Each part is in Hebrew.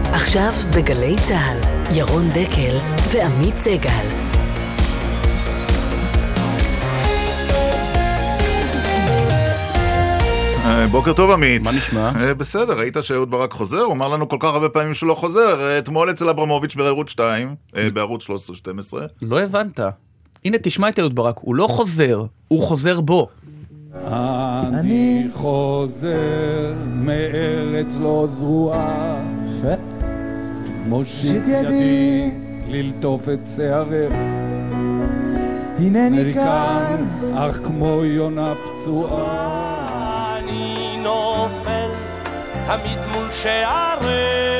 עכשיו בגלי צהל, ירון דקל ועמית סגל. בוקר טוב עמית. מה נשמע? בסדר, ראית שאהוד ברק חוזר? הוא אמר לנו כל כך הרבה פעמים שהוא לא חוזר. אתמול אצל אברמוביץ' בערוץ 2, בערוץ 13-12. לא הבנת. הנה תשמע את אהוד ברק, הוא לא חוזר, הוא חוזר בו. אני חוזר מארץ לא זרועה, מושיט ידי ללטוף את שערך, הנני כאן אך כמו יונה פצועה, אני נופל תמיד מול שערך.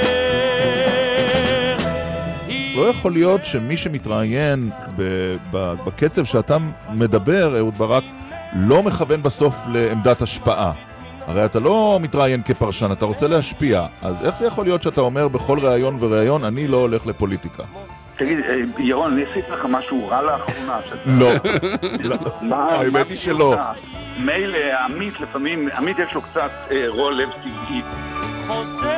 לא יכול להיות שמי שמתראיין בקצב שאתה מדבר, אהוד ברק, לא מכוון בסוף לעמדת השפעה. הרי אתה לא מתראיין כפרשן, אתה רוצה להשפיע. אז איך זה יכול להיות שאתה אומר בכל ראיון וראיון, אני לא הולך לפוליטיקה? תגיד, ירון, אני עשיתי לך משהו רע לאחרונה? לא. האמת היא שלא. מילא, עמית לפעמים, עמית יש לו קצת רוע לב טבעי. חוזר.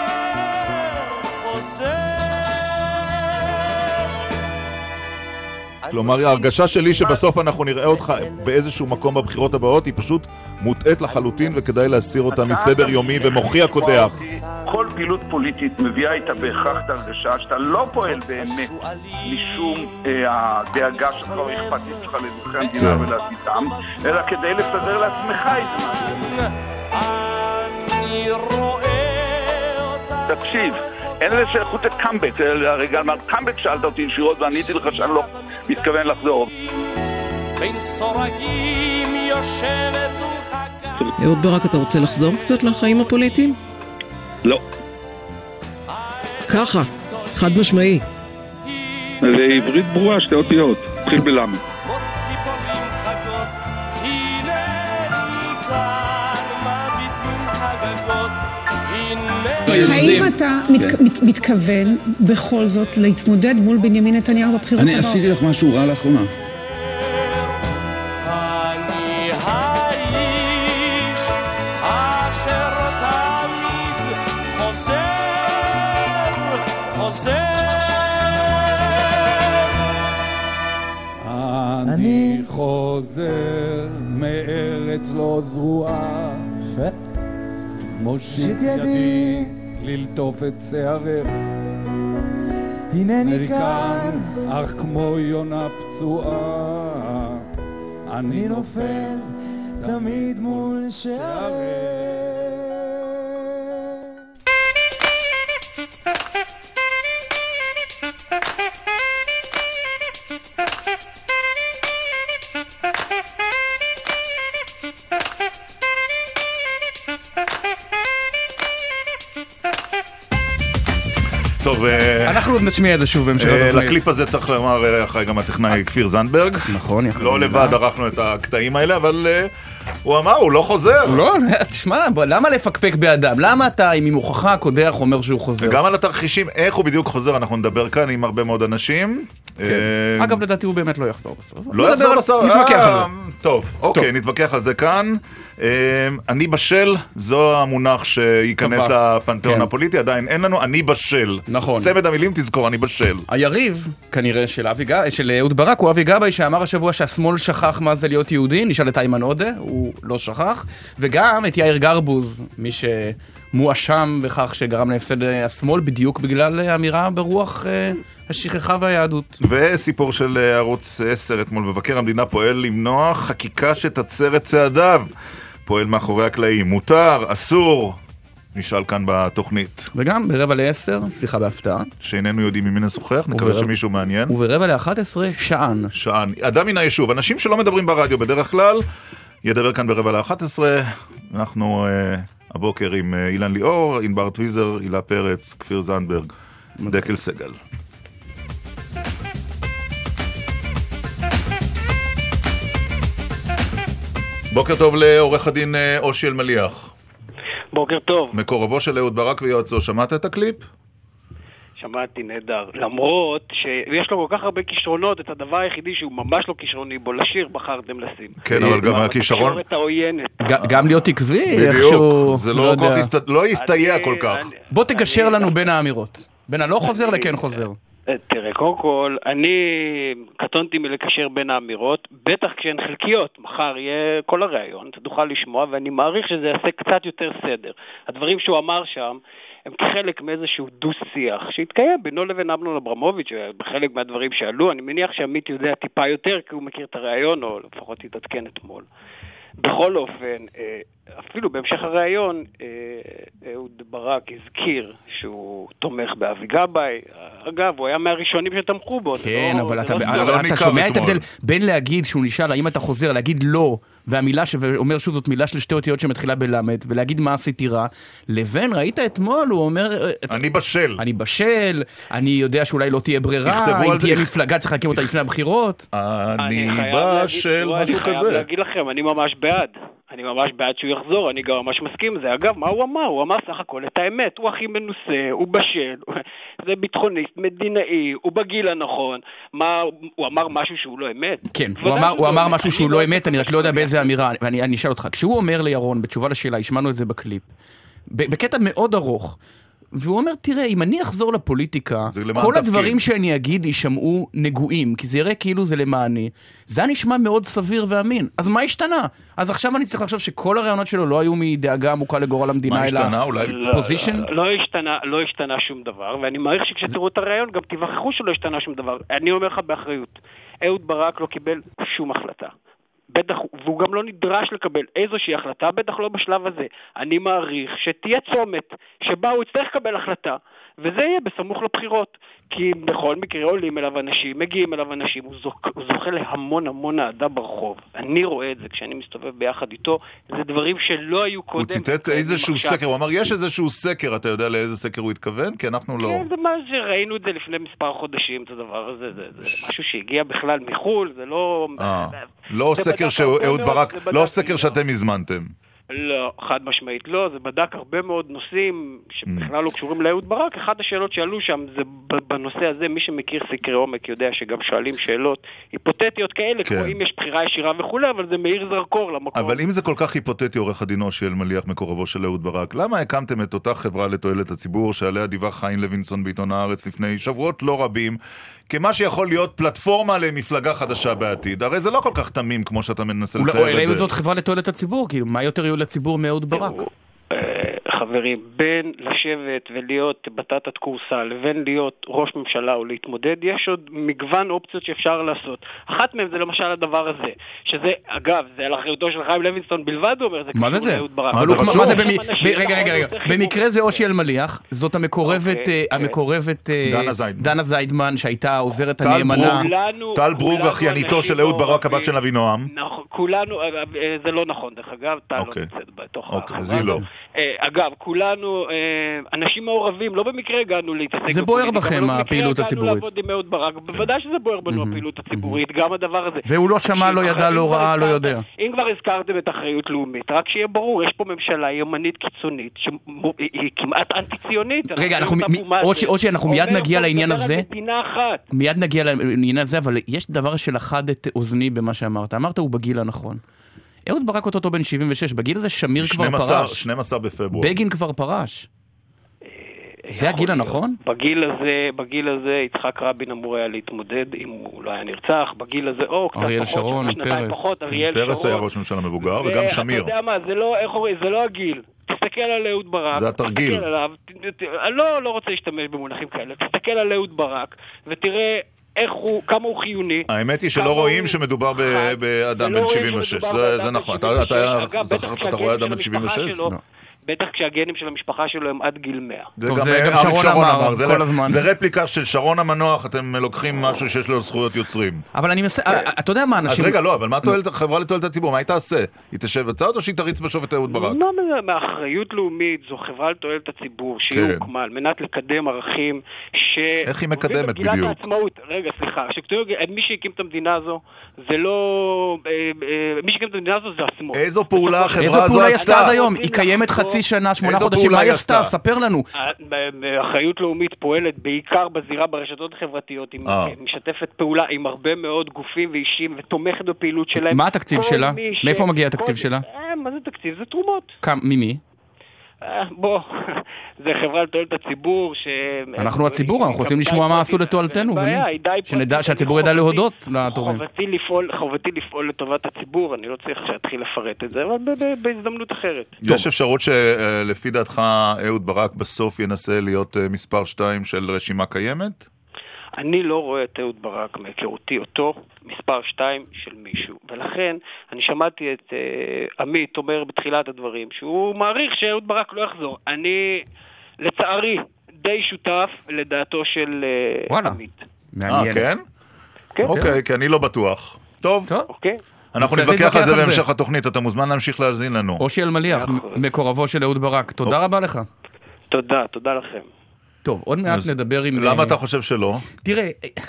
כלומר, ההרגשה שלי שבסוף אנחנו נראה אותך באיזשהו מקום בבחירות הבאות היא פשוט מוטעת לחלוטין וכדאי להסיר אותה מסדר יומי ומוחי הקודח. כל פעילות פוליטית מביאה איתה בהכרח את ההרגשה שאתה לא פועל באמת משום הדאגה שלך או אכפתית שלך לאזרחי המדינה ולעתידם, אלא כדי לסדר לעצמך איזה משהו. אני רואה אותה. תקשיב, אין לזה שייכות לקמבק, הרגע על מה קמבק שאלת אותי ישירות ועניתי לך שאני לא מתכוון לחזור. בין סורגים יושבת וחכה. אהוד ברק, אתה רוצה לחזור קצת לחיים הפוליטיים? לא. ככה, חד משמעי. זה עברית ברורה, שתי אותיות, התחיל בלמה. עוד ציפורים חגות, הנני כאן מביט מן הגגות, האם אתה מתכוון בכל זאת להתמודד מול בנימין נתניהו בבחירות הבאות? אני עשיתי לך משהו רע לאחרונה. אני האיש אשר תמיד חוזר. אני חוזר מארץ לא זרועה, מושיט ידי ללטוף את שערך, הנני כאן אך כמו יונה פצועה, אני נופל תמיד מול שערך. טוב, אנחנו עוד נשמיע את זה שוב בהמשך התוכנית. לקליפ הזה צריך לומר אחרי גם הטכנאי כפיר זנדברג. נכון, לא לבד ערכנו את הקטעים האלה, אבל הוא אמר, הוא לא חוזר. לא, תשמע, למה לפקפק באדם? למה אתה עם מוכחה הקודח אומר שהוא חוזר? וגם על התרחישים, איך הוא בדיוק חוזר, אנחנו נדבר כאן עם הרבה מאוד אנשים. אגב, לדעתי הוא באמת לא יחזור בסוף. לא יחזור בסוף? נתווכח על זה. טוב, אוקיי, נתווכח על זה כאן. אני בשל, זו המונח שייכנס לפנתיאון הפוליטי, עדיין אין לנו, אני בשל. נכון. צמד המילים תזכור, אני בשל. היריב, כנראה של אהוד ברק, הוא אבי גבאי שאמר השבוע שהשמאל שכח מה זה להיות יהודי, נשאל את איימן עודה, הוא לא שכח, וגם את יאיר גרבוז, מי שמואשם בכך שגרם להפסד השמאל, בדיוק בגלל אמירה ברוח השכחה והיהדות. וסיפור של ערוץ 10 אתמול, מבקר המדינה פועל למנוע חקיקה שתצר את צעדיו. פועל מאחורי הקלעים, מותר, אסור, נשאל כאן בתוכנית. וגם ב10:45, שיחה בהפתעה. שאיננו יודעים ממין השוחח, נקווה שמישהו מעניין. וב10:11, שען. שען, אדם מן היישוב, אנשים שלא מדברים ברדיו בדרך כלל, ידבר כאן ב10:45, אנחנו הבוקר עם אילן ליאור, ענבר טוויזר, הילה פרץ, כפיר זנדברג, דקל סגל. בוקר טוב לעורך הדין אושי אלמליח. בוקר טוב. מקורבו של אהוד ברק ויועצו, שמעת את הקליפ? שמעתי נהדר. למרות שיש לו כל כך הרבה כישרונות, את הדבר היחידי שהוא ממש לא כישרוני בו, לשיר בחרתם לשים. כן, אבל גם הכישרון... גם להיות עקבי, בדיוק, זה לא יסתייע כל כך. בוא תגשר לנו בין האמירות. בין הלא חוזר לכן חוזר. תראה, קודם כל, אני קטונתי מלקשר בין האמירות, בטח כשהן חלקיות, מחר יהיה כל הרעיון, אתה תוכל לשמוע, ואני מעריך שזה יעשה קצת יותר סדר. הדברים שהוא אמר שם, הם כחלק מאיזשהו דו-שיח שהתקיים בינו לבין אמנון אברמוביץ', בחלק מהדברים שעלו, אני מניח שעמית יודע טיפה יותר, כי הוא מכיר את הרעיון, או לפחות התעדכן אתמול. בכל אופן, אפילו בהמשך הרעיון, אהוד ברק הזכיר שהוא תומך באבי גבאי. אגב, הוא היה מהראשונים שתמכו בו. כן, אבל אתה שומע את ההבדל בין להגיד שהוא נשאל האם אתה חוזר, להגיד לא, והמילה שאומר שוב זאת מילה של שתי אותיות שמתחילה בלמד, ולהגיד מה עשיתי רע, לבין ראית אתמול, הוא אומר... אני בשל, אני יודע שאולי לא תהיה ברירה, אם תהיה מפלגה צריך להקים אותה לפני הבחירות. אני בשל, משהו כזה. אני חייב להגיד לכם, אני ממש בעד. אני ממש בעד שהוא יחזור, אני גם ממש מסכים עם זה. אגב, מה הוא אמר? הוא אמר סך הכל את האמת. הוא הכי מנוסה, הוא בשל, זה ביטחוניסט, מדינאי, הוא בגיל הנכון. הוא אמר משהו שהוא לא אמת? כן, הוא אמר משהו שהוא לא אמת, אני רק לא יודע באיזה אמירה. ואני אשאל אותך, כשהוא אומר לירון, בתשובה לשאלה, השמענו את זה בקליפ, בקטע מאוד ארוך, והוא אומר, תראה, אם אני אחזור לפוליטיקה, כל הדברים שאני אגיד יישמעו נגועים, כי זה יראה כאילו זה למעני. זה נשמע מאוד סביר ואמין. אז מה השתנה? אז עכשיו אני צריך לחשוב שכל הרעיונות שלו לא היו מדאגה עמוקה לגורל המדינה, מה השתנה? אולי פוזישן? לא השתנה שום דבר, ואני מעריך שכשתראו את הרעיון גם תיווכחו שלא השתנה שום דבר. אני אומר לך באחריות, אהוד ברק לא קיבל שום החלטה. בטח, והוא גם לא נדרש לקבל איזושהי החלטה, בטח לא בשלב הזה. אני מעריך שתהיה צומת שבה הוא יצטרך לקבל החלטה, וזה יהיה בסמוך לבחירות. כי בכל מקרה עולים אליו אנשים, מגיעים אליו אנשים, הוא זוכה להמון המון אהדה ברחוב. אני רואה את זה כשאני מסתובב ביחד איתו, זה דברים שלא היו קודם. הוא ציטט איזשהו סקר, הוא אמר, יש איזשהו סקר, אתה יודע לאיזה סקר הוא התכוון? כי אנחנו לא... כן, זה מה שראינו את זה לפני מספר חודשים, את הדבר הזה, זה משהו שהגיע בכלל מחול, זה לא... לא סקר שאהוד ברק, לא סקר שאתם הזמנתם. לא, חד משמעית לא, זה בדק הרבה מאוד נושאים שבכלל לא קשורים לאהוד ברק. אחת השאלות שעלו שם זה בנושא הזה, מי שמכיר סקרי עומק יודע שגם שואלים שאלות היפותטיות כאלה, כמו אם יש בחירה ישירה וכו', אבל זה מאיר זרקור למקום. אבל אם זה כל כך היפותטי, עורך הדינו של מליח מקורבו של אהוד ברק, למה הקמתם את אותה חברה לתועלת הציבור שעליה דיווח חיים לוינסון בעיתון הארץ לפני שבועות לא רבים, כמה שיכול להיות פלטפורמה למפלגה חדשה בעתיד? הרי זה לא כל כך תמים כמו שאתה מנסה לתאר את זה. זאת חברה לתועלת הציבור, כאילו, מה יותר יהיו לציבור מאהוד ברק? חברים, בין לשבת ולהיות בטטת קורסה לבין להיות ראש ממשלה או להתמודד, יש עוד מגוון אופציות שאפשר לעשות. אחת מהן זה למשל הדבר הזה, שזה, אגב, זה על אחריותו של חיים לוינסון בלבד, הוא אומר, זה מה זה? מה זה? רגע, במקרה זה אושי אלמליח, זאת המקורבת דנה זיידמן, שהייתה עוזרת הנאמנה. טל ברוג, אחייניתו של אהוד ברק, הבת של אבינועם. כולנו, זה לא נכון, דרך אגב, טל לא נמצאת בתוך החברה. אגב, כולנו אנשים מעורבים, לא במקרה הגענו להתעסק. זה בוער בכם, הפעילות הציבורית. לעבוד עם אהוד ברק, בוודאי שזה בוער בנו הפעילות הציבורית, גם הדבר הזה. והוא לא שמע, לא ידע, לא ראה, לא יודע. אם כבר הזכרתם את אחריות לאומית, רק שיהיה ברור, יש פה ממשלה ימנית קיצונית, שהיא כמעט אנטי-ציונית. רגע, אושי, אנחנו מיד נגיע לעניין הזה. מיד נגיע לעניין הזה, אבל יש דבר שלחד את אוזני במה שאמרת. אמרת, הוא בגיל הנכון. אהוד ברק אותו בן 76, בגיל הזה שמיר כבר פרש. 12 בפברואר. בגין כבר פרש. זה הגיל הנכון? בגיל הזה יצחק רבין אמור היה להתמודד אם הוא לא היה נרצח. בגיל הזה, אריאל שרון, פרס היה ראש ממשלה מבוגר, וגם שמיר. אתה יודע מה, זה לא הגיל. תסתכל על אהוד ברק. זה התרגיל. לא רוצה להשתמש במונחים כאלה. תסתכל על אהוד ברק ותראה כמה הוא חיוני. האמת היא שלא רואים שמדובר באדם בן 76. זה נכון. אתה רואה אדם בן 76? בטח כשהגנים של המשפחה שלו הם עד גיל 100. זה גם שרון אמר, זה רפליקה של שרון המנוח, אתם לוקחים משהו שיש לו זכויות יוצרים. אבל אני אתה יודע מה אנשים... אז רגע, לא, אבל מה חברה לתועלת הציבור? מה היא תעשה? היא תשב בצד או שהיא תריץ בשופט אהוד ברק? לא, מאחריות לאומית זו חברה לתועלת הציבור, שהיא הוקמה על מנת לקדם ערכים ש... איך היא מקדמת בדיוק? רגע, סליחה, מי שהקים את המדינה הזו, זה לא... מי שהקים את המדינה הזו זה השמאל. איזו פעולה החברה הזו עשתה? היא קיימת חצי שנה, 8 חודשים, מה היא עשתה? ספר לנו. אחריות לאומית פועלת בעיקר בזירה ברשתות החברתיות, היא משתפת פעולה עם הרבה מאוד גופים ואישים ותומכת בפעילות שלהם. מה התקציב שלה? מאיפה מגיע התקציב שלה? מה זה תקציב? זה תרומות. ממי? בוא, זה חברה לתועלת הציבור אנחנו הציבור, אנחנו רוצים לשמוע מה עשו לתועלתנו שנדע שהציבור ידע להודות לתורם. חובתי לפעול לטובת הציבור, אני לא צריך להתחיל לפרט את זה, אבל בהזדמנות אחרת. יש אפשרות שלפי דעתך אהוד ברק בסוף ינסה להיות מספר 2 של רשימה קיימת? אני לא רואה את אהוד ברק מהיכרותי אותו מספר 2 של מישהו, ולכן אני שמעתי את עמית אומר בתחילת הדברים שהוא מעריך שאהוד ברק לא יחזור. אני לצערי די שותף לדעתו של עמית. מעניין. כן? כן. אוקיי, כי אני לא בטוח. טוב. אוקיי. אנחנו נתווכח על זה בהמשך התוכנית, אתה מוזמן להמשיך להאזין לנו. אושי אלמליח, מקורבו של אהוד ברק, תודה רבה לך. תודה לכם. טוב, עוד מעט נדבר עם... למה אתה חושב שלא? תראה,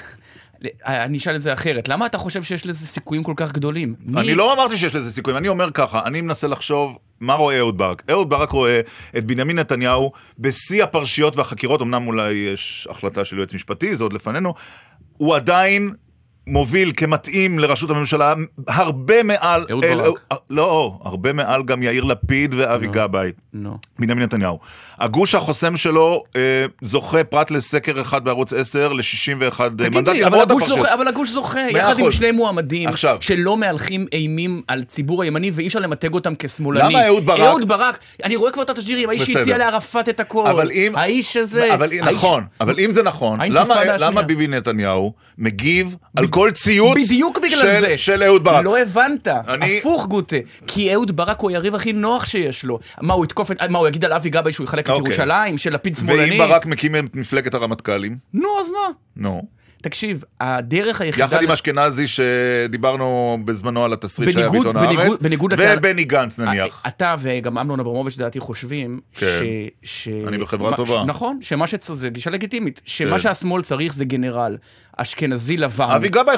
אני אשאל את זה אחרת. למה אתה חושב שיש לזה סיכויים כל כך גדולים? אני לא אמרתי שיש לזה סיכויים, אני אומר ככה, אני מנסה לחשוב מה רואה אהוד ברק. אהוד ברק רואה את בנימין נתניהו בשיא הפרשיות והחקירות, אמנם אולי יש החלטה של יועץ משפטי, זה עוד לפנינו, הוא עדיין מוביל כמתאים לראשות הממשלה הרבה מעל... אהוד ברק. לא, הרבה מעל גם יאיר לפיד ואבי גבאי. בנימין נתניהו. הגוש החוסם שלו זוכה פרט לסקר אחד בערוץ 10 ל-61 מנדטים. אבל הגוש זוכה, יחד עם שני מועמדים שלא מהלכים אימים על ציבור הימני ואי אפשר למתג אותם כשמאלני. למה אהוד ברק? אהוד ברק, אני רואה כבר את התשדירים, האיש שהציע לערפאת את הכל. האיש הזה... נכון, אבל אם זה נכון, למה ביבי נתניהו מגיב על כל ציוץ של אהוד ברק? לא הבנת, הפוך גוטה, כי אהוד ברק הוא היריב הכי נוח שיש לו. מה הוא יתקוף, מה הוא יגיד על אבי גבאי שהוא יחלק את ירושלים, של לפיד שמאלני? ואם ברק מקים את מפלגת הרמטכ"לים? נו, אז מה? נו. תקשיב, הדרך היחידה... יחד עם אשכנזי שדיברנו בזמנו על התסריט שהיה בעיתון הארץ, ובני גנץ נניח. אתה וגם אמנון אברמוביץ' דעתי חושבים אני בחברה טובה. נכון, זה גישה לגיטימית, שמה שהשמאל צריך זה גנרל, אשכנזי לבן. אבי גבאי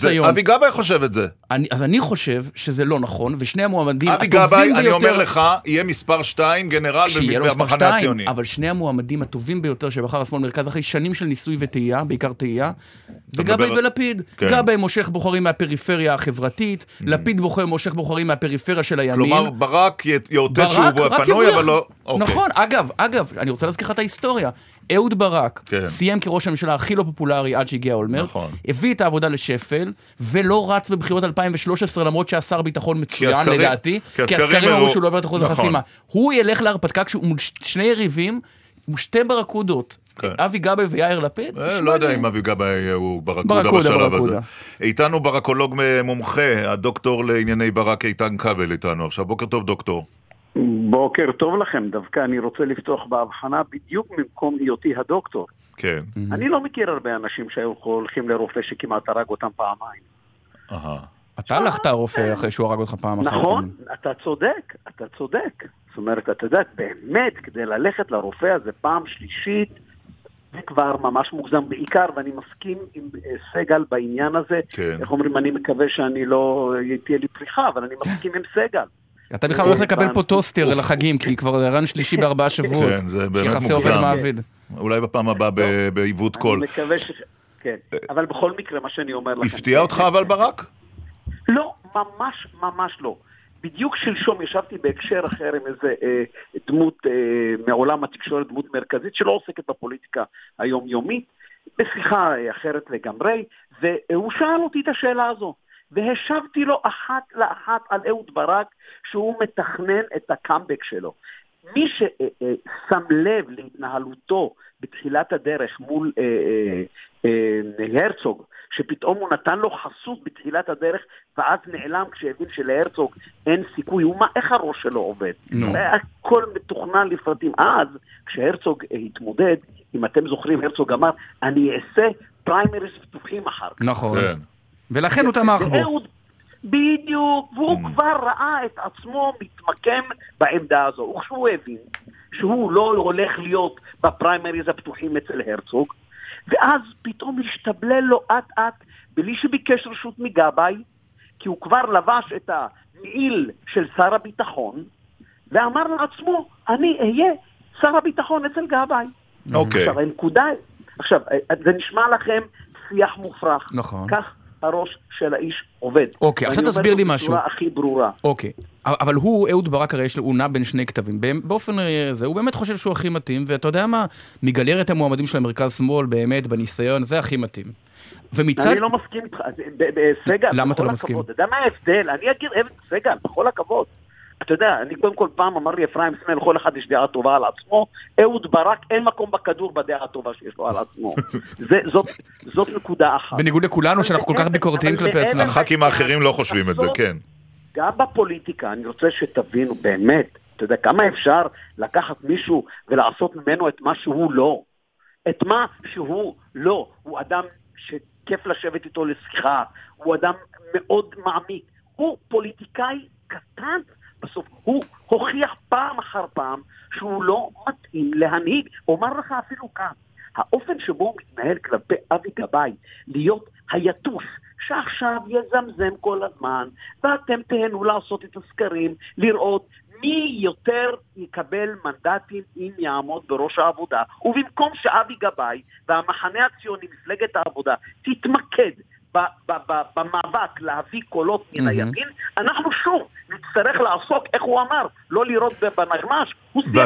חושב את זה. אז אני חושב שזה לא נכון, ושני המועמדים אבי גבאי, אני אומר לך, יהיה מספר 2 גנרל במחנה הציוני. אבל שני המועמדים הטובים ביותר שבחר השמאל מרכז אחרי שנים של ניסוי וטעייה, בעיקר טעייה, וגבאי ולפיד. גבאי מושך בוחרים מהפריפריה החברתית, לפיד מושך בוחרים מהפריפריה של הימין. כלומר, ברק יאותת שהוא פנוי, אבל לא... נכון, אגב, אני רוצה להזכיר לך את ההיסטוריה. אהוד ברק סיים כראש הממשלה הכי לא פופולרי עד שהגיע אולמרט, הביא את העבודה לשפל, ולא רץ בבחירות 2013, למרות שהשר ביטחון מצוין לדעתי, כי הסקרים אמרו שהוא לא עובר את אחוז החסימה. הוא ילך להרפתקה כשהוא מול שני יריבים, שתי ברקודות, אבי גבאי ויאיר לפיד. לא יודע אם אבי גבאי הוא ברקודה בשלב הזה. איתנו ברקולוג מומחה, הדוקטור לענייני ברק איתן כבל איתנו עכשיו. בוקר טוב דוקטור. בוקר טוב לכם, דווקא אני רוצה לפתוח בהבחנה בדיוק ממקום היותי הדוקטור. כן. אני לא מכיר הרבה אנשים שהולכים לרופא שכמעט הרג אותם פעמיים. אתה הלכת הרופא אחרי שהוא הרג אותך פעם אחת. נכון, אתה צודק. זאת אומרת, אתה יודעת, באמת, כדי ללכת לרופא הזה פעם שלישית, זה כבר ממש מוגזם בעיקר, ואני מסכים עם סגל בעניין הזה. איך אומרים, אני מקווה שאני לא תהיה לי פריחה, אבל אני מסכים עם סגל. אתה בכלל הולך לקבל פה טוסטר לחגים, כי כבר רן שלישי ב4 שבועות. כן, זה באמת מוגזם. אולי בפעם הבאה בעיוות קול. אני מקווה כן. אבל בכל מקרה, מה שאני אומר לכם... הפתיע אותך אבל ברק? לא, ממש לא. בדיוק שלשום ישבתי בהקשר אחר עם איזה דמות מעולם התקשורת, דמות מרכזית, שלא עוסקת בפוליטיקה היומיומית, בשיחה אחרת לגמרי, והוא שאל אותי את השאלה הזו. והשבתי לו אחת לאחת על אהוד ברק שהוא מתכנן את הקאמבק שלו. מי ששם לב להתנהלותו בתחילת הדרך מול הרצוג, שפתאום הוא נתן לו חסות בתחילת הדרך, ואז נעלם כשהבין שלהרצוג אין סיכוי, איך הראש שלו עובד? הכל מתוכנן לפרטים. אז כשהרצוג התמודד, אם אתם זוכרים, הרצוג אמר, אני אעשה פריימריס פתוחים אחר כך. נכון. ולכן הוא תמך בו. בדיוק, והוא כבר ראה את עצמו מתמקם בעמדה הזו. וכשהוא הבין שהוא לא הולך להיות בפריימריז הפתוחים אצל הרצוג, ואז פתאום השתבלל לו עט בלי שביקש רשות מגבאי, כי הוא כבר לבש את המעיל של שר הביטחון, ואמר לעצמו, אני אהיה שר הביטחון אצל גבאי. אוקיי. עכשיו, הנקודה, עכשיו, זה נשמע לכם שיח מופרך. נכון. כך הראש של האיש עובד. אוקיי, עכשיו תסביר לי משהו. בצורה הכי ברורה. אוקיי, אבל אהוד ברק הרי הוא נע בין שני כתבים. באופן זה, הוא באמת חושב שהוא הכי מתאים, ואתה יודע מה? מגלרת המועמדים של המרכז שמאל, באמת, בניסיון, זה הכי מתאים. ומצד... אני לא מסכים איתך, סגל, למה אתה לא מסכים? אתה יודע מה ההבדל? אני אגיד, סגל, בכל הכבוד. אתה יודע, אני קודם כל פעם אמר לי אפרים סמל, לכל אחד יש דעה טובה על עצמו, אהוד ברק אין מקום בכדור בדעה הטובה שיש לו על עצמו. זאת נקודה אחת. בניגוד לכולנו שאנחנו כל כך ביקורתיים כלפי עצמם. הח"כים האחרים לא חושבים את זה, כן. גם בפוליטיקה, אני רוצה שתבינו באמת, אתה יודע, כמה אפשר לקחת מישהו ולעשות ממנו את מה שהוא לא. את מה שהוא לא. הוא אדם שכיף לשבת איתו לשיחה, הוא אדם מאוד מעמיק. הוא פוליטיקאי קטן, בסוף הוא הוכיח פעם אחר פעם שהוא לא מתאים להנהיג. אומר לך אפילו כאן, האופן שבו הוא מתנהל כלפי אבי גבאי, להיות היתוש, שעכשיו יזמזם כל הזמן, ואתם תהנו לעשות את הסקרים, לראות מי יותר יקבל מנדטים אם יעמוד בראש העבודה, ובמקום שאבי גבאי והמחנה הציוני, מפלגת העבודה, תתמקד במאבק להביא קולות מן הימין, אנחנו שוב נצטרך לעסוק, איך הוא אמר, לא לראות בנגמש,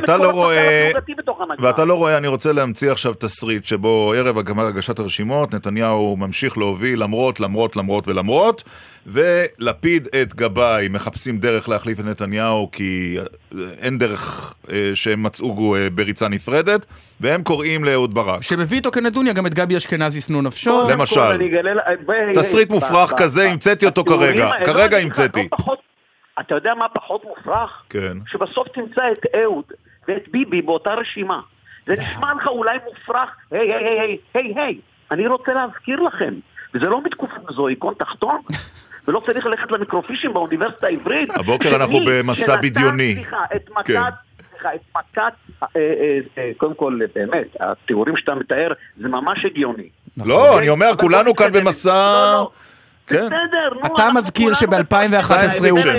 ואתה לא רואה, אני רוצה להמציא עכשיו תסריט שבו ערב הגשת הרשימות, נתניהו ממשיך להוביל למרות, ולפיד את גבאי מחפשים דרך להחליף את נתניהו, כי אין דרך שהם מצאו בריצה נפרדת, והם קוראים לאהוד ברק. שמביא איתו כנדוניה גם את גבי אשכנזי שנוא נפשו. למשל, תסריט מופרך כזה, המצאתי אותו כרגע המצאתי. אתה יודע מה פחות מופרך? כן. שבסוף תמצא את אהוד ואת ביבי באותה רשימה. זה נשמע לך אולי מופרך, היי, אני רוצה להזכיר לכם, וזה לא מתקופת מזוהיקון תחתון, ולא צריך ללכת למיקרופישים באוניברסיטה העברית. הבוקר אנחנו במסע בדיוני. את מכת, קודם כל, באמת, התיאורים שאתה מתאר, זה ממש הגיוני. לא, אני אומר, כולנו כאן במסע... בסדר, אתה מזכיר שב-2011 הוא...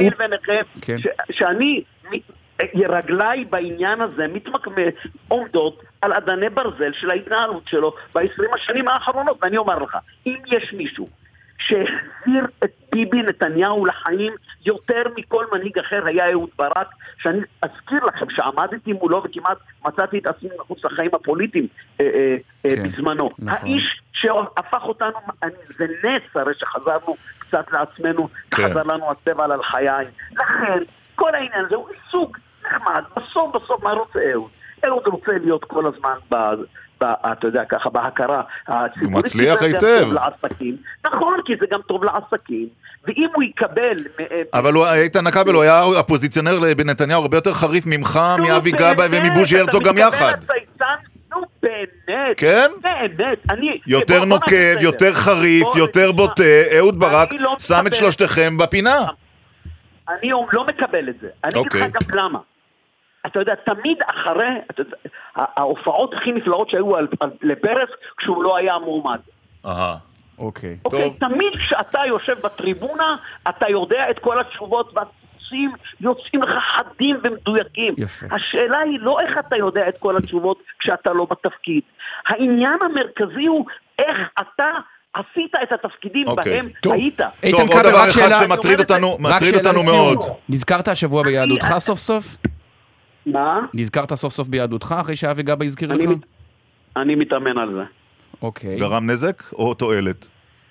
שאני, רגליי בעניין הזה עומדות על אדני ברזל של ההתנהלות שלו ב-20 השנים האחרונות, ואני אומר לך, אם יש מישהו שהחזיר את ביבי נתניהו לחיים יותר מכל מנהיג אחר היה אהוד ברק, שאני אזכיר לכם שעמדתי מולו וכמעט מצאתי את עצמי מחוץ לחיים הפוליטיים בזמנו. האיש שהפך אותנו, זה נס הרי שחזרנו קצת לעצמנו, חזר לנו הצבע על החיי. לכן כל העניין הזה הוא סוג נחמד, בסוף מה רוצה אהוד? אהוד רוצה להיות כל הזמן אתה יודע ככה, בהכרה הציבורית. הוא מצליח היטב. נכון, כי זה גם טוב לעסקים, ואם הוא יקבל... אבל איתן כבל, הוא היה הפוזיציונר בנתניהו הרבה יותר חריף ממך, מאבי גבאי ומבוז'י הרצוג גם יחד. נו באמת. כן? באמת. יותר נוקב, יותר חריף, יותר בוטה, אהוד ברק שם את שלושתכם בפינה. אני לא מקבל את זה. אני אגיד לך גם למה. אתה יודע, תמיד אחרי, ההופעות הכי נפלאות שהיו לפרס, כשהוא לא היה מועמד. אוקיי. תמיד כשאתה יושב בטריבונה, אתה יודע את כל התשובות, והתוצאים יוצאים לך חדים ומדויקים. השאלה היא לא איך אתה יודע את כל התשובות כשאתה לא בתפקיד. העניין המרכזי הוא איך אתה... עשית את התפקידים בהם היית. טוב, עוד דבר אחד שמטריד אותנו מאוד. נזכרת השבוע ביהדותך סוף סוף? מה? נזכרת סוף סוף ביהדותך אחרי שאבי גבאי הזכיר לך? אני מתאמן על זה. אוקיי. גרם נזק או תועלת?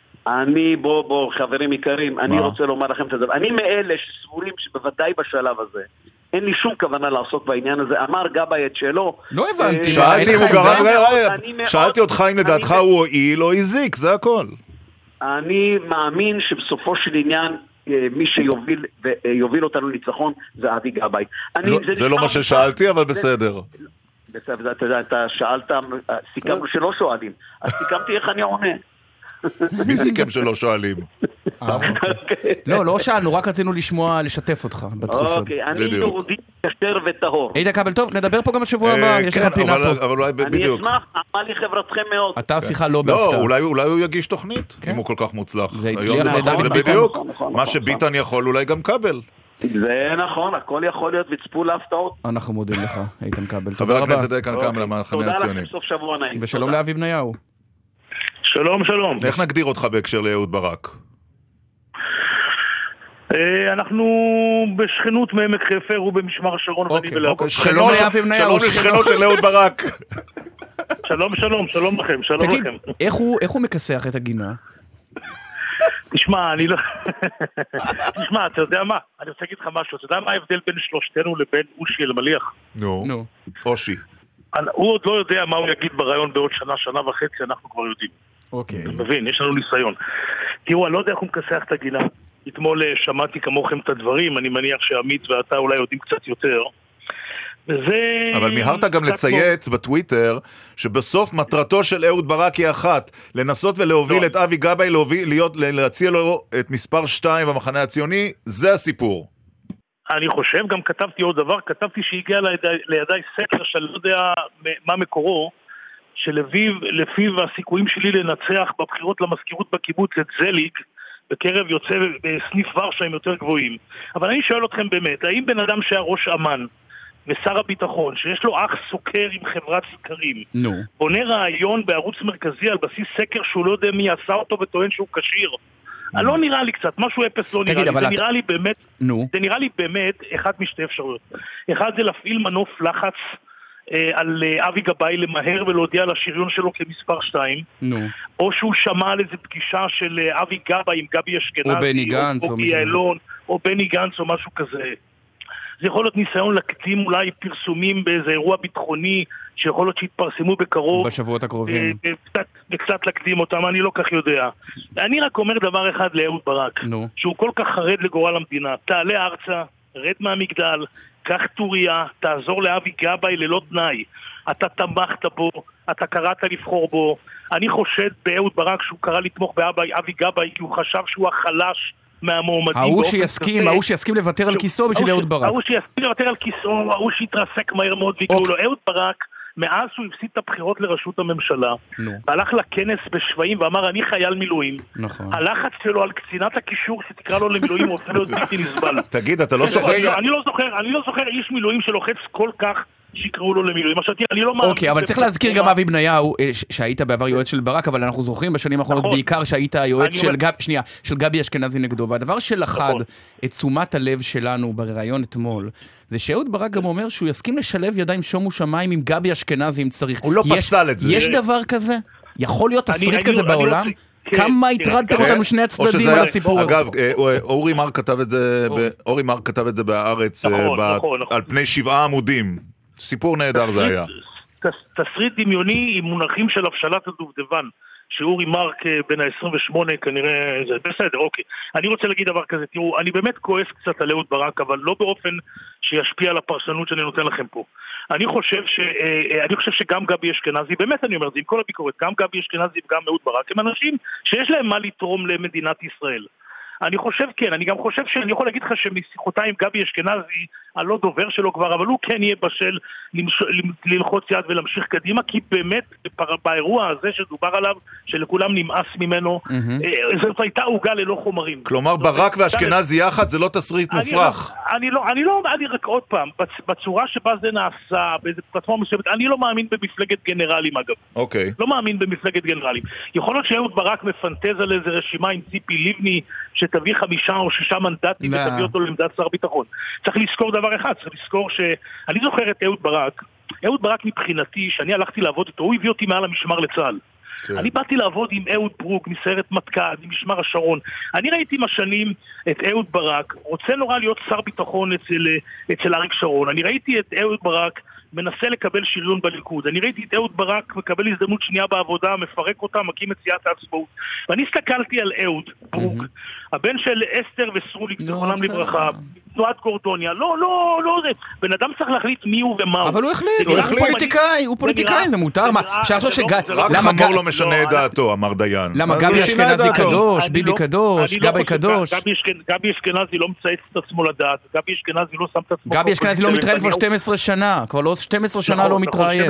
בוא, חברים יקרים, אני רוצה לומר לכם את הדבר. אני מאלה שסבורים שבוודאי בשלב הזה, אין לי שום כוונה לעסוק בעניין הזה. אמר גבאי את שלו. לא הבנתי. שאלתי אותך אם לדעתך הוא הועיל או הזיק, זה הכל. אני מאמין שבסופו של עניין, מי שיוביל אותנו ניצחון זה אבי גבאי. זה לא מה ששאלתי, אבל בסדר. בסדר, אתה שאלת, סיכמנו שלא שואלים, אז סיכמתי איך אני עונה. מי סיכם שלא שואלים? לא שאלנו, רק רצינו לשתף אותך בתקופה. אוקיי, אני יהודי כשר וטהור. איתן כבל, טוב, נדבר פה גם בשבוע הבא, יש לך פינה פה. אבל אולי בדיוק. אני אשמח, אמרה לי חברתכם מאוד. אתה שיחה לא בהפתעה. אולי הוא יגיש תוכנית, אם הוא כל כך מוצלח. זה הצליח לדוד ביטן. בדיוק, מה שביטן יכול, אולי גם כבל. זה נכון, הכל יכול להיות, וצפו להפתעות. אנחנו מודים לך, איתן כבל. חבר הכנסת איתן כבל, המחנה הציוני. תודה לכם, סוף שבוע נעים. ושלום לאבי בניהו. שלום, שלום. איך נגדיר אותך בהקשר לאהוד ברק? אנחנו בשכנות מעמק חפר, הוא במשמר השרון ואני בלהבות. שלום לשכנות של אהוד ברק. שלום, שלום, שלום לכם, שלום לכם. תגיד, איך הוא מכסח את הגינה? תשמע, אני לא... תשמע, אתה יודע מה? אני רוצה להגיד לך משהו. אתה יודע מה ההבדל בין שלושתנו לבין אושי אלמליח? נו, אושי. הוא עוד לא יודע מה הוא יגיד ברעיון בעוד שנה, שנה וחצי, אנחנו כבר יודעים. אוקיי. אתה מבין, יש לנו ניסיון. תראו, אני לא יודע איך הוא מכסח את הגינה. אתמול שמעתי כמוכם את הדברים, אני מניח שעמית ואתה אולי יודעים קצת יותר. וזה... אבל מיהרת גם לצייץ בטוויטר שבסוף מטרתו של אהוד ברק היא אחת, לנסות ולהוביל את אבי גבאי, להציע לו את מספר 2 במחנה הציוני, זה הסיפור. אני חושב, גם כתבתי עוד דבר, כתבתי שהגיע לידיי סקר של לא יודע מה מקורו, שלפיו הסיכויים שלי לנצח בבחירות למזכירות בקיבוץ את זליג, בקרב יוצא בסניף ורשה הם יותר גבוהים. אבל אני שואל אתכם באמת, האם בן אדם שהיה ראש אמן ושר הביטחון, שיש לו אח סוקר עם חברת סקרים, בונה רעיון בערוץ מרכזי על בסיס סקר שהוא לא יודע מי עשה אותו וטוען שהוא קשיר, לא נראה לי קצת, משהו אפס לא נראה לי, זה נראה לי באמת, זה נראה לי באמת אחד משתי אפשרויות. אחד זה להפעיל מנוף לחץ על אבי גבאי למהר ולהודיע על השריון שלו כמספר 2, או שהוא שמע על איזו פגישה של אבי גבאי עם גבי אשכנזי, או בני גנץ, או גיאלון, או בני גנץ, או משהו כזה. זה יכול להיות ניסיון להקדים אולי פרסומים באיזה אירוע ביטחוני, שיכול להיות שיתפרסמו בקרוב. בשבועות הקרובים. וקצת להקדים אותם, אני לא כך יודע. אני רק אומר דבר אחד לאהוד ברק, שהוא כל כך חרד לגורל המדינה. תעלה ארצה, רד מהמגדל, קח טוריה, תעזור לאבי גבאי ללא תנאי. אתה תמכת בו, אתה קראת לבחור בו. אני חושד באהוד ברק שהוא קרא לתמוך באבי גבאי, כי הוא חשב שהוא החלש מהמועמדים. ההוא שיסכים לוותר על כיסו בשביל אהוד ברק. ההוא שיסכים לוותר על כיסו, ההוא שיתרסק מהר מאוד ויקראו לו. אהוד ברק, מאז הוא הפסיד את הבחירות לראשות הממשלה, הלך לכנס בשבעים ואמר אני חייל מילואים. הלחץ שלו על קצינת הקישור שתקרא לו למילואים הופך להיות בלתי נסבל. תגיד, אתה לא זוכר? אני לא זוכר איש מילואים שלוחץ כל כך שיקראו לו למילואים. אני לא מאמין. אוקיי, אבל צריך להזכיר גם אבי בניהו, שהיית בעבר יועץ של ברק, אבל אנחנו זוכרים בשנים האחרונות בעיקר שהיית היועץ של גבי אשכנזי נגדו, והדבר שלחד את תשומת הלב שלנו בראיון אתמול, זה שאהוד ברק גם אומר שהוא יסכים לשלב ידיים שומו שמיים עם גבי אשכנזי אם צריך. הוא לא פסל את זה. יש דבר כזה? יכול להיות תסריט כזה בעולם? כמה התרדתם אותנו שני הצדדים על הסיפור? אגב, אורי מר כתב את זה בהארץ על פני 7 עמודים. סיפור נהדר זה היה. תסריט דמיוני עם מונחים של הפשלת הדובדבן, שאורי מרק בין ה-28 כנראה, זה בסדר, אוקיי. אני רוצה להגיד דבר כזה, תראו, אני באמת כועס קצת על אהוד ברק, אבל לא באופן שישפיע על הפרשנות שאני נותן לכם פה. אני חושב שגם גבי אשכנזי, באמת אני אומר, זה עם כל הביקורת, גם גבי אשכנזי וגם אהוד ברק, הם אנשים שיש להם מה לתרום למדינת ישראל. אני חושב כן, אני גם חושב שאני יכול להגיד לך שמשיחותיי עם גבי אשכנזי, אני לא דובר שלו כבר, אבל הוא כן יהיה בשל ללחוץ יד ולהמשיך קדימה, כי באמת באירוע הזה שדובר עליו, שלכולם נמאס ממנו, זאת הייתה עוגה ללא חומרים. כלומר, ברק ואשכנזי יחד זה לא תסריט מופרך. אני רק עוד פעם, בצורה שבה זה נעשה, באיזה פלטפורמה מסוימת, אני לא מאמין במפלגת גנרלים אגב. אוקיי. לא מאמין במפלגת גנרלים. יכול להיות שאהוד ברק מפנטז על איזה רשימה עם ציפי לבני, שתביא 5 או 6 מנדטים ותביא אותו לעמדת שר ביטחון. צריך לזכור דבר אחד, צריך לזכור אני זוכר את אהוד ברק מבחינתי, שאני הלכתי לעבוד איתו, הוא הביא אותי מעל המשמר לצה"ל. אני באתי לעבוד עם אהוד ברוק מסיירת מטכ"ל, עם משמר השרון. אני ראיתי עם השנים את אהוד ברק, רוצה נורא להיות שר ביטחון אצל אריק שרון. אני ראיתי את אהוד ברק מנסה לקבל שריון בליכוד. אני ראיתי את אהוד ברק מקבל הזדמנות שנייה בעבודה, מפרק אותה, מקים את סיעת העצמאות. ואני הסתכלתי על אהוד ברוק, הבן של אסתר וסרוליק, זכרונם לברכה, תנועת גורדוניה. לא, זה. בן אדם צריך להחליט מי הוא ומה הוא. אבל הוא הוא פוליטיקאי, זה מותר. רק חמור לא משנה את דעתו, אמר דיין. למה גבי אשכנזי קדוש, ביבי קדוש, גבי קדוש? גבי אשכנזי לא מצייץ את עצמו לדעת, גבי אשכנזי לא שם את עצמו. גבי אשכנזי לא מתראיין כבר 12 שנה, כבר לא 12 שנה לא מתראיין.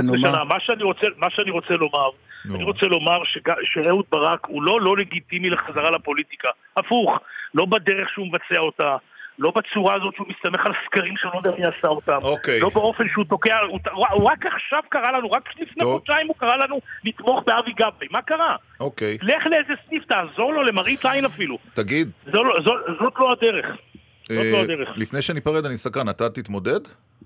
מה שאני רוצה לומר, שאהוד ברק הוא לא לגיטימי לחזרה לפוליטיקה. הפוך, לא בדרך שהוא מבצע אותה, לא בצורה הזאת שהוא מסתמך על סקרים שלא יודע מי עשה אותם, לא באופן שהוא תוקע, הוא רק עכשיו קרא לנו, רק לפני חודשיים הוא קרא לנו לתמוך באבי גבאי, מה קרה? לך לאיזה סניף, תעזור לו למראית עין אפילו. תגיד. זאת לא הדרך. לפני שאני פרד, אני סקרן, אתה תתמודד?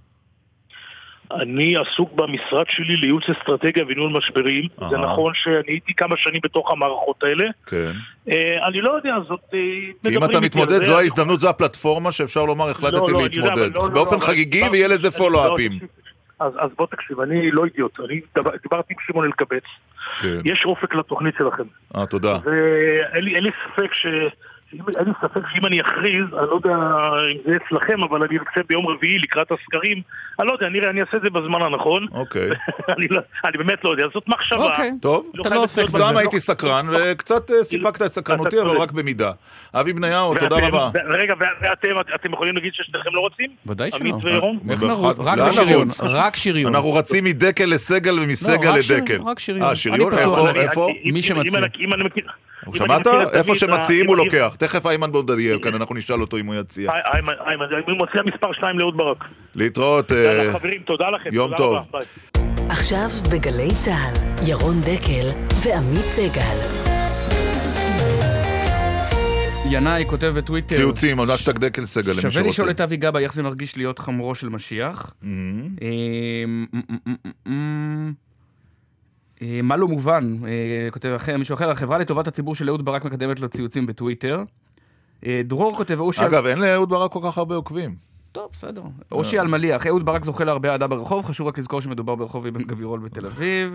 אני עסוק במשרד שלי לייעוץ אסטרטגיה וניהול משברים. זה נכון שאני הייתי כמה שנים בתוך המערכות האלה. כן. אני לא יודע, זאת... כי אם אתה מתמודד, זו ההזדמנות, זו הפלטפורמה שאפשר לומר, החלטתי להתמודד. באופן חגיגי ויהיה לזה פולו-אפים. אז בוא תקשיב, אני לא אידיוט. אני דיברתי עם שמעון אלקבץ. יש אופק לתוכנית שלכם. תודה. ואין לי ספק שאם אני אכריז, אני לא יודע אם זה אצלכם, אבל אני ארצה ביום רביעי לקראת הסקרים, אני לא יודע, אני אעשה את זה בזמן הנכון. אני באמת לא יודע, זאת מחשבה. טוב, סתם הייתי סקרן, וקצת סיפקת את סקרנותי, אבל רק במידה. אבי בניהו, תודה רבה. רגע, ואתם יכולים להגיד ששניכם לא רוצים? ודאי שלא. עמית וירון? רק בשריון. רק שריון. אנחנו רצים מדקל לסגל ומסגל לדקל. רק שריון. שריון? איפה? מי שמציע. שמעת? איפה שמציעים הוא לוקח. תכף איימן בודדיה, כאן אנחנו נשאל אותו אם הוא יציע. איימן, אני מציע מספר 2 לאהוד ברק. להתראות. חברים, תודה לכם. יום טוב. עכשיו בגלי צהל, ירון דקל ועמית סגל. ינאי כותב בטוויטר. ציוצים, עוד רק דקל סגל למי שרוצה. שווה לשאול את אבי גבאי איך זה מרגיש להיות חמורו של משיח. מה לא מובן, כותב אחר, מישהו אחר, החברה לטובת הציבור של אהוד ברק מקדמת לו ציוצים בטוויטר. דרור כותב, אגב, אין לאהוד ברק כל כך הרבה עוקבים. טוב, בסדר. אושי אלמליח, אהוד ברק זוכה להרבה אהדה ברחוב, חשוב רק לזכור שמדובר ברחוב אבן גבירול בתל אביב.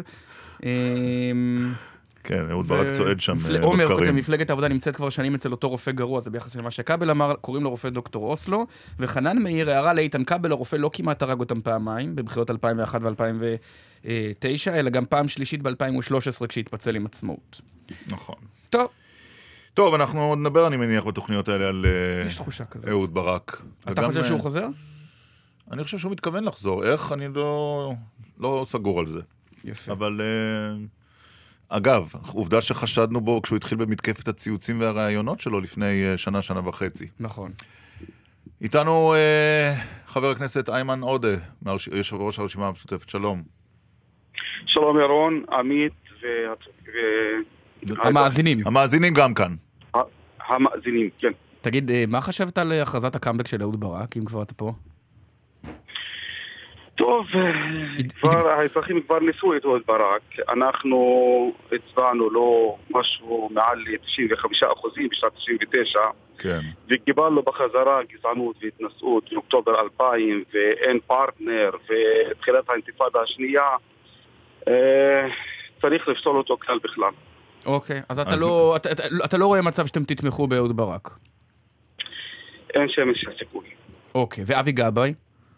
כן, אהוד ברק צועד שם בקרים. עומר כותב, מפלגת העבודה נמצאת כבר שנים אצל אותו רופא גרוע, זה ביחס למה שקבל אמר, קוראים לו רופא דוקטור אוסלו, וחנן מאיר הערה לאיתן קבל, הרופא לא כמעט הרג אותם פעמיים, בבחירות 2001 ו-2009, אלא גם פעם שלישית ב-2013 כשהתפצל עם עצמאות. נכון. טוב, אנחנו נדבר, אני מניח, בתוכניות האלה על אהוד ברק. אתה חושב שהוא חוזר? אני חושב שהוא מתכוון לחזור. איך? אני לא סגור על זה. יפה. אבל... אגב, עובדה שחשדנו בו כשהוא התחיל במתקפת הציוצים והרעיונות שלו לפני שנה וחצי. נכון. איתנו חבר הכנסת איימן עודה, יושב ראש הרשימה המשותפת. שלום. שלום ירון, עמית המאזינים. המאזינים גם כאן. המאזינים, כן. תגיד, מה חשבת על הכרזת הקאמבק של אהוד ברק, אם כבר אתה פה? טוב, האזרחים כבר ניסו את אהוד ברק. אנחנו הצבענו לו משהו מעל 95% בשנת 99, כן. וקיבלנו בחזרה גזענות והתנשאות באוקטובר 2000, ואין פרטנר, ותחילת האינתיפאדה השנייה. צריך לפסול אותו כלל בכלל. אוקיי, אז אתה לא רואה מצב שאתם תתמכו באהוד ברק? אין שמש של סיכוי. אוקיי, ואבי גבאי?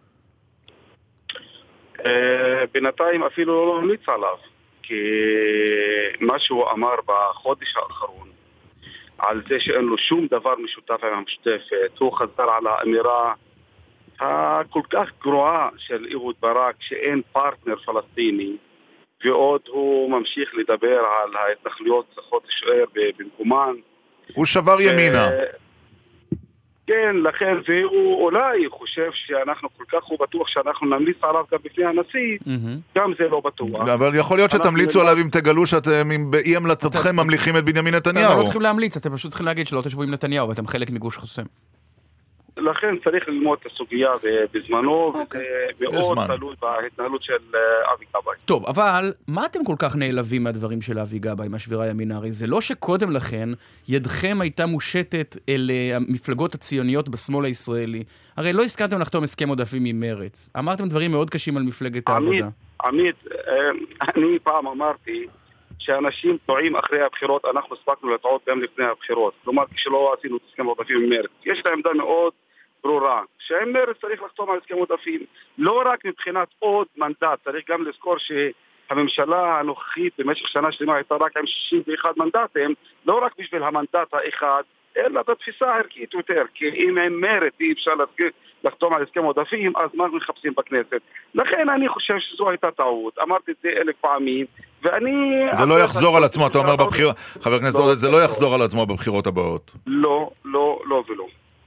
בינתיים אפילו לא ממליץ עליו, כי מה שהוא אמר בחודש האחרון על זה שאין לו שום דבר משותף עם המשותפת, הוא חזר על האמירה הכל כך גרועה של אהוד ברק שאין פרטנר פלסטיני, ועוד הוא ממשיך לדבר על ההתנחלויות צריכות להישאר במקומן. הוא שבר ימינה. כן, לכן, והוא אולי חושב שאנחנו כל כך הוא בטוח שאנחנו נמליץ עליו גם בפני הנשיא, גם זה לא בטוח. אבל יכול להיות שתמליצו עליו אם תגלו שאתם באי המלצתכם ממליכים את בנימין נתניהו. אתם לא צריכים להמליץ, אתם פשוט צריכים להגיד שלא תשבו עם נתניהו, ואתם חלק מגוש חוסם. לכן צריך ללמוד את הסוגיה בזמנו, ומאוד תלוי בהתנהלות של אבי גבאי. טוב, אבל מה אתם כל כך נעלבים מהדברים של אבי גבאי, מהשבירה הימין? הרי זה לא שקודם לכן ידכם הייתה מושטת אל המפלגות הציוניות בשמאל הישראלי. הרי לא הסכמתם לחתום הסכם עודפים עם מרץ. אמרתם דברים מאוד קשים על מפלגת העבודה. עמית, אני פעם אמרתי שאנשים טועים אחרי הבחירות, אנחנו הספקנו לטעות גם לפני הבחירות. כלומר, כשלא עשינו את הסכם עודפים עם מרץ. יש לה עמדה מאוד ברורה, שעם מרץ צריך לחתום על הסכם עודפים, לא רק מבחינת עוד מנדט, צריך גם לזכור שהממשלה הנוכחית במשך שנה שלמה הייתה רק עם 61 מנדטים, לא רק בשביל המנדט האחד, אלא בתפיסה הערכית יותר, כי אם עם מרץ אי אפשר לחתום על הסכם עודפים, אז מה מחפשים בכנסת? לכן אני חושב שזו הייתה טעות, אמרתי את זה 1000 פעמים, ואני... זה לא יחזור על עצמו, אתה אומר בבחירות, חבר הכנסת עודד, זה לא יחזור על עצמו בבחירות הבאות. לא ולא.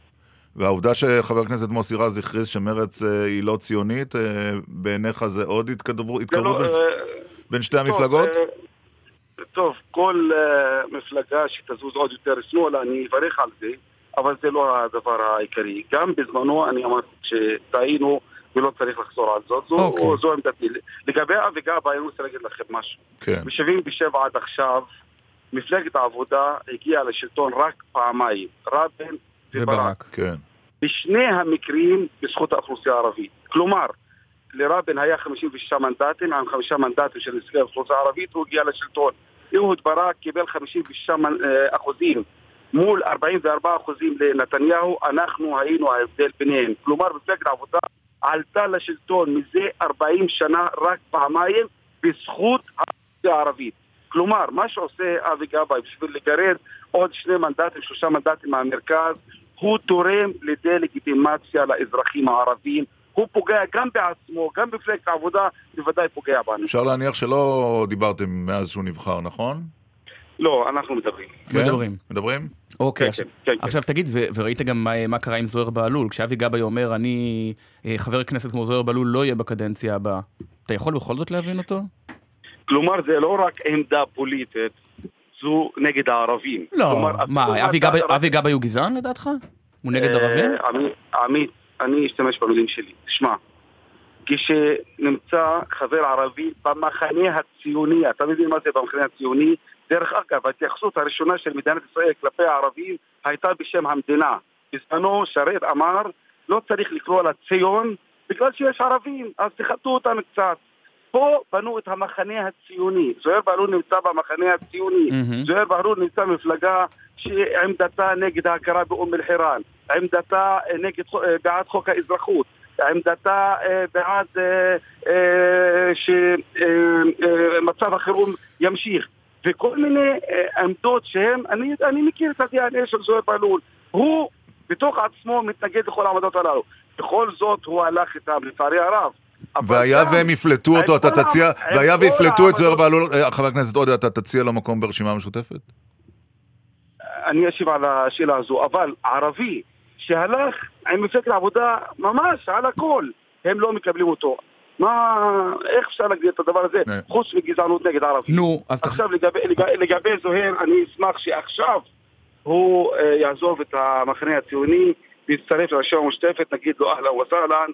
והעובדה שחבר הכנסת מוסי רז הכריז שמרץ היא לא ציונית, בעיניך זה עוד התקרבות בין שתי המפלגות? טוב, כל מפלגה שתזוז עוד יותר שמאלה, אני אברך על זה, אבל זה לא הדבר העיקרי. גם בזמנו אני אמרתי שטעינו ולא צריך לחזור על זאת. זו עמדתי. לגבי אבי גבאי, אני רוצה להגיד לכם משהו. ב-77 עד עכשיו, מפלגת העבודה הגיעה לשלטון רק פעמיים, רבין וברק. בשני המקרים בזכות האוכלוסייה הערבית. כלומר, לרבין היה 56 מנדטים, עם 5 מנדטים של נציגי האוכלוסייה הערבית, הוא הגיע לשלטון. אהוד ברק קיבל 56% מול 44% לנתניהו, אנחנו היינו ההבדל ביניהם. כלומר, מפלגת העבודה עלתה לשלטון מזה 40 שנה רק פעמיים בזכות האוכלוסייה הערבית. כלומר, מה שעושה אבי גבאי בשביל לגרד עוד 2 מנדטים, 3 מנדטים מהמרכז, הוא תורם לדה-לגיטימציה לאזרחים הערבים. הוא פוגע גם בעצמו, גם בפלגת העבודה, בוודאי פוגע בנו. אפשר להניח שלא דיברתם מאז שהוא נבחר, נכון? לא, אנחנו מדברים. מדברים? אוקיי, עכשיו תגיד, וראית גם מה קרה עם זוהר בהלול, כשאבי גבאי אומר, אני חבר כנסת כמו זוהר בהלול לא יהיה בקדנציה הבאה, אתה יכול בכל זאת להבין אותו? כלומר, זה לא רק עמדה פוליטית, זו נגד הערבים. לא, מה, אבי גבאי הוא גזען לדעתך? הוא נגד ערבים? עמית, אני אשתמש במילים שלי. תשמע, כשנמצא חבר ערבי במחנה הציוני, אתה מבין מה זה במחנה הציוני? דרך אגב, ההתייחסות הראשונה של מדינת ישראל כלפי הערבים הייתה בשם המדינה. בזמנו שרת אמר, לא צריך לקרוא לה ציון בגלל שיש ערבים, אז תחתו אותם קצת. פה בנו את המחנה הציוני. זוהר בהלול נמצא במחנה הציוני. זוהר בהלול נמצא במפלגה שעמדתה נגד ההכרה באום אל-חיראן. עמדתה בעד חוק האזרחות. עמדתה בעד שמצב החירום ימשיך. וכל מיני עמדות שהם, אני מכיר את ה-DNA של זוהר בהלול. הוא בתוך עצמו מתנגד לכל העמדות הללו. בכל זאת הוא הלך איתם, לצערי הרב. והיה והם יפלטו אותו, אתה תציע, והיה ויפלטו את זוהר בהלול, חבר הכנסת עודה, אתה תציע לו מקום ברשימה המשותפת? אני אשיב על השאלה הזו, אבל ערבי שהלך עם מפלגת העבודה ממש על הכל, הם לא מקבלים אותו. איך אפשר להגדיר את הדבר הזה? חוץ מגזענות נגד ערבי. עכשיו לגבי זוהר, אני אשמח שעכשיו הוא יעזוב את המחנה הציוני, ויצטרף לרשימה המשותפת, נגיד לו אהלן וסהלן,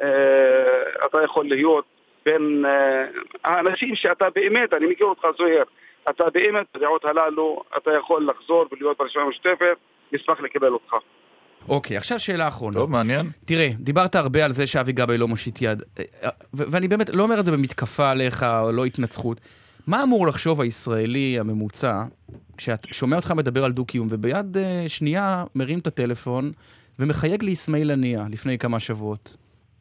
אתה יכול להיות בין האנשים שאתה באמת, אני מכיר אותך זוהר, אתה באמת בדעות הללו, אתה יכול לחזור ולהיות ברשימה המשותפת, נשמח לקבל אותך. אוקיי, עכשיו שאלה אחרונה. טוב, מעניין. תראה, דיברת הרבה על זה שאבי גבאי לא מושיט יד, ואני באמת לא אומר את זה במתקפה עליך או לא התנצחות. מה אמור לחשוב הישראלי הממוצע, כשאת שומע אותך מדבר על דו-קיום, וביד שנייה מרים את הטלפון ומחייג לאסמאעיל הנייה לפני כמה שבועות?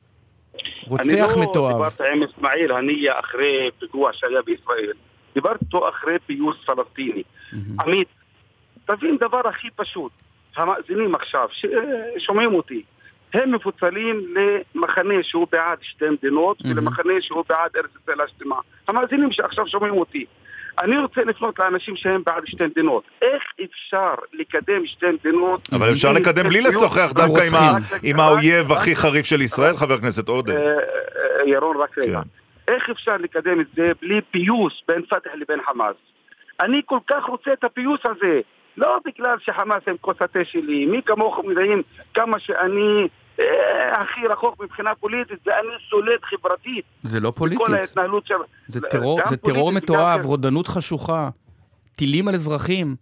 רוצח מתועב. אני לא דיברתי עם אסמאעיל הנייה אחרי פיגוע שהיה בישראל. דיברתי אותו אחרי פיוס פלסטיני. עמית, תבין דבר הכי פשוט. המאזינים עכשיו, שומעים אותי, הם מפוצלים למחנה שהוא בעד שתי מדינות, ולמחנה שהוא בעד ארץ ישראל השלמה. המאזינים שעכשיו שומעים אותי. אני רוצה לפנות לאנשים שהם בעד שתי מדינות. איך אפשר לקדם שתי מדינות? אבל אפשר לקדם בלי לשוחח דווקא עם האויב הכי חריף של ישראל, חבר הכנסת עודה. ירון, רק רגע. איך אפשר לקדם את זה בלי פיוס בין פתח לבין חמאס? אני כל כך רוצה את הפיוס הזה. לא בגלל שחמאס הם כוס התה שלי. מי כמוכם יודעים כמה שאני הכי רחוק מבחינה פוליטית, ואני סולד חברתית. זה לא פוליטית. זה טרור מתועב, רודנות חשוכה, טילים על אזרחים.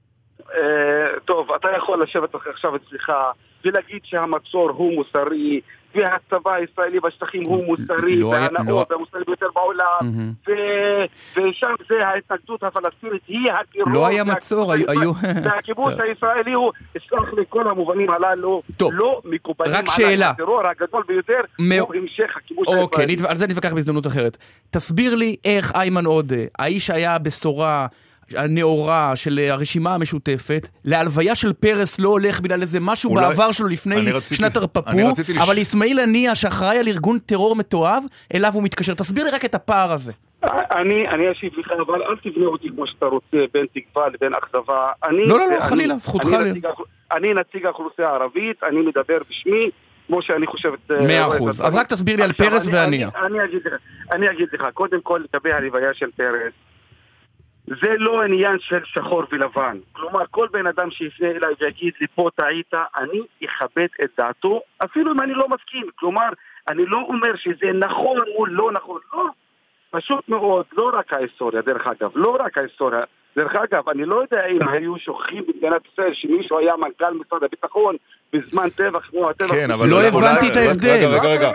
טוב, אתה יכול לשבת עכשיו אצלך ולהגיד שהמצור הוא מוסרי, והצבא הישראלי בשטחים הוא מוסרי, והנאות המוסרי ביותר בעולם, ושם זה ההתנגדות הפלסטינית, היא הטרור. לא היה מצור, היו... והכיבוש הישראלי הוא, אסלח לכל המובנים הללו, לא מקובלים על הטרור הגדול ביותר, הוא המשך הכיבוש הישראלי. אוקיי, על זה נתווכח בהזדמנות אחרת. תסביר לי איך איימן עודה, האיש היה בשורה הנאורה של הרשימה המשותפת, להלוויה של פרס לא הולך בגלל איזה משהו בעבר שלו לפני שנת הרפפור, אבל אסמאעיל הנייה שאחראי על ארגון טרור מתועב, אליו הוא מתקשר. תסביר לי רק את הפער הזה. אני אשיב לך, אבל אל תבנה אותי כמו שאתה רוצה, בין תקווה לבין אכזבה. לא, חלילה, זכותך לי. אני נציג האוכלוסייה הערבית, אני מדבר בשמי, כמו שאני חושבת... 100%. אז רק תסביר לי על פרס והנייה. אני אגיד לך, קודם כל, לגבי הלוויה של פרס, זה לא עניין של שחור ולבן. כלומר, כל בן אדם שיפנה אליי ויגיד לי, פה טעית, אני אכבד את דעתו, אפילו אם אני לא מסכים. כלומר, אני לא אומר שזה נכון או לא נכון, לא. פשוט מאוד, לא רק ההיסטוריה, דרך אגב, לא רק ההיסטוריה. דרך אגב, אני לא יודע אם היו שוכחים במדינת ישראל שמישהו היה מנכ"ל משרד הביטחון בזמן טבח כמו הטבח. כן, אבל לא הבנתי את ההבדל.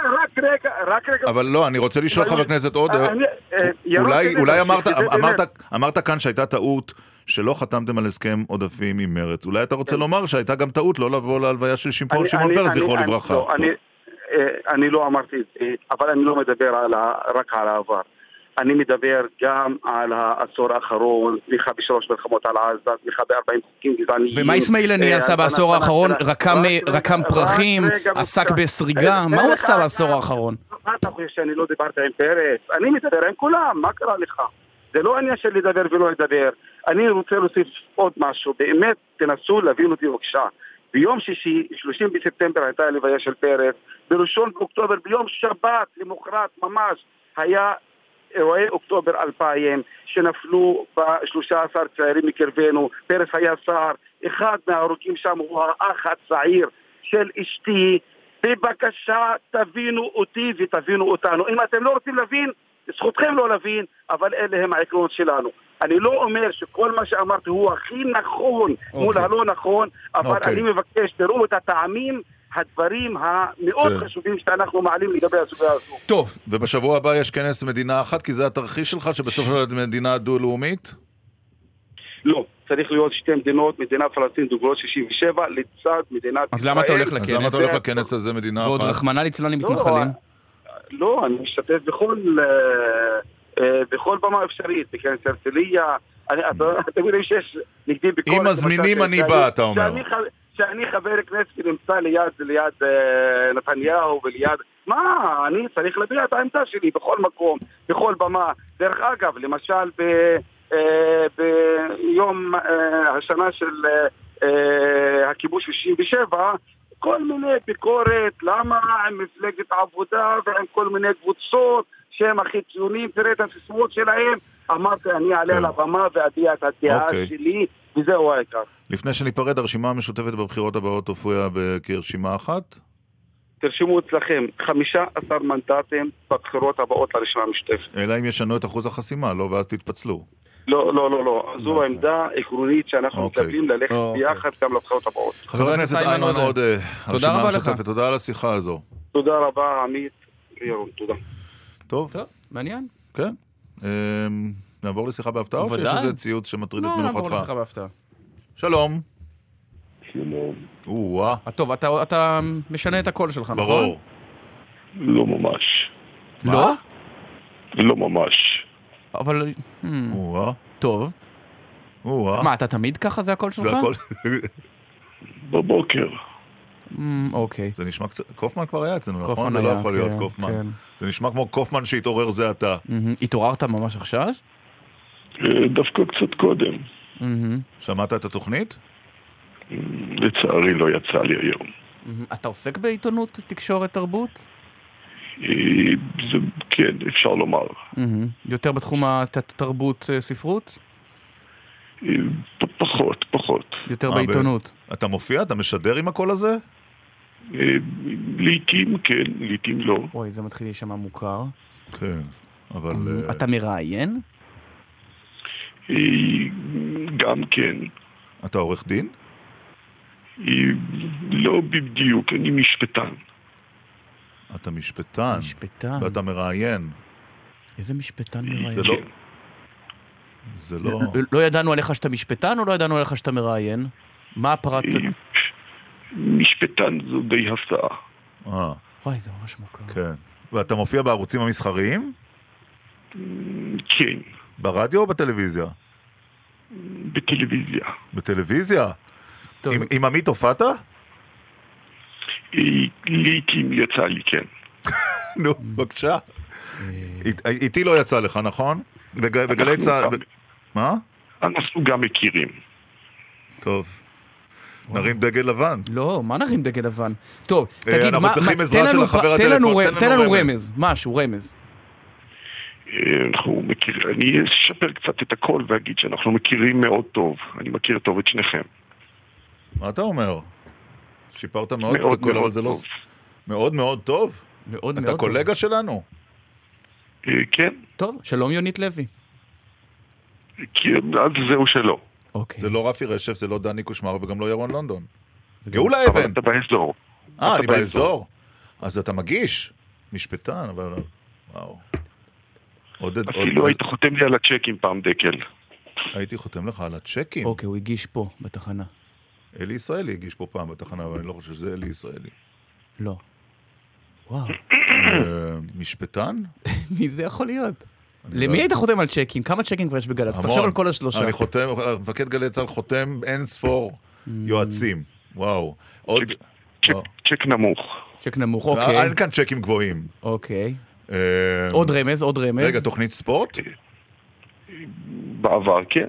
רק רגע. אבל לא, אני רוצה לשאול חבר הכנסת עוד, אולי אמרת כאן שהייתה טעות שלא חתמתם על הסכם עודפים עם מרץ. אולי אתה רוצה לומר שהייתה גם טעות לא לבוא להלוויה של שמעון פרס, זכרו לברכה. אני לא אמרתי את זה, אבל אני לא מדבר רק על העבר. אני מדבר גם על העשור האחרון, תמיכה בשלוש מלחמות על עזה, תמיכה ב-40 חוקים גזעניים. ומה אסמאעיל הנייה עשה בעשור האחרון? רקם פרחים, עסק בסריגה? מה הוא עשה בעשור האחרון? מה אתה חושב שאני לא דיברתי עם פרס? אני מדבר עם כולם, מה קרה לך? זה לא עניין של לדבר ולא לדבר. אני רוצה להוסיף עוד משהו, באמת תנסו להבין אותי בבקשה. ביום שישי, 30 בספטמבר הייתה הלוויה של פרס, בראשון באוקטובר, ביום שבת למחרת ממש, היה אירועי אוקטובר 2000 שנפלו ב-13 צעירים מקרבנו. פרס היה שר, אחד מההרוגים שם הוא האח הצעיר של אשתי. בבקשה תבינו אותי ותבינו אותנו. אם אתם לא רוצים להבין, זכותכם לא להבין, אבל אלה הם העקרונות שלנו. אני לא אומר שכל מה שאמרתי הוא הכי נכון מול הלא נכון, אבל אני מבקש, תראו את הטעמים, הדברים המאוד חשובים שאנחנו מעלים לגבי הסוגיה הזו. טוב, ובשבוע הבא יש כנס מדינה אחת, כי זה התרחיש שלך שבסוף של מדינה דו-לאומית? לא, צריך להיות שתי מדינות, מדינה פלסטינית בגבולות 67 לצד מדינת ישראל. אז למה אתה הולך לכנס? אז למה אתה הולך לכנס הזה מדינה אחת? ועוד רחמנא ליצלן עם מתנחלים? לא, אני משתתף בכל במה אפשרית, בכנס הרצליה. אתם יודעים שיש נגדי ביקורת. אם מזמינים אני בא, אתה אומר. שאני חבר כנסת שנמצא ליד נתניהו וליד... מה? אני צריך להביע את העמדה שלי בכל מקום, בכל במה. דרך אגב, למשל ביום השנה של הכיבוש 67, כל מיני ביקורת, למה עם מפלגת העבודה ועם כל מיני קבוצות שהם הכי ציונים, תראה את הסיסמאות שלהם. אמרתי, אני אעלה על הבמה ואביע את הדעה שלי, וזהו העיקר. לפני שניפרד, הרשימה המשותפת בבחירות הבאות תופיע כרשימה אחת? תרשמו אצלכם 15 מנדטים בבחירות הבאות לרשימה המשותפת. אלא אם ישנו את אחוז החסימה, לא? ואז תתפצלו. לא. זו העמדה עקרונית שאנחנו מקווים ללכת ביחד גם לבחירות הבאות. חבר הכנסת איימן עודה, הרשימה המשותפת, תודה על השיחה הזו. תודה רבה, עמית. ירון, תודה. טוב, מעניין. כן. נעבור לשיחה בהפתעה או שיש איזה ציוץ שמטריד את מנוחתך? נעבור לשיחה בהפתעה. שלום. שלום. טוב, אתה משנה את הקול שלך, נכון? ברור. לא ממש. לא? לא ממש. אבל... טוב. מה, אתה תמיד ככה? זה הקול שלך? זה הקול. בבוקר. אוקיי. זה נשמע קצת... קופמן כבר היה אצלנו, נכון? זה לא יכול להיות קופמן. זה נשמע כמו קופמן שהתעורר זה אתה. התעוררת ממש עכשיו? דווקא קצת קודם. שמעת את התוכנית? לצערי לא יצא לי היום. אתה עוסק בעיתונות, תקשורת, תרבות? כן, אפשר לומר. יותר בתחום התרבות, ספרות? פחות. יותר בעיתונות. אתה מופיע? אתה משדר עם הקול הזה? לעתים כן, לעתים לא. אוי, זה מתחיל להישמע מוכר. כן, אבל... אתה מראיין? גם כן. אתה עורך דין? לא בדיוק, אני משפטן. אתה משפטן? משפטן. ואתה מראיין. איזה משפטן מראיין? זה לא... לא ידענו עליך שאתה משפטן או לא ידענו עליך שאתה מראיין? מה הפרט? משפטן זו די הפתעה. וואי, זה ממש מוכר. כן. ואתה מופיע בערוצים המסחריים? כן. ברדיו או בטלוויזיה? בטלוויזיה. בטלוויזיה? עם עמית הופעת? לעתים יצא לי, כן. נו, בבקשה. איתי לא יצא לך, נכון? בגלי צהל... מה? אנחנו גם מכירים. טוב. נרים דגל לבן. לא, מה נרים דגל לבן? טוב, תגיד, אנחנו צריכים עזרה של החבר הטלפון. תן לנו רמז, משהו, רמז. אנחנו מכירים, אני אשפר קצת את הכל ואגיד שאנחנו מכירים מאוד טוב. אני מכיר טוב את שניכם. מה אתה אומר? שיפרת מאוד את הכל, אבל זה לא... מאוד מאוד טוב? מאוד מאוד טוב. אתה קולגה שלנו? כן. טוב, שלום יונית לוי. אז זהו שלא. זה לא רפי רשף, זה לא דני קושמר וגם לא ירון לונדון. גאולה אבן. אבל אתה באזור. אני באזור. אז אתה מגיש. משפטן, אבל... וואו. אפילו היית חותם לי על הצ'קים פעם דקל. הייתי חותם לך על הצ'קים? אוקיי, הוא הגיש פה בתחנה. אלי ישראלי הגיש פה פעם בתחנה, אבל אני לא חושב שזה אלי ישראלי. לא. וואו. משפטן? מי זה יכול להיות? למי היית חותם על צ'קים? כמה צ'קים כבר יש בגל"צ? תחשוב על כל השלושה. אני חותם, מפקד גלי צה"ל חותם אין ספור יועצים. וואו. צ'ק נמוך. צ'ק נמוך, אוקיי. אין כאן צ'קים גבוהים. אוקיי. עוד רמז, עוד רמז. רגע, תוכנית ספורט? בעבר, כן.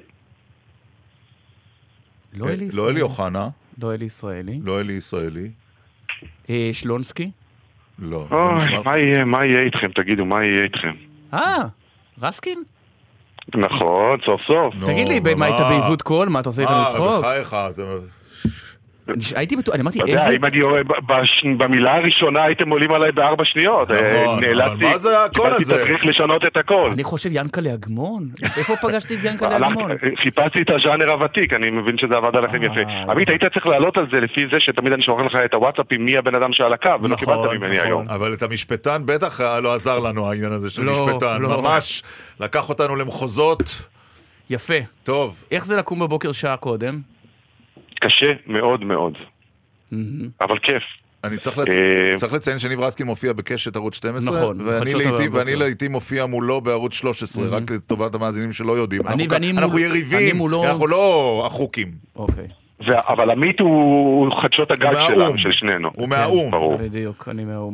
לא אלי אוחנה. לא אלי ישראלי. לא אלי ישראלי. שלונסקי? לא. מה יהיה איתכם? תגידו, מה יהיה איתכם? רסקין? נכון, סוף סוף. תגיד לי, מה היית בעיוות קול? מה אתה עושה איתנו צחוק? בחייך, זה... הייתי בטוח, אני אמרתי אתה איזה... יודע, אם אני במילה הראשונה הייתם עולים עליי ב4 שניות. נכון, אבל מה זה הקול הזה? קיבלתי תדריך לשנות את הכל. אני חושב ינקלה אגמון. איפה פגשתי את ינקלה אגמון? חיפשתי את הז'אנר הוותיק, אני מבין שזה עבד עליכם יפה. עמית, היית צריך לעלות על זה לפי זה שתמיד אני שולח לך את הוואטסאפים מי הבן אדם שעל הקו, ולא קיבלת ממני היום. אבל את המשפטן בטח לא עזר לנו העניין הזה של משפטן. ממש לקח אותנו למחוזות. יפה. טוב. איך זה לקום בבוקר שעה קודם? קשה מאוד מאוד. אבל כיף. אני צריך לציין שניב רסקין מופיע בקשת ערוץ 12, נכון, ואני לעתים מופיע מולו בערוץ 13, רק לטובת המאזינים שלא יודעים. אנחנו יריבים, אנחנו לא החוקים. אוקיי. אבל עמית הוא חדשות הגל שלנו, של שנינו. הוא מהאום. בדיוק, אני מהאום.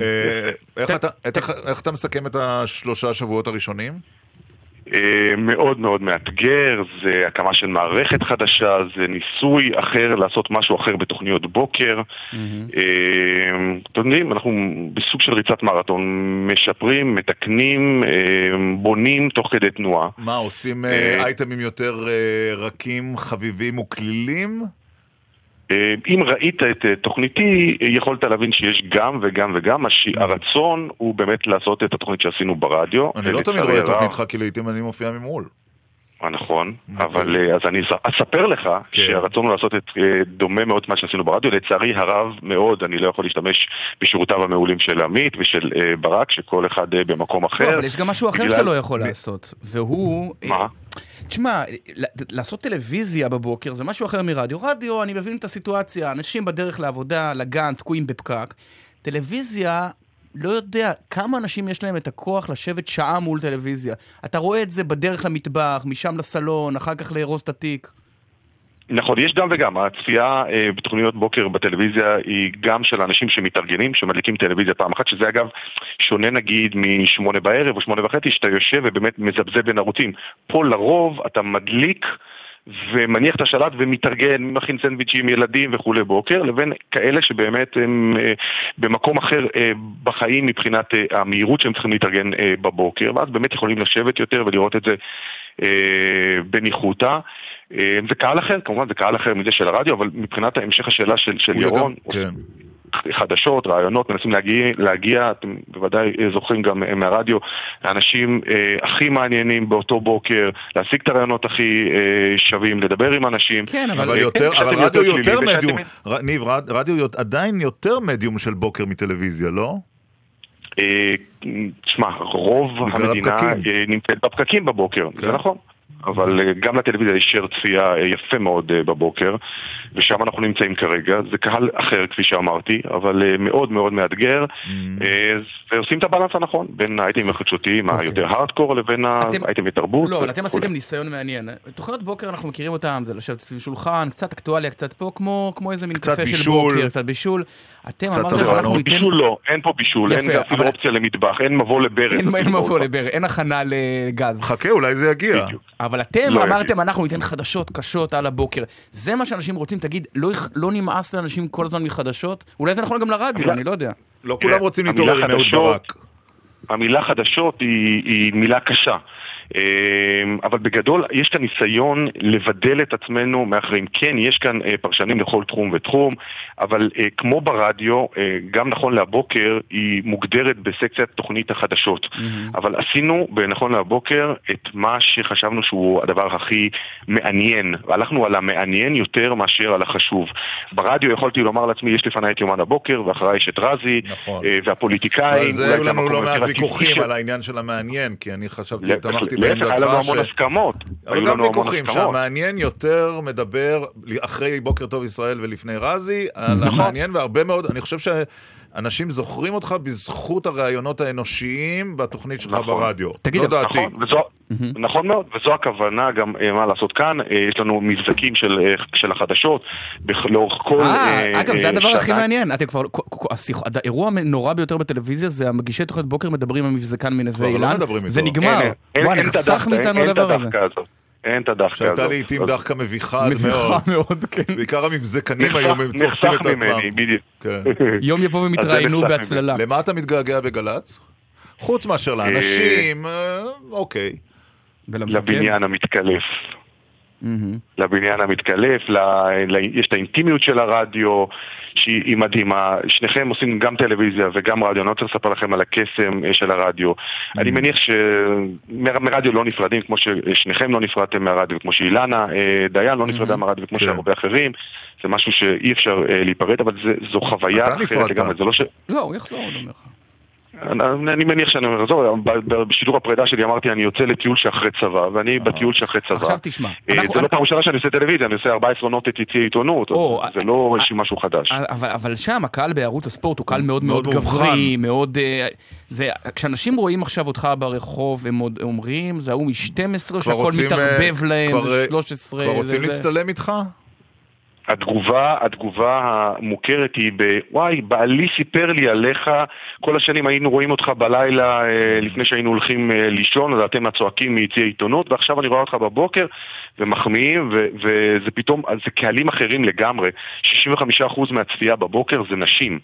איך אתה מסכם את 3 שבועות הראשונים? מאוד מאוד מאתגר, זה הקמה של מערכת חדשה, זה ניסוי אחר, לעשות משהו אחר בתוכניות בוקר. אתם יודעים, אנחנו בסוג של ריצת מרתון, משפרים, מתקנים, בונים תוך כדי תנועה. מה, עושים אייטמים יותר רכים, חביבים וכלילים? אם ראית את תוכניתי, יכולת להבין שיש גם וגם וגם. הרצון הוא באמת לעשות את התוכנית שעשינו ברדיו. אני לא תמיד רואה תוכניתך, כי לעתים אני מופיע ממול. נכון, אבל אז אני אספר לך שהרצון הוא לעשות את דומה מאוד מה שעשינו ברדיו. לצערי הרב מאוד, אני לא יכול להשתמש בשירותיו המעולים של עמית ושל ברק, שכל אחד במקום אחר. אבל יש גם משהו אחר שאתה לא יכול לעשות, והוא... מה? תשמע, לעשות טלוויזיה בבוקר זה משהו אחר מרדיו. רדיו, אני מבין את הסיטואציה, אנשים בדרך לעבודה, לגן, תקועים בפקק. טלוויזיה, לא יודע כמה אנשים יש להם את הכוח לשבת שעה מול טלוויזיה. אתה רואה את זה בדרך למטבח, משם לסלון, אחר כך לארוז את התיק. נכון, יש גם וגם. הצפייה בתוכניות בוקר בטלוויזיה היא גם של אנשים שמתארגנים, שמדליקים טלוויזיה פעם אחת, שזה אגב שונה נגיד מ8 בערב או 8:30, שאתה יושב ובאמת מזבזב בין ערוצים. פה לרוב אתה מדליק ומניח את השלט ומתארגן, מכין סנדוויצ'ים, ילדים וכו' בוקר, לבין כאלה שבאמת הם במקום אחר בחיים מבחינת המהירות שהם צריכים להתארגן בבוקר, ואז באמת יכולים לשבת יותר ולראות את זה בניחותה. זה קהל אחר, כמובן זה קהל אחר מזה של הרדיו, אבל מבחינת המשך השאלה של ירון, חדשות, רעיונות, מנסים להגיע, אתם בוודאי זוכרים גם מהרדיו, האנשים הכי מעניינים באותו בוקר, להשיג את הרעיונות הכי שווים, לדבר עם אנשים. כן, אבל רדיו יותר מדיום, ניב, רדיו עדיין יותר מדיום של בוקר מטלוויזיה, לא? תשמע, רוב המדינה נמצאת בפקקים בבוקר, זה נכון. אבל גם לטלוויזיה יש שיר צפייה יפה מאוד בבוקר, ושם אנחנו נמצאים כרגע. זה קהל אחר, כפי שאמרתי, אבל מאוד מאוד מאתגר, ועושים את הבלנס הנכון, בין האייטמים החדשותיים, היותר הארדקור, לבין האייטמים התרבות. לא, אבל אתם עשיתם ניסיון מעניין. תוכניות בוקר אנחנו מכירים אותם, זה לשבת סביב שולחן, קצת אקטואליה, קצת פה, כמו איזה מין קפה של בוקר, קצת בישול. אתם אמרתם, אנחנו ניתן... בישול לא, אין פה בישול, אין אפילו אופציה למטבח, אין מבוא לברז. אין מבוא לברז, אין הכנה לגז. חכה, אולי זה יגיע. אבל אתם אמרתם, אנחנו ניתן חדשות קשות על הבוקר. זה מה שאנשים רוצים, תגיד, לא נמאס לאנשים כל הזמן מחדשות? אולי זה נכון גם לרדיו, אני לא יודע. לא כולם רוצים להתעורר עם אהוד ברק. המילה חדשות היא מילה קשה. אבל בגדול יש כאן ניסיון לבדל את עצמנו מאחרים. כן, יש כאן פרשנים לכל תחום ותחום, אבל כמו ברדיו, גם נכון להבוקר היא מוגדרת בסקציית תוכנית החדשות. אבל עשינו בנכון להבוקר את מה שחשבנו שהוא הדבר הכי מעניין. הלכנו על המעניין יותר מאשר על החשוב. ברדיו יכולתי לומר לעצמי, יש לפני את יומן הבוקר, ואחריי יש את רזי, והפוליטיקאים. אבל זה לנו לא מעט ויכוחים על העניין של המעניין, כי אני חשבתי, תמכתי בעמדתך היה לנו המון הסכמות. אבל גם ויכוחים שהמעניין יותר מדבר אחרי בוקר טוב ישראל ולפני רזי, על המעניין והרבה מאוד, אני חושב שאנשים זוכרים אותך בזכות הרעיונות האנושיים בתוכנית שלך ברדיו. תגיד, נכון מאוד, וזו הכוונה גם מה לעשות כאן. יש לנו מבזקים של החדשות לאורך כל... אגב, זה הדבר הכי מעניין. האירוע הנורא ביותר בטלוויזיה זה המגישי תוכנית בוקר מדברים על מבזקן מנווה אילן. זה נגמר. וואי, נחסך מאיתנו הדבר הזה. אין את הדחקה הזאת. שהייתה לעתים דחקה מביכה מאוד. בעיקר המבזקנים היום הם תופסים את עצמם. יום יבוא ומתראיינו בהצללה. למה אתה מתגעגע בגלץ? חוץ מאשר לאנשים, אוקיי. לבניין המתקלף. לבניין המתקלף, יש את האינטימיות של הרדיו שהיא מדהימה. שניכם עושים גם טלוויזיה וגם רדיו. אני רוצה לספר לכם על הקסם של הרדיו. אני מניח שמרדיו לא נפרדים כמו ששניכם לא נפרדתם מהרדיו, כמו שאילנה דיין לא נפרדה מהרדיו וכמו שהרבה אחרים. זה משהו שאי אפשר להיפרד, אבל זו חוויה אחרת לגמרי. לא, הוא יחזור, הוא אומר לך. אני מניח שאני אומר, בשידור הפרידה שלי אמרתי אני יוצא לטיול שאחרי צבא, ואני בטיול שאחרי צבא. עכשיו תשמע. זה לא פעם ראשונה שאני עושה טלוויזיה, אני עושה 14 עונות את יציאי עיתונות, זה לא משהו חדש. אבל שם הקהל בערוץ הספורט הוא קהל מאוד מאוד גברי, מאוד... כשאנשים רואים עכשיו אותך ברחוב, הם אומרים, זה הוא מ-12 שהכל מתערבב להם, זה 13... כבר רוצים להצטלם איתך? התגובה המוכרת היא וואי, בעלי סיפר לי עליך, כל השנים היינו רואים אותך בלילה לפני שהיינו הולכים לישון, אז אתם הצועקים מיציעי עיתונות, ועכשיו אני רואה אותך בבוקר ומחמיאים, וזה פתאום, זה קהלים אחרים לגמרי. 65% מהצפייה בבוקר זה נשים.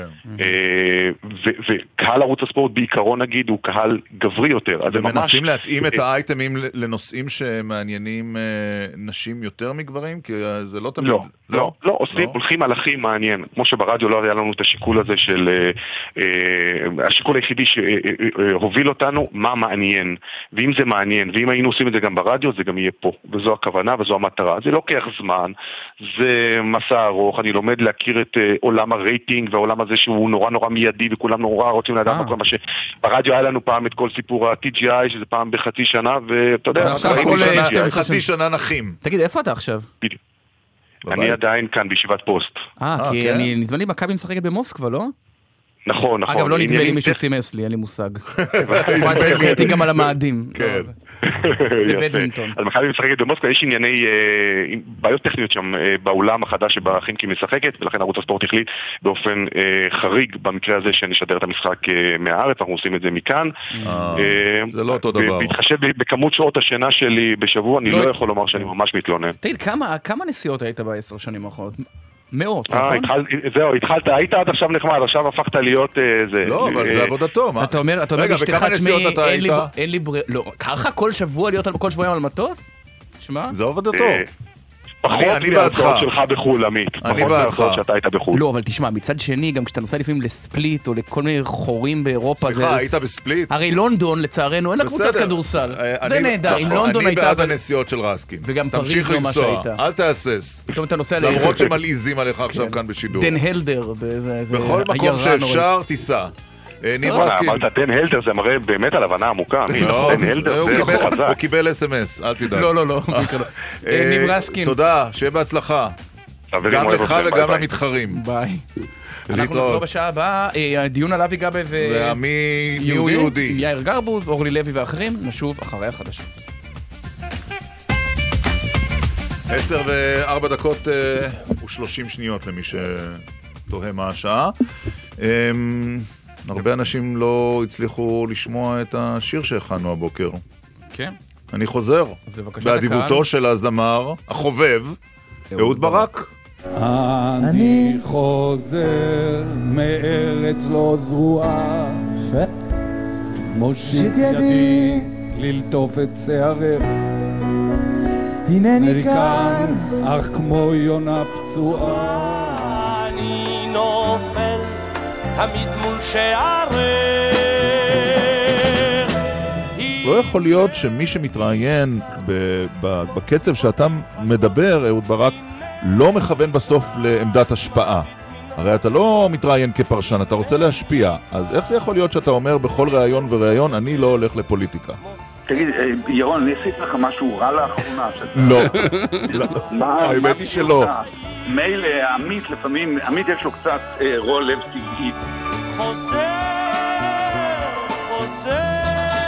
וקהל ערוץ הספורט בעיקרון נגיד הוא קהל גברי יותר. ומנסים להתאים את האייטמים לנושאים שמעניינים נשים יותר מגברים? כי זה לא תמיד... לא, הולכים על הכי מעניין. כמו שברדיו לא היה לנו את השיקול הזה של... השיקול היחידי שהוביל אותנו, מה מעניין. ואם זה מעניין, ואם היינו עושים את זה גם ברדיו, זה גם יהיה פה. וזו הכוונה וזו המטרה. זה לוקח זמן, זה מסע ארוך, אני לומד להכיר את עולם הרייטינג והעולם הזה שהוא נורא נורא מיידי וכולם נורא רוצים לדעת מה מה שברדיו היה לנו פעם את כל סיפור ה-TGI שזה פעם בחצי שנה ואתה יודע חצי שנה נחים. תגיד איפה אתה עכשיו? בדיוק. אני עדיין כאן בישיבת פוסט. כי אני נדמה לי מכבי משחקת במוסקבה, לא? נכון. אגב, לא נדמה לי מישהו סימס לי, אין לי מושג. הייתי גם על המאדים. ובדמינטון. אז מכבי משחקת במוסקבה, יש ענייני בעיות טכניות שם באולם החדש שבה חינקי משחקת, ולכן ערוץ הספורט החליט באופן חריג במקרה הזה שנשדר את המשחק מהארץ, אנחנו עושים את זה מכאן. זה לא אותו דבר. בהתחשב בכמות שעות השינה שלי בשבוע, אני לא יכול לומר שאני ממש מתלונן. תגיד, כמה נסיעות היית ב10 שנים האחרונות? מאות, נכון? זהו, התחלת, היית עד עכשיו נחמד, עכשיו הפכת להיות זה. לא, אבל זה עבודתו, מה? אתה אומר לאשתך, תשמעי, אין לי ברירה, לא, ככה כל שבוע להיות כל שבועיים על מטוס? שמע? זה עבודתו. פחות מההוצאות שלך בחול, עמית. פחות מההוצאות שאתה היית בחול. לא, אבל תשמע, מצד שני, גם כשאתה נוסע לפעמים לספליט, או לכל מיני חורים באירופה, סליחה, היית בספליט? הרי לונדון, לצערנו, אין לה קבוצת כדורסל. זה נהדר, אם לונדון הייתה... אני בעד הנסיעות של רסקין. וגם פריז לא מה שהייתה. אל תהסס. פתאום אתה נוסע למרות שמלעיזים עליך עכשיו כאן בשידור. דן הלדר. בכל מקום שאפשר, תיסע. ניב רסקין. אמרת דן הלדר, זה מראה באמת על הבנה עמוקה. דן הלדר זה חזק. הוא קיבל אס-אמס, אל תדאג. לא. ניב רסקין. תודה, שיהיה בהצלחה. גם לך וגם למתחרים. ביי. אנחנו נחזור בשעה הבאה, הדיון על אבי גבאי ומי הוא יהודי. עם יאיר גרבוז, אורלי לוי ואחרים, נשוב אחרי החדשות. 10:04 ו30 למי שתוהה מה השעה. הרבה אנשים לא הצליחו לשמוע את השיר שהכנו הבוקר. כן. אני חוזר. באדיבותו של הזמר, החובב, אהוד ברק. אני חוזר מארץ לא זרועה, מושיט ידי ללטוף את שערך, הנני כאן אך כמו יונה פצועה, אני נופל תמיד מול שערך. לא יכול להיות שמי שמתראיין בקצב שאתה מדבר, אהוד ברק, לא מכוון בסוף לעמדת השפעה. הרי אתה לא מתראיין כפרשן, אתה רוצה להשפיע. אז איך זה יכול להיות שאתה אומר בכל ראיון וראיון, אני לא הולך לפוליטיקה? תגיד, ירון, אני עשיתי לך משהו רע לאחרונה? לא. האמת היא שלא. מייל עמית, לפעמים, עמית יש לו קצת רוע לב טבעי. חוזר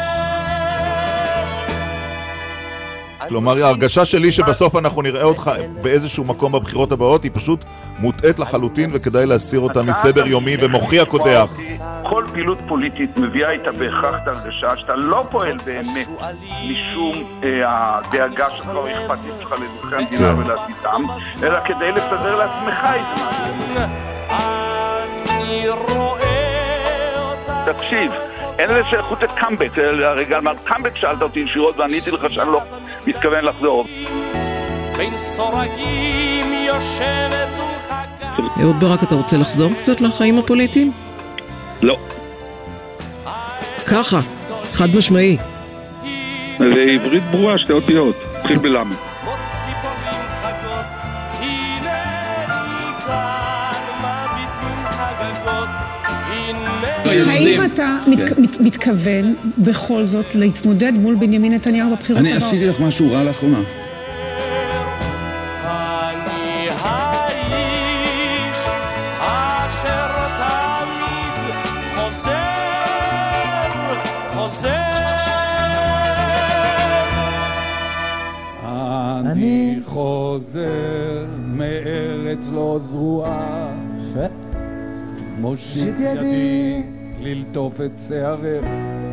כלומר, ההרגשה שלי שבסוף אנחנו נראה אותך באיזשהו מקום בבחירות הבאות היא פשוט מוטעת לחלוטין וכדאי להסיר אותה מסדר יומי ומוחי הקודח. כל פעילות פוליטית מביאה איתה בהכרח את הרגשה שאתה לא פועל באמת משום הדאגה שלך או האכפתיות שלך לאזרחי המדינה ולעתידם, אלא כדי לסדר לעצמך את זה. אני רואה אותך. תקשיב, אין לזה שייכות לקאמבק, הרגע אמרת קאמבק, שאלת אותי ישירות ועניתי לך שאני לא מתכוון לחזור. בין סורגים יושבת ולחכה. אהוד ברק, אתה רוצה לחזור קצת לחיים הפוליטיים? לא. ככה, חד משמעי. זה עברית ברורה, שתי אותיות, התחיל בלם. האם אתה מתכוון בכל זאת להתמודד מול בנימין נתניהו בבחירות הבאות? אני עשיתי לך משהו רע לאחרונה. אני האיש אשר תמיד חוזר. אני חוזר מארץ לא זרועה, מושיט ידי ללטוף את שערך,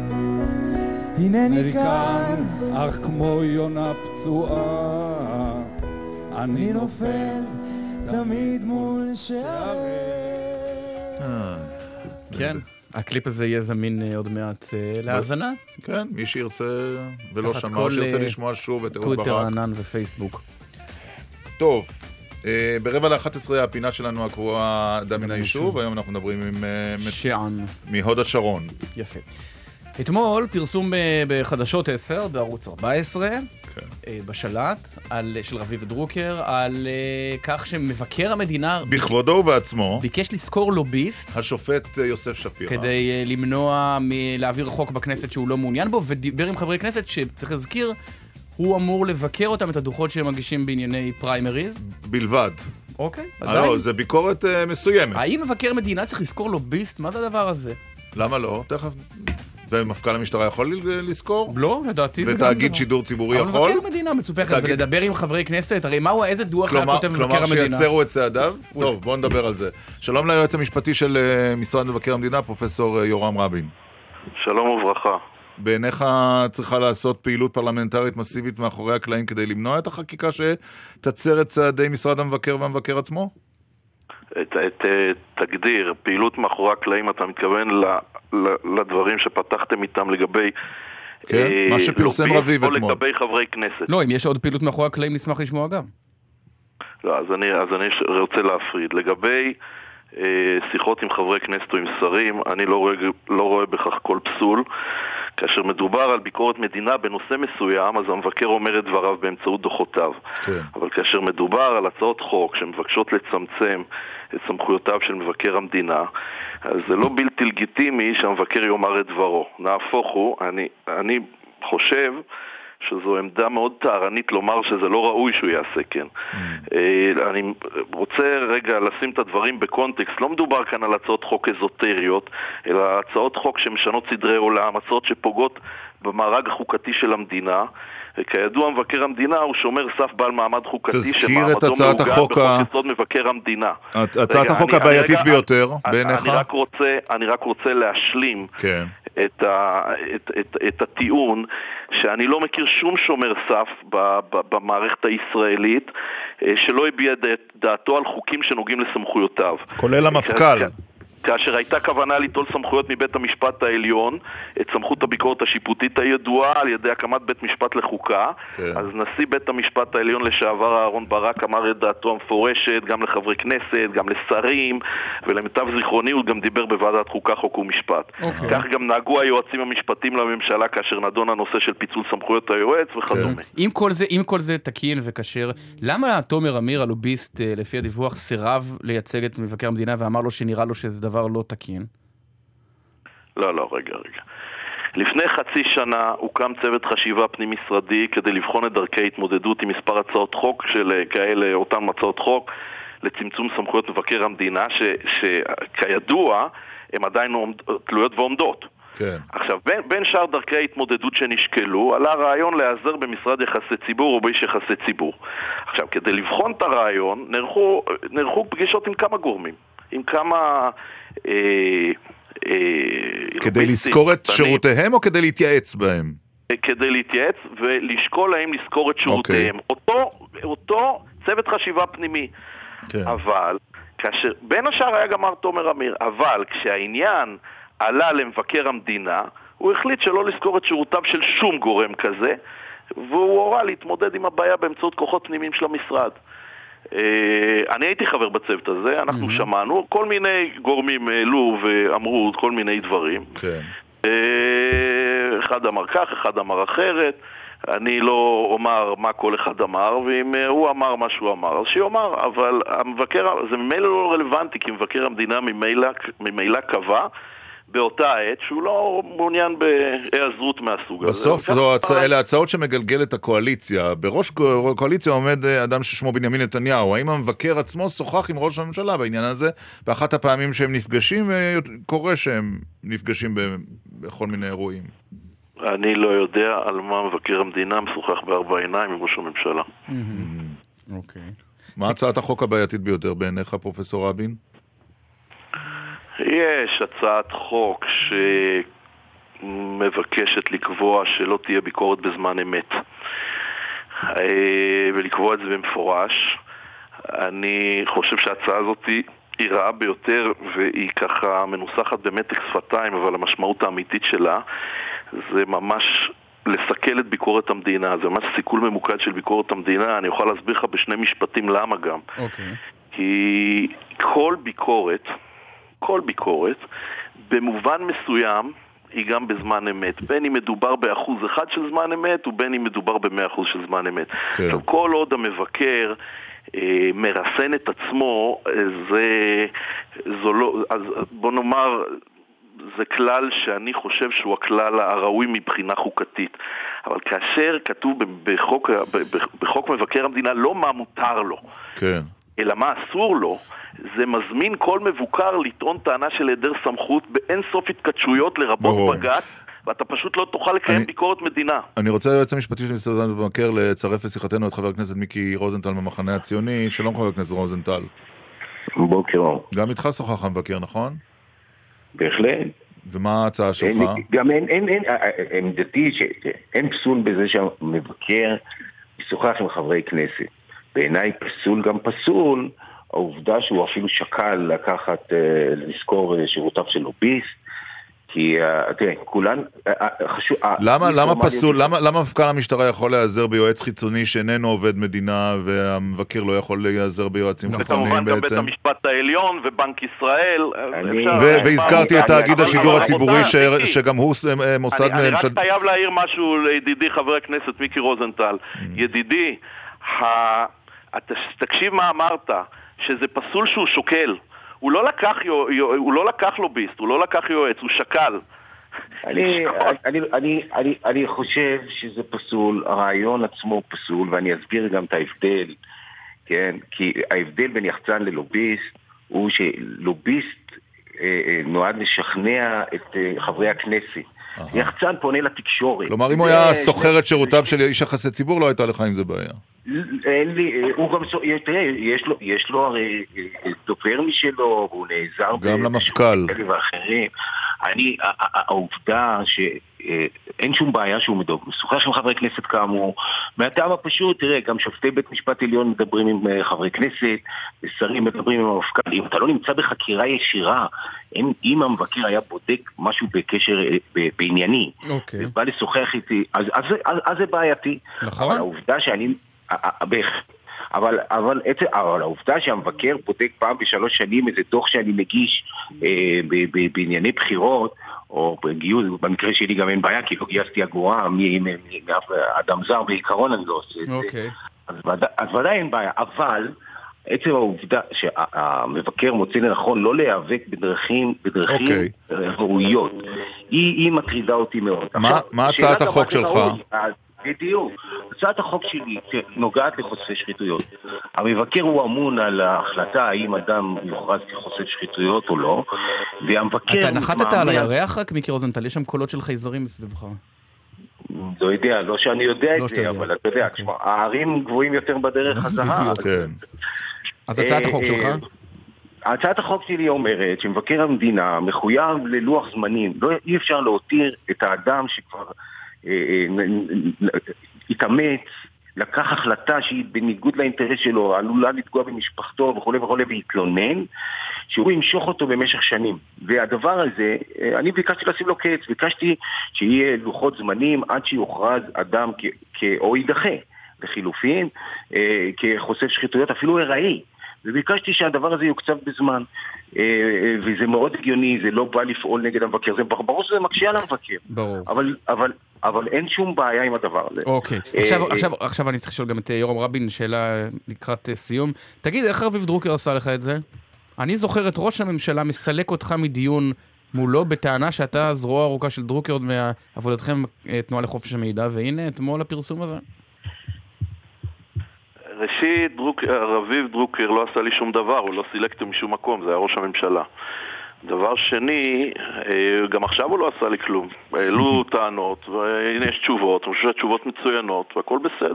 הנני כאן אך כמו יונה פצועה, אני נופל תמיד מול שערך. כן, הקליפ הזה יהיה זמין עוד מעט להאזנה. כן, מי שירצה ולא שמע, או שירצה לשמוע שוב את אהוד ברק. טוויטר, ענן ופייסבוק. טוב. ב10:45 הפינה שלנו הקבועה אדם מן היישוב, היום אנחנו מדברים עם שען מהוד השרון. יפה. אתמול פרסום בחדשות 10 בערוץ 14 בשלט של רביב דרוקר על כך שמבקר המדינה בכבודו ובעצמו ביקש לזכור לוביסט, השופט יוסף שפירא, כדי למנוע להעביר חוק בכנסת שהוא לא מעוניין בו, ודיבר עם חברי כנסת שצריך להזכיר הוא אמור לבקר אותם את הדוחות שהם מגישים בענייני פריימריז בלבד. אוקיי, לא, זה ביקורת מסוימת. האם מבקר מדינה צריך לזכור לוביסט? מה זה הדבר הזה? למה לא? תכף. ומפכ"ל המשטרה יכול לזכור? לא, לדעתי זה גם ותאגיד שידור ציבורי יכול? אבל מבקר מדינה מצופה ולדבר עם חברי כנסת, הרי איזה דוח היה כותב מבקר המדינה? כלומר שיצרו את צעדיו? טוב, בואו נדבר על זה. שלום ליועץ המשפטי של משרד מבקר המדינה, פרופסור יורם רבין. שלום וברכה. בעיניך צריכה לעשות פעילות פרלמנטרית מסיבית מאחורי הקלעים כדי למנוע את החקיקה שתצר את צעדי משרד המבקר והמבקר עצמו? תגדיר, פעילות מאחורי הקלעים, אתה מתכוון לדברים שפתחתם איתם לגבי כן, מה שפרסם רביב אתמול. או לגבי חברי כנסת. לא, אם יש עוד פעילות מאחורי הקלעים נשמח לשמוע גם. לא, אז אני רוצה להפריד. לגבי שיחות עם חברי כנסת או עם שרים, אני לא רואה בכך כל פסול. כאשר מדובר על ביקורת מדינה בנושא מסוים, אז המבקר אומר את דבריו באמצעות דוחותיו. כן. אבל כאשר מדובר על הצעות חוק שמבקשות לצמצם את סמכויותיו של מבקר המדינה, אז זה לא בלתי לגיטימי שהמבקר יאמר את דברו. נהפוך הוא, אני חושב שזו עמדה מאוד טהרנית לומר שזה לא ראוי שהוא יעשה כן. אני רוצה רגע לשים את הדברים בקונטקסט. לא מדובר כאן על הצעות חוק אזוטריות, אלא הצעות חוק שמשנות סדרי עולם, הצעות שפוגעות במארג החוקתי של המדינה. וכידוע מבקר המדינה הוא שומר סף בעל מעמד חוקתי שמעמדו מעוגן בחוק יסוד מבקר המדינה. הצעת החוק הבעייתית ביותר בעיניך? אני רק רוצה להשלים את הטיעון שאני לא מכיר שום שומר סף במערכת הישראלית שלא הביע דעתו על חוקים שנוגעים לסמכויותיו. כולל המפכ"ל. כאשר הייתה כוונה ליטול סמכויות מבית המשפט העליון, את סמכות הביקורת השיפוטית הידועה על ידי הקמת בית משפט לחוקה, אז נשיא בית המשפט העליון לשעבר אהרון ברק אמר את דעתו המפורשת, גם לחברי כנסת, גם לשרים, ולמיטב זיכרוני הוא גם דיבר בוועדת חוקה, חוק ומשפט. כך גם נהגו היועצים המשפטיים לממשלה כאשר נדון הנושא של פיצול סמכויות היועץ וכדומה. אם כל זה תקין וכשר, למה תומר אמיר, הלוביסט, לפי הדיווח, סירב לייצג את מבקר המדינה ואמר לו שנראה לו שזה דבר לא תקין? לא, רגע. לפני חצי שנה הוקם צוות חשיבה פנים-משרדי כדי לבחון את דרכי התמודדות עם מספר הצעות חוק של כאלה, אותן הצעות חוק לצמצום סמכויות מבקר המדינה, שכידוע הן עדיין תלויות ועומדות. כן. עכשיו, בין שאר דרכי ההתמודדות שנשקלו, עלה רעיון להיעזר במשרד יחסי ציבור או באיש יחסי ציבור. עכשיו, כדי לבחון את הרעיון, נערכו פגישות עם כמה גורמים. עם כמה כדי לזכור את שירותיהם או כדי להתייעץ בהם? כדי להתייעץ ולשקול להם לזכור את שירותיהם. אותו צוות חשיבה פנימי. אבל, כאשר, בין השאר היה גם תומר אמיר, אבל כשהעניין עלה למבקר המדינה, הוא החליט שלא לזכור את שירותיו של שום גורם כזה, והוא הורה להתמודד עם הבעיה באמצעות כוחות פנימיים של המשרד. אני הייתי חבר בצוות הזה, אנחנו שמענו, כל מיני גורמים העלו ואמרו כל מיני דברים. אחד אמר כך, אחד אמר אחרת, אני לא אומר מה כל אחד אמר, ואם הוא אמר מה שהוא אמר, אז שיאמר, אבל המבקר, זה ממילא לא רלוונטי, כי מבקר המדינה ממילא קבע באותה עת שהוא לא מעוניין בהיעזרות מהסוג הזה. בסוף אלה הצעות שמגלגלת הקואליציה. בראש קואליציה עומד אדם ששמו בנימין נתניהו. האם המבקר עצמו שוחח עם ראש הממשלה בעניין הזה? באחת הפעמים שהם נפגשים, קורה שהם נפגשים בכל מיני אירועים. אני לא יודע על מה מבקר המדינה משוחח בארבע עיניים עם ראש הממשלה. אוקיי. מה הצעת החוק הבעייתית ביותר בעיניך, פרופסור רבין? יש הצעת חוק שמבקשת לקבוע שלא תהיה ביקורת בזמן אמת, ולקבוע את זה במפורש. אני חושב שההצעה הזאת היא רעה ביותר, והיא ככה מנוסחת במתק שפתיים, אבל המשמעות האמיתית שלה זה ממש לסכל את ביקורת המדינה. זה ממש סיכול ממוקד של ביקורת המדינה. אני אוכל להסביר לך בשני משפטים למה גם. כי כל ביקורת, במובן מסוים, היא גם בזמן אמת. בין אם מדובר ב1% של זמן אמת, ובין אם מדובר ב100% של זמן אמת. עכשיו, כל עוד המבקר מרסן את עצמו, אז בוא נאמר, זה כלל שאני חושב שהוא הכלל הראוי מבחינה חוקתית. אבל כאשר כתוב בחוק מבקר המדינה לא מה מותר לו, אלא מה אסור לו, זה מזמין כל מבוקר לטעון טענה של היעדר סמכות באין סוף התכתשויות לרבות בג"ץ, ואתה פשוט לא תוכל לקיים ביקורת מדינה. אני רוצה ליועץ המשפטי של משרד המבקר לצרף לשיחתנו את חבר הכנסת מיקי רוזנטל מהמחנה הציוני. שלום חבר הכנסת רוזנטל. בוקר. גם איתך שוחח המבקר, נכון? בהחלט. ומה ההצעה שלך? גם עמדתי שאין פסול בזה שהמבקר ישוחח עם חברי כנסת. בעיניי פסול גם פסול העובדה שהוא אפילו שקל לזכור שירותיו של לוביסט, כי, תראה, כולן, חשוב... למה מפכ"ל המשטרה יכול להיעזר ביועץ חיצוני שאיננו עובד מדינה, והמבקר לא יכול להיעזר ביועצים חיצוניים בעצם? וכמובן גם בית המשפט העליון ובנק ישראל. והזכרתי את תאגיד השידור הציבורי, שגם הוא מוסד... אני רק חייב להעיר משהו לידידי חבר הכנסת מיקי רוזנטל. ידידי, תקשיב מה אמרת, שזה פסול שהוא שוקל. הוא לא לקח לוביסט, הוא לא לקח יועץ, הוא שקל. אני חושב שזה פסול, הרעיון עצמו פסול, ואני אסביר גם את ההבדל, כן? כי ההבדל בין יחצן ללוביסט הוא שלוביסט נועד לשכנע את חברי הכנסת. יחצן פונה לתקשורת. כלומר, אם הוא היה סוחר את שירותיו של איש יחסי ציבור, לא הייתה לך עם זה בעיה. אין לי, הוא גם, תראה, יש לו הרי דובר משלו, והוא נעזר גם למפכ"ל. העובדה שאין שום בעיה שהוא משוחח עם חברי כנסת כאמור, מהטעם הפשוט, תראה, גם שופטי בית משפט עליון מדברים עם חברי כנסת, שרים מדברים עם המפכ"ל, אם אתה לא נמצא בחקירה ישירה, אם המבקר היה בודק משהו בקשר בענייני, ובא לשוחח איתי, אז זה בעייתי. אבל העובדה שאני... אבל העובדה שהמבקר בודק פעם ב3 שנים איזה דוח שאני מגיש בענייני בחירות, או בגיוס, במקרה שלי גם אין בעיה, כי לא גייסתי אגורה מאדם זר, בעיקרון אני לא עושה את זה. אז ודאי אין בעיה, אבל עצם העובדה שהמבקר מוצא לנכון לא להיאבק בדרכים ראויות, היא מטרידה אותי מאוד. מה הצעת החוק שלך? בדיוק. הצעת החוק שלי נוגעת לחושפי שחיתויות. המבקר הוא אמון על ההחלטה האם אדם יוכרז כחושף שחיתויות או לא, והמבקר... אתה נחתת על הירח רק, מיקי רוזנטל? יש שם קולות של חייזרים מסביבך. לא יודע, לא שאני יודע את זה, אבל אתה יודע, הערים גבוהים יותר בדרך הזהה. אז הצעת החוק שלך? הצעת החוק שלי אומרת שמבקר המדינה מחויב ללוח זמנים. אי אפשר להותיר את האדם שכבר... התאמץ, לקח החלטה שהיא בניגוד לאינטרס שלו, עלולה לפגוע במשפחתו וכו' וכו' והתלונן, שהוא ימשוך אותו במשך שנים. והדבר הזה, אני ביקשתי לשים לו קץ, ביקשתי שיהיה לוחות זמנים עד שיוכרז אדם או יידחה לחילופין, כחושף שחיתויות, אפילו הראי. וביקשתי שהדבר הזה יוקצב בזמן. וזה מאוד הגיוני, זה לא בא לפעול נגד המבקר, זה ברור שזה מקשה על המבקר. ברור. אבל אין שום בעיה עם הדבר הזה. אוקיי. עכשיו אני צריך לשאול גם את יורם רבין, שאלה לקראת סיום. תגיד, איך רביב דרוקר עשה לך את זה? אני זוכר את ראש הממשלה מסלק אותך מדיון מולו, בטענה שאתה זרוע ארוכה של דרוקר עוד מעבודתכם תנועה לחופש המידע, והנה, אתמול הפרסום הזה. ראשית, רביב דרוקר לא עשה לי שום דבר, הוא לא סילקתי משום מקום, זה היה ראש הממשלה. דבר שני, גם עכשיו הוא לא עשה לי כלום. העלו טענות, והנה יש תשובות, אני חושב שהתשובות מצוינות, והכל בסדר.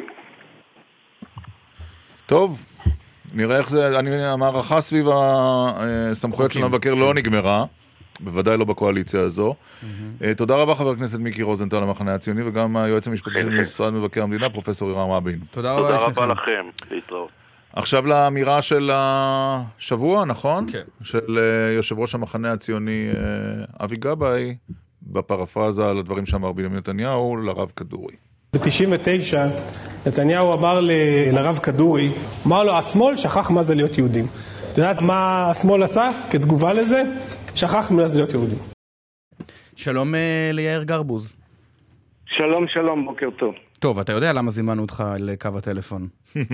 טוב, נראה איך זה, המערכה סביב הסמכויות של המבקר לא נגמרה, בוודאי לא בקואליציה הזו. תודה רבה חבר הכנסת מיקי רוזנטל למחנה הציוני, וגם היועץ המשפטי של משרד מבקר המדינה, פרופסור יורם רבין. תודה רבה לכם, להתראות. עכשיו לאמירה של השבוע, נכון? כן. של יושב ראש המחנה הציוני אבי גבאי, בפרפרזה על הדברים שאמר בנימין נתניהו לרב כדורי. ב-99 נתניהו אמר לרב כדורי, אמר לו, השמאל שכח מה זה להיות יהודים. אתה יודעת מה השמאל עשה כתגובה לזה? שכח מה זה להיות יהודים. שלום ליאיר גרבוז. שלום, שלום, בוקר טוב. טוב, אתה יודע למה זימנו אותך לקו הטלפון?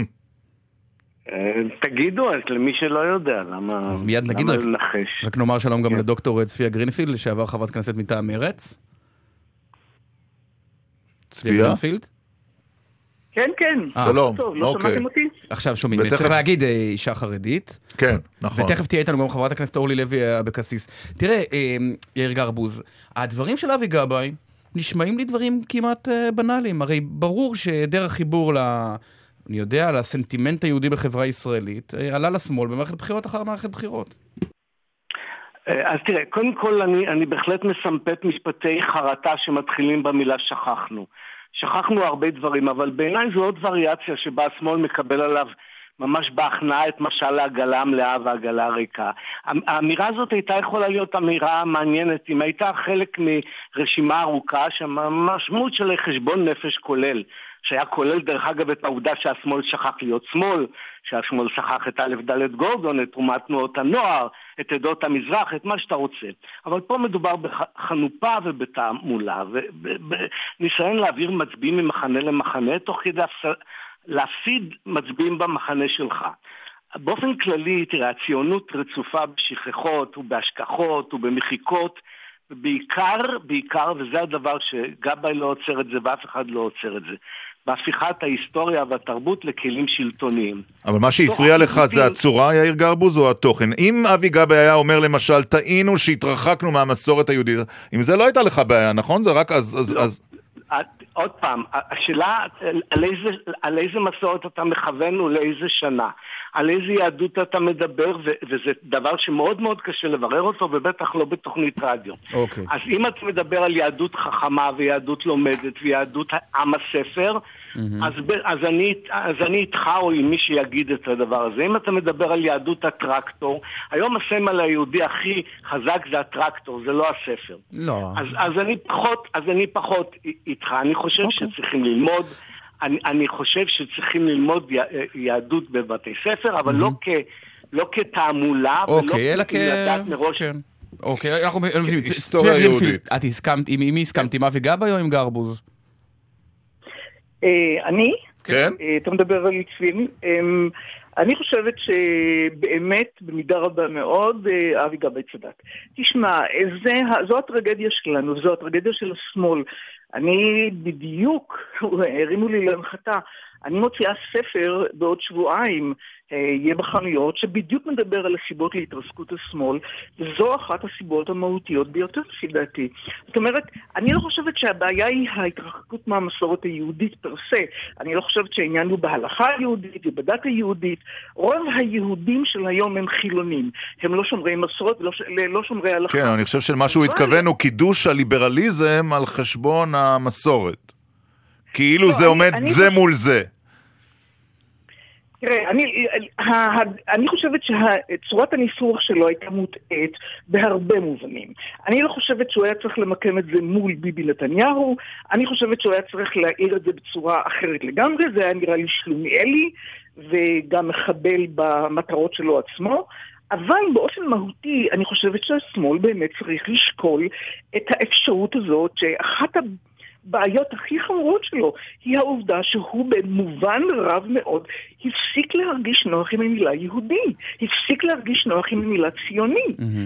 תגידו, אז למי שלא יודע, למה... אז מיד נגיד, רק נאמר שלום גם לדוקטור צפיה גרינפילד, לשעבר חברת כנסת מטעם מרץ. צפיה? גרינפילד? כן, כן. שלום, לא שמעתם אותי? עכשיו שומעים, צריך להגיד אישה חרדית. כן, נכון. ותכף תהיה איתנו גם חברת הכנסת אורלי לוי אבקסיס. תראה, יאיר גרבוז, הדברים של אבי גבאי נשמעים לי דברים כמעט בנאליים. הרי ברור שדרך חיבור אני יודע, לסנטימנט היהודי בחברה הישראלית, עלה לשמאל במערכת בחירות אחר מערכת בחירות. אז תראה, קודם כל אני בהחלט מסמפת משפטי חרטה שמתחילים במילה שכחנו. שכחנו הרבה דברים, אבל בעיניי זו עוד וריאציה שבה השמאל מקבל עליו ממש בהכנעה את משל העגלה המלאה והעגלה הריקה. האמירה הזאת הייתה יכולה להיות אמירה מעניינת, אם הייתה חלק מרשימה ארוכה, שהמשמעות של חשבון נפש כולל, שהיה כולל דרך אגב את העובדה שהשמאל שכח להיות שמאל, שהשמאל שכח את א' ד' גורדון, את תרומת תנועות הנוער, את עדות המזרח, את מה שאתה רוצה. אבל פה מדובר בחנופה ובתעמולה, וניסיון להעביר מצביעים ממחנה למחנה, תוך כדי להפסיד מצביעים במחנה שלך. באופן כללי, תראה, הציונות רצופה בשכחות ובהשכחות ובמחיקות, בעיקר, וזה הדבר שגבאי לא עוצר את זה ואף אחד לא עוצר את זה, בהפיכת ההיסטוריה והתרבות לכלים שלטוניים. אבל מה שהפריע לך זה הצורה, יאיר גרבוז, או התוכן? אם אבי גבאי היה אומר למשל, טעינו שהתרחקנו מהמסורת היהודית, אם זה לא הייתה לך בעיה, נכון? זה רק אז... עוד פעם, השאלה על איזה מסורת אתה מכוון ולאיזה שנה, על איזה יהדות אתה מדבר, וזה דבר שמאוד מאוד קשה לברר אותו, ובטח לא בתוכנית רדיו. אוקיי. אז אם אתה מדבר על יהדות חכמה ויהדות לומדת ויהדות עם הספר, אז אני איתך או עם מי שיגיד את הדבר הזה. אם אתה מדבר על יהדות הטרקטור, היום הסמל היהודי הכי חזק זה הטרקטור, זה לא הספר. לא. אז אני פחות איתך. אני חושב שצריכים ללמוד, אני חושב שצריכים ללמוד יהדות בבתי ספר, אבל לא כתעמולה, ולא כלדעת מראש. אוקיי, אנחנו... היסטוריה יהודית. את הסכמת, עם מי הסכמת? עם אבי גבאי או עם גרבוז? אני? כן. אתה מדבר על צבי. אני חושבת שבאמת, במידה רבה מאוד, אבי גבאי צדק. תשמע, זו הטרגדיה שלנו, זו הטרגדיה של השמאל. אני בדיוק, הרימו לי להנחתה, אני מוציאה ספר בעוד שבועיים, יהיה בחנויות, שבדיוק מדבר על הסיבות להתרסקות השמאל, וזו אחת הסיבות המהותיות ביותר, לפי דעתי. זאת אומרת, אני לא חושבת שהבעיה היא ההתרחקות מהמסורת היהודית פרסה. אני לא חושבת שהעניין הוא בהלכה היהודית ובדת היהודית. רוב היהודים של היום הם חילונים. הם לא שומרי מסורת ולא שומרי הלכה. כן, אני חושב שמה שהוא התכוון הוא קידוש הליברליזם על חשבון המסורת. כאילו זה עומד זה מול זה. תראה, אני חושבת שצורת הניסוח שלו הייתה מוטעית בהרבה מובנים. אני לא חושבת שהוא היה צריך למקם את זה מול ביבי נתניהו, אני חושבת שהוא היה צריך להעיר את זה בצורה אחרת לגמרי, זה היה נראה לי שלומיאלי וגם מחבל במטרות שלו עצמו, אבל באופן מהותי אני חושבת שהשמאל באמת צריך לשקול את האפשרות הזאת שאחת הבעיות הכי חמורות שלו היא העובדה שהוא במובן רב מאוד הפסיק להרגיש נוח עם המילה יהודי, הפסיק להרגיש נוח עם המילה ציוני,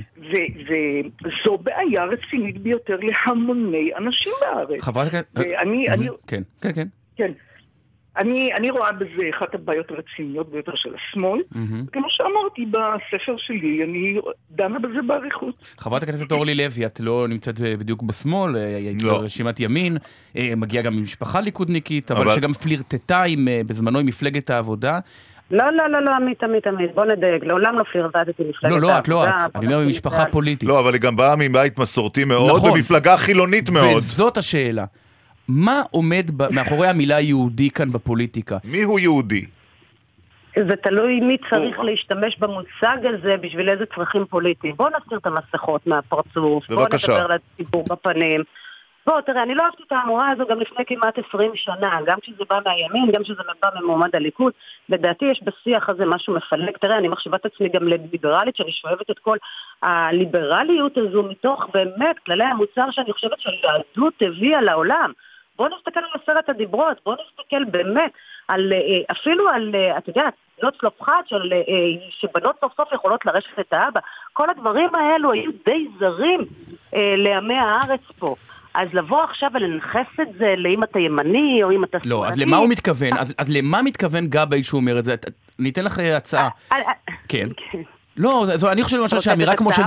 וזו בעיה רצינית ביותר להמוני אנשים בארץ. חברת הכנסת... כן. אני רואה בזה אחת הבעיות הרציניות ביותר של השמאל, כמו שאמרתי בספר שלי, אני דנה בזה בעריכות. חברת הכנסת אורלי לוי, את לא נמצאת בדיוק בשמאל, היית ברשימת ימין, מגיעה גם ממשפחה ליכודניקית, אבל שגם פלירטטה בזמנו עם מפלגת העבודה. לא, עמית, בוא נדייק, לעולם לא פלירטטתי מפלגת העבודה. לא, את לא, אני אומר ממשפחה פוליטית. לא, אבל היא גם באה מבית מסורתי מאוד, במפלגה חילונית מאוד. וזאת השאלה. מה עומד מאחורי המילה יהודי כאן בפוליטיקה? מי הוא יהודי? זה תלוי מי צריך להשתמש במושג הזה בשביל איזה צרכים פוליטיים. בוא נסתיר את המסכות מהפרצוף, בוא נדבר לציבור בפנים. בוא, תראה, אני לא אהבתי את האמורה הזו גם לפני כמעט 20 שנה, גם כשזה בא מהימין, גם כשזה בא ממועמד הליכוד. לדעתי יש בשיח הזה משהו מפלג. תראה, אני מחשיבה את עצמי גם ליברלית, שאני שואבת את כל הליברליות הזו מתוך באמת כללי המוצר שאני חושבת שהיהדות הביאה לעולם. בואו נסתכל על 10 הדיברות, בואו נסתכל באמת אפילו על, אתה יודע, בנות צלופחת שבנות סוף סוף יכולות לרשת את האבא. כל הדברים האלו היו די זרים לימי הארץ פה. אז לבוא עכשיו ולנחס את זה לאם אתה ימני או אם אתה ספרדי. לא, אז למה הוא מתכוון? אז למה מתכוון גבאי שהוא אומר את זה? אני אתן לך הצעה. כן. לא, אני חושב למשל שהאמירה כמו של...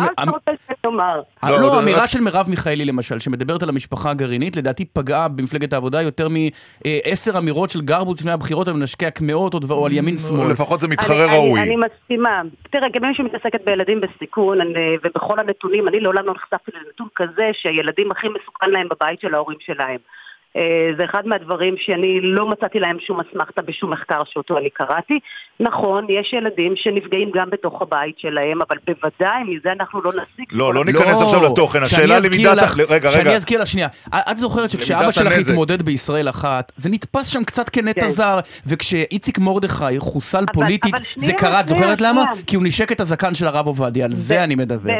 לא, האמירה של מרב מיכאלי למשל, שמדברת על המשפחה הגרעינית, לדעתי פגעה במפלגת העבודה יותר מ10 אמירות של גרבוז לפני הבחירות על מנשקי הקמאות או על ימין שמאל. לפחות זה מתחרה ראוי. אני מסכימה. תראה, גם מי שמתעסקת בילדים בסיכון ובכל הנתונים, אני לעולם לא נחשפתי לנתון כזה שהילדים הכי מסוכן להם בבית של ההורים שלהם. זה אחד מהדברים שאני לא מצאתי להם שום אסמכתה בשום מחקר שאותו אני קראתי. נכון, יש ילדים שנפגעים גם בתוך הבית שלהם, אבל בוודאי מזה אנחנו לא נסיק. לא ניכנס עכשיו לתוכן, השאלה למידת... רגע. שאני אזכיר לה שנייה, את זוכרת שכשאבא שלך התמודד בישראל אחת, זה נתפס שם קצת כנטע זר, וכשאיציק מורדכי חוסל פוליטית, זה קרה, את זוכרת למה? כי הוא נשק את הזקן של הרב עובדיה, על זה אני מדבר.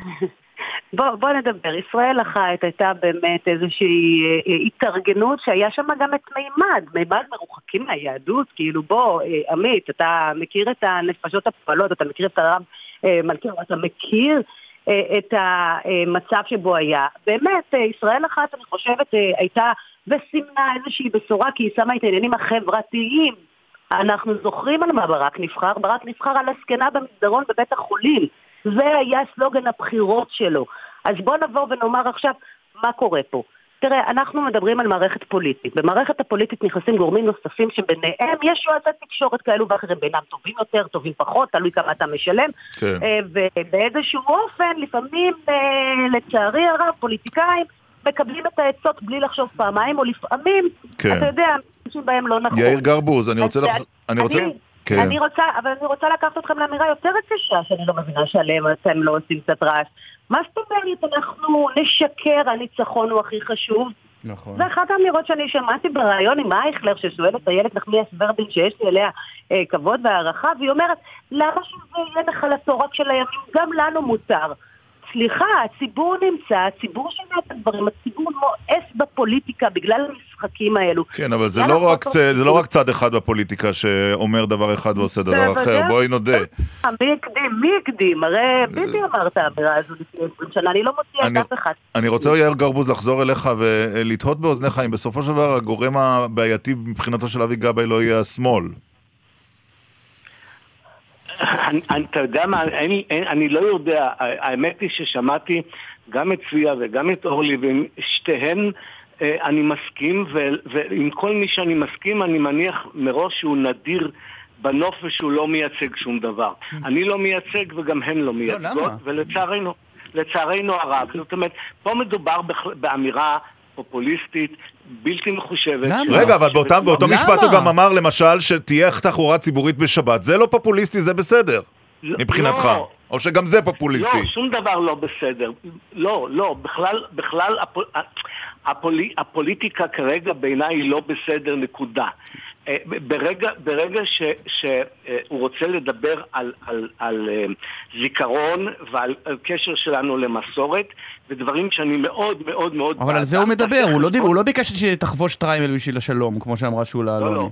בוא נדבר, ישראל אחת הייתה באמת איזושהי התארגנות שהיה שם גם את מימד מרוחקים מהיהדות, כאילו בוא, עמית, אתה מכיר את הנפשות הפועלות, אתה מכיר את הרב מלכיאור, אתה מכיר את המצב שבו היה. באמת, ישראל אחת, אני חושבת, הייתה וסימנה איזושהי בשורה, כי היא שמה את העניינים החברתיים. אנחנו זוכרים על מה ברק נבחר על הסקנה במסדרון בבית החולים. זה היה סלוגן הבחירות שלו. אז בוא נבוא ונאמר עכשיו מה קורה פה. תראה, אנחנו מדברים על מערכת פוליטית. במערכת הפוליטית נכנסים גורמים נוספים שביניהם יש יועצי תקשורת כאלו ואחרים, בינם טובים יותר, טובים פחות, תלוי כמה אתה משלם. כן. ובאיזשהו אופן, לפעמים, לצערי הרב, פוליטיקאים מקבלים את העצות בלי לחשוב פעמיים, או לפעמים, כן. אתה יודע, אנשים בהם לא נכון. יאיר גרבוז, אני רוצה לקחת אתכם לאמירה יותר קשה, שאני לא מבינה שעליהם אתם לא עושים קצת רעש. מה זאת אומרת, אנחנו נשקר, הניצחון הוא הכי חשוב. נכון. ואחת האמירות שאני שמעתי ברעיון עם אייכלר, ששואלת את הילד נחמיאס ורבין, שיש לי אליה כבוד והערכה, והיא אומרת, למה שזה יהיה נחלתו רק של הימים, גם לנו מותר. סליחה, הציבור נמצא, הציבור שומע את הדברים, הציבור מואס בפוליטיקה בגלל המשחקים האלו. כן, אבל זה לא רק צד אחד בפוליטיקה שאומר דבר אחד ועושה דבר אחר, בואי נודה. מי הקדים? הרי ביבי אמר את האמירה הזו לפני 20 שנה, אני לא מוציאה את אף אחד. אני רוצה, יאיר גרבוז, לחזור אליך ולתהות באוזניך, אם בסופו של דבר הגורם הבעייתי מבחינתו של אבי גבאי לא יהיה השמאל. אתה יודע מה, אני לא יודע, האמת היא ששמעתי גם את צביה וגם את אורלי, ועם שתיהן אני מסכים, ועם כל מי שאני מסכים אני מניח מראש שהוא נדיר בנוף ושהוא לא מייצג שום דבר. אני לא מייצג וגם הן לא מייצגות, ולצערנו הרב. זאת אומרת, פה מדובר באמירה פופוליסטית, בלתי מחושבת. רגע, אבל באותו משפט הוא גם אמר למשל שתהיה תחבורה ציבורית בשבת. זה לא פופוליסטי, זה בסדר. מבחינתך. או שגם זה פופוליסטי. לא, שום דבר לא בסדר. לא, בכלל הפוליטיקה כרגע בעיניי היא לא בסדר, נקודה. ברגע שהוא רוצה לדבר על זיכרון ועל קשר שלנו למסורת, ודברים שאני מאוד מאוד מאוד... אבל על זה הוא מדבר, הוא לא ביקש שתחבוש טריימל בשביל השלום, כמו שאמרה שולה אלוני.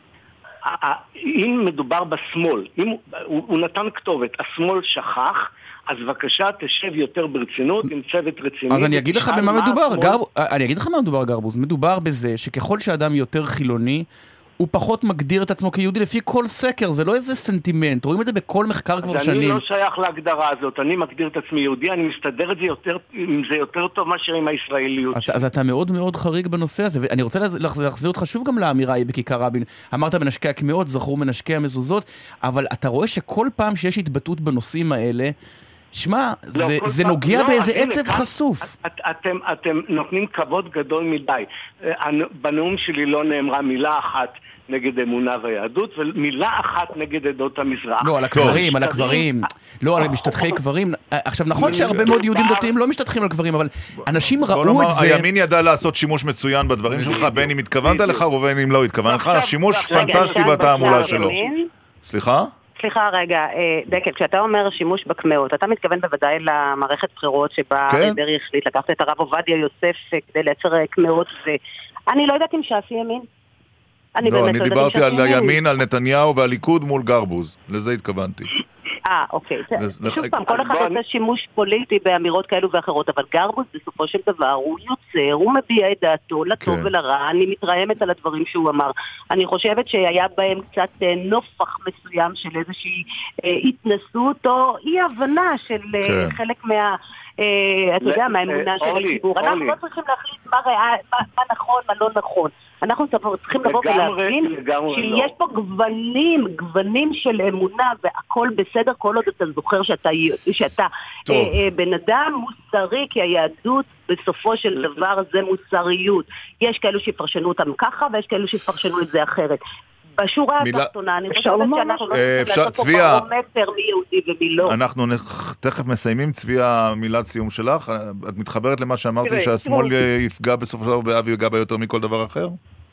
אם מדובר בשמאל, אם הוא נתן כתובת, השמאל שכח, אז בבקשה תשב יותר ברצינות עם צוות רציני. אז אני אגיד לך במה מדובר, אני אגיד לך מה מדובר, גרבוז. מדובר בזה שככל שאדם יותר חילוני, הוא פחות מגדיר את עצמו כיהודי לפי כל סקר, זה לא איזה סנטימנט, רואים את זה בכל מחקר כבר שנים. אני לא שייך להגדרה הזאת, אני מגדיר את עצמי יהודי, אני מסתדר את זה יותר טוב מאשר עם הישראליות. אז אתה מאוד מאוד חריג בנושא הזה, ואני רוצה להחזיר אותך שוב גם לאמירה היא בכיכר רבין, אמרת מנשקי הקמאות, זכרו מנשקי המזוזות, אבל אתה רואה שכל פעם שיש התבטאות בנושאים האלה, שמע, זה נוגע באיזה עצב חשוף. אתם נותנים כבוד גדול מדי. בנאום שלי לא נאמרה מילה אחת נגד אמונה והיהדות, ומילה אחת נגד עדות המזרח. לא, על הקברים. לא, על משתתחי קברים. עכשיו, נכון שהרבה מאוד יהודים דתיים לא משתתחים על קברים, אבל אנשים ראו את זה... הימין ידע לעשות שימוש מצוין בדברים שלך, בין אם התכוונת לך ובין אם לא התכוונת לך. שימוש פנטסטי בתעמולה שלו. סליחה? סליחה רגע, דקל, כשאתה אומר שימוש בקמאות, אתה מתכוון בוודאי למערכת בחירות שבה דרעי החליט לקחת את הרב עובדיה יוסף כדי לייצר קמאות, ואני לא יודעת אם ש"ס ימין. לא, אני דיברתי על הימין, על נתניהו והליכוד מול גרבוז, לזה התכוונתי. אוקיי. שוב פעם, כל אחד עושה שימוש פוליטי באמירות כאלו ואחרות, אבל גרבוז בסופו של דבר הוא יוצר, הוא מביע את דעתו לטוב ולרע, אני מתרעמת על הדברים שהוא אמר. אני חושבת שהיה בהם קצת נופח מסוים של איזושהי התנסות או אי הבנה של חלק מה... אתה יודע, מהאמונה של הציבור. אנחנו לא צריכים להחליט מה נכון, מה לא נכון. אנחנו צריכים לבוא ולהבין שיש פה גוונים של אמונה, והכל בסדר, כל עוד אתה זוכר שאתה בן אדם מוסרי, כי היהדות בסופו של דבר זה מוסריות. יש כאלו שיפרשנו אותם ככה, ויש כאלו שיפרשנו את זה אחרת. בשורה התחתונה, אני חושבת שאנחנו לא צריכים לעשות פה פרומטר מי יהודי ומי לא. אנחנו תכף מסיימים. צביה, מילת סיום שלך. את מתחברת למה שאמרתי, שהשמאל יפגע בסופו של דבר באבי גבאי יותר מכל דבר אחר?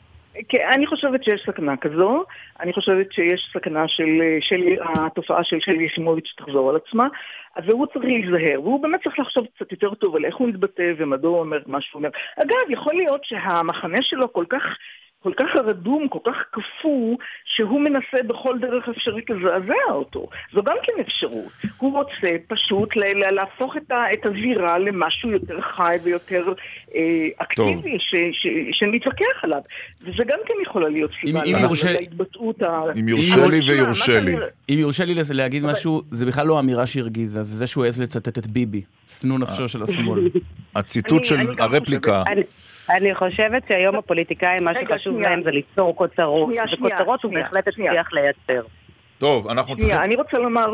אני חושבת שיש סכנה כזו. אני חושבת שיש סכנה של התופעה של שלי יחימוביץ' תחזור על עצמה, והוא צריך להיזהר, והוא באמת צריך לחשוב קצת יותר טוב על איך הוא מתבטא ומדוע הוא אומר מה שהוא אומר. אגב, יכול להיות שהמחנה שלו כל כך רדום, כל כך כפו, שהוא מנסה בכל דרך אפשרית לזעזע אותו. זו גם כן אפשרות. הוא רוצה פשוט להפוך את הזירה למשהו יותר חי ויותר אקטיבי, שנתווכח עליו. וזה גם כן יכולה להיות סיבה להתבטאות אם יורשה לי ויורשה לי. אם יורשה לי להגיד משהו, זה בכלל לא אמירה שהרגיזה, זה שהוא העז לצטט את ביבי, שנוא נפשו של השמאל. הציטוט של הרפליקה. אני חושבת שהיום הפוליטיקאים, מה שחשוב להם זה ליצור כותרות, וכותרות הוא בהחלט הצליח לייצר. טוב, אנחנו צריכים... אני רוצה לומר,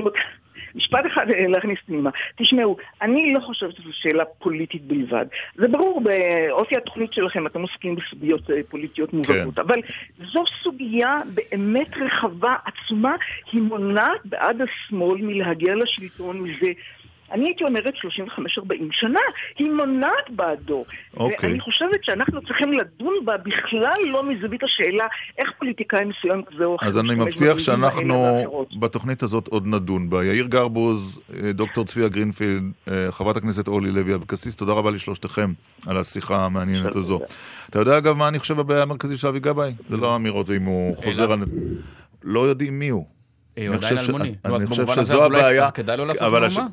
משפט אחד להכניס פנימה. תשמעו, אני לא חושבת שזו שאלה פוליטית בלבד. זה ברור, באופי התוכנית שלכם אתם עוסקים בסוגיות פוליטיות מובהקות, אבל זו סוגיה באמת רחבה, עצומה, היא מונעת בעד השמאל מלהגיע לשלטון מזה. אני הייתי אומרת 35-40 שנה, היא מונעת בעדו. ואני חושבת שאנחנו צריכים לדון בה בכלל לא מזווית השאלה איך פוליטיקאי מסוים כזה או אחר. אז אני מבטיח שאנחנו בתוכנית הזאת עוד נדון בה. יאיר גרבוז, דוקטור צביה גרינפילד, חברת הכנסת אורלי לוי אבקסיס, תודה רבה לשלושתכם על השיחה המעניינת הזו. אתה יודע אגב מה אני חושב הבעיה המרכזית של אבי גבאי? זה לא אמירות, אם הוא חוזר על... לא יודעים מי הוא. הוא עדיין אלמוני. אני חושב שזו הבעיה. אז כדאי לו לעשות מהומה?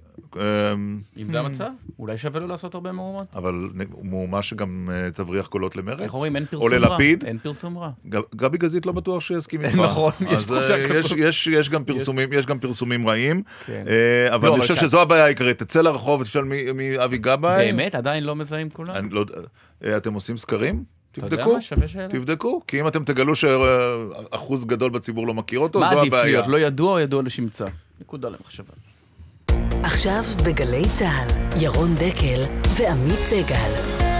אם זה המצב, אולי שווה לו לעשות הרבה מהומות. אבל מהומה שגם תבריח קולות למרץ. איך אומרים, אין פרסום רע. אין פרסום רע. גבי גזית לא בטוח שיסכים איתך. נכון, יש גם פרסומים רעים, אבל אני חושב שזו הבעיה העיקרית. תצא לרחוב ותשאל מאבי גבאי. באמת? עדיין לא מזהים כולם? אתם עושים סקרים? תבדקו, כי אם אתם תגלו שאחוז גדול בציבור לא מכיר אותו, זו הבעיה. מה עדיף להיות? לא ידוע או ידוע לשמצה? נקודה למחשבה. עכשיו בגלי צהל, ירון דקל ועמית סגל.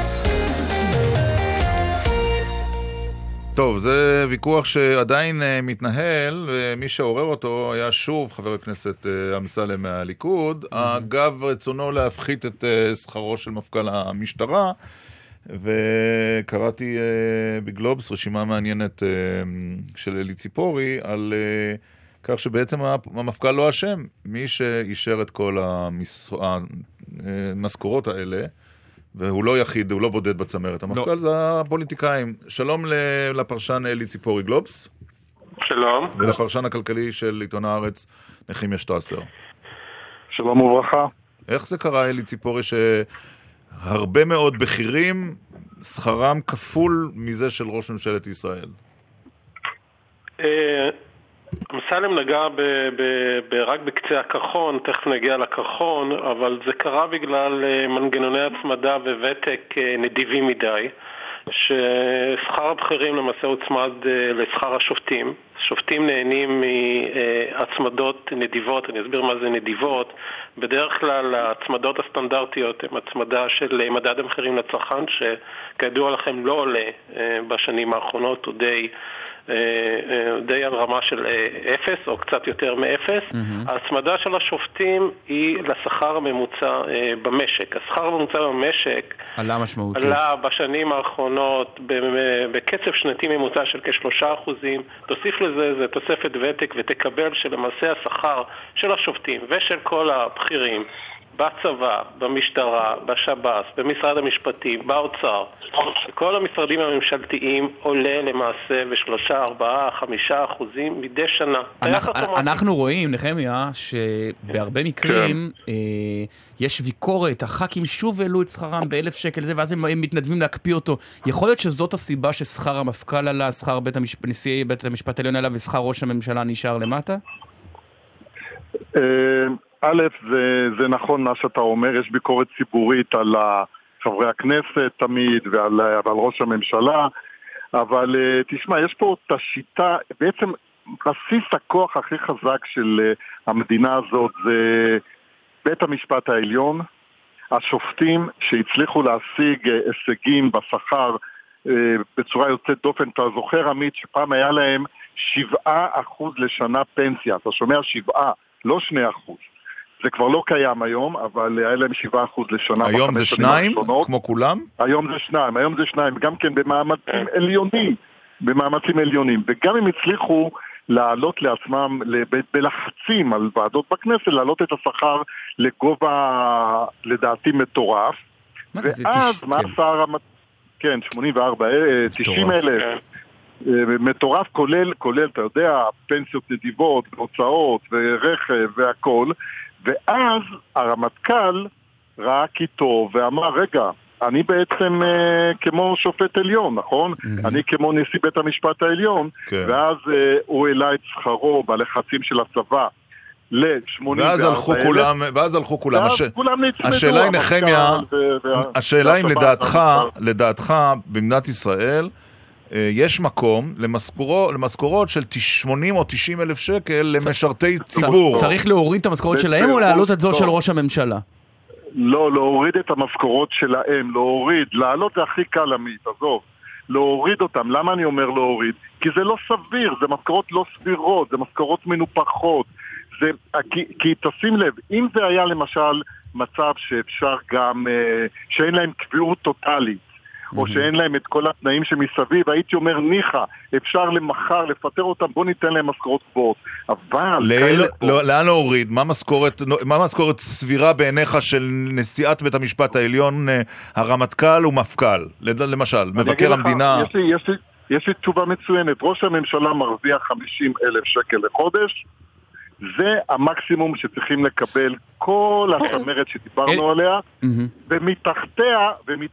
טוב, זה ויכוח שעדיין מתנהל, ומי שעורר אותו היה שוב חבר הכנסת אמסלם מהליכוד, אגב רצונו להפחית את שכרו של מפכ"ל המשטרה, וקראתי בגלובס רשימה מעניינת של אלי ציפורי על כך שבעצם המפכ"ל לא אשם. מי שאישר את כל המשכורות האלה, והוא לא יחיד, הוא לא בודד בצמרת. המפכ"ל זה הפוליטיקאים. שלום לפרשן אלי ציפורי גלובס. שלום. ולפרשן הכלכלי של עיתון הארץ, נחמיה שטרסלר. שלום וברכה. איך זה קרה, אלי ציפורי, שהרבה מאוד בכירים, שכרם כפול מזה של ראש ממשלת ישראל? אמסלם נגע רק בקצה הקרחון, תכף נגיע לקרחון, אבל זה קרה בגלל מנגנוני הצמדה וותק נדיבים מדי, ששכר הבכירים למעשה הוצמד לשכר השופטים. שופטים נהנים מהצמדות נדיבות, אני אסביר מה זה נדיבות. בדרך כלל ההצמדות הסטנדרטיות הן הצמדה של מדד המחירים לצרכן, שכידוע לכם לא עולה בשנים האחרונות, הוא די על רמה של 0 או קצת יותר מ-0. ההצמדה של השופטים היא לשכר הממוצע במשק. השכר הממוצע במשק עלה משמעותית. עלה בשנים האחרונות בקצב שנתי ממוצע של כ3%. תוסיף לזה, זה תוספת ותק, ותקבל שלמעשה השכר של השופטים ושל כל הבכירים בצבא, במשטרה, בשב"ס, במשרד המשפטים, באוצר, כל המשרדים הממשלתיים עולה למעשה ב3-4-5% מדי שנה. אנחנו רואים, נחמיה, שבהרבה מקרים יש ביקורת, הח"כים שוב העלו את שכרם ב1,000 שקל, ואז הם מתנדבים להקפיא אותו. יכול להיות שזאת הסיבה ששכר המפכ"ל עלה, שכר נשיאי בית המשפט העליון עלה, ושכר ראש הממשלה נשאר למטה? א', זה נכון מה שאתה אומר, יש ביקורת ציבורית על חברי הכנסת תמיד ועל ראש הממשלה. אבל תשמע, יש פה את השיטה, בעצם בסיס הכוח הכי חזק של המדינה הזאת זה בית המשפט העליון, השופטים שהצליחו להשיג הישגים בשכר בצורה יוצאת דופן. אתה זוכר, עמית, שפעם היה להם 7% לשנה פנסיה, אתה שומע 7, לא 2%. זה כבר לא קיים היום, אבל היה להם 7% לשנה. היום זה 2, כמו כולם? היום זה 2, גם כן במאמצים עליונים, וגם הם הצליחו לעלות לעצמם, בלחצים על ועדות בכנסת, לעלות את השכר לגובה, לדעתי, מטורף. ואז מה עשה כן, 84, 90 אלף. מטורף, כולל, אתה יודע, פנסיות נדיבות, הוצאות ורכב והכל. ואז הרמטכ"ל ראה כי טוב ואמר, רגע, אני בעצם כמו שופט עליון, נכון? אני כמו נשיא בית המשפט העליון, ואז הוא העלה את שכרו בלחצים של הצבא ל-84,000. ואז הלכו כולם. השאלה היא, נחמיה, השאלה אם לדעתך במדינת ישראל יש מקום למשכורות של 80 או 90 אלף שקל למשרתי ציבור. צריך להוריד את המשכורות שלהם או להעלות את זו של ראש הממשלה? לא, להוריד את המשכורות שלהם, להעלות זה הכי קל, עמית, עזוב. להוריד אותם. למה אני אומר להוריד? כי זה לא סביר, זה משכורות לא סבירות, זה משכורות מנופחות. כי תשים לב, אם זה היה למשל מצב שאפשר גם, שאין להם קביעות טוטלית, או שאין להם את כל התנאים שמסביב, הייתי אומר, ניחה, אפשר למחר לפטר אותם, בוא ניתן להם משכורות גבוהות. אבל... לאן להוריד? מה משכורת סבירה בעיניך של נשיאת בית המשפט העליון, הרמטכ"ל ומפכ"ל? למשל, מבקר המדינה... יש לי תשובה מצוינת. ראש הממשלה מרוויח 50,000 שקל לחודש, זה המקסימום שצריכים לקבל כל הצמרת שדיברנו עליה, ומתחתיה,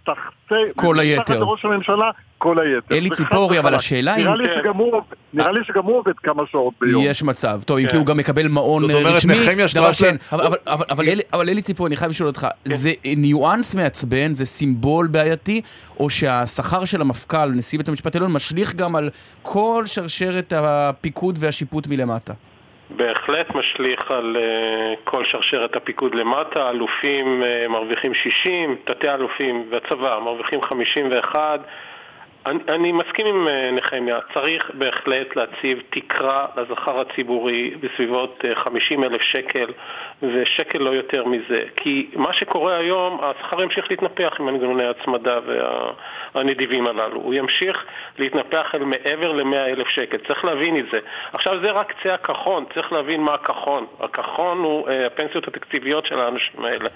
כל היתר. ראש הממשלה, כל היתר. אלי ציפורי, אבל השאלה היא... נראה לי שגם הוא עובד כמה שעות ביום. יש מצב. טוב, כי הוא גם מקבל מעון רשמי. זאת אומרת, נחמיה שטרסלר... אבל אלי ציפורי, אני חייב לשאול אותך, זה ניואנס מעצבן, זה סימבול בעייתי, או שהשכר של המפכ"ל, נשיא בית המשפט העליון, משליך גם על כל שרשרת הפיקוד והשיפוט מלמטה? בהחלט משליך על כל שרשרת הפיקוד למטה. אלופים מרוויחים 60, תתי אלופים והצבא מרוויחים 51. אני מסכים עם נחמיה, צריך בהחלט להציב תקרה לשכר הציבורי בסביבות 50,000 שקל, ושקל לא יותר מזה. כי מה שקורה היום, השכר ימשיך להתנפח עם מנגנוני הצמדה והנדיבים הללו. הוא ימשיך להתנפח אל מעבר ל100,000 שקל. צריך להבין את זה. עכשיו זה רק קצה הכחון, צריך להבין מה הכחון. הכחון הוא הפנסיות התקציביות של האנשים האלה.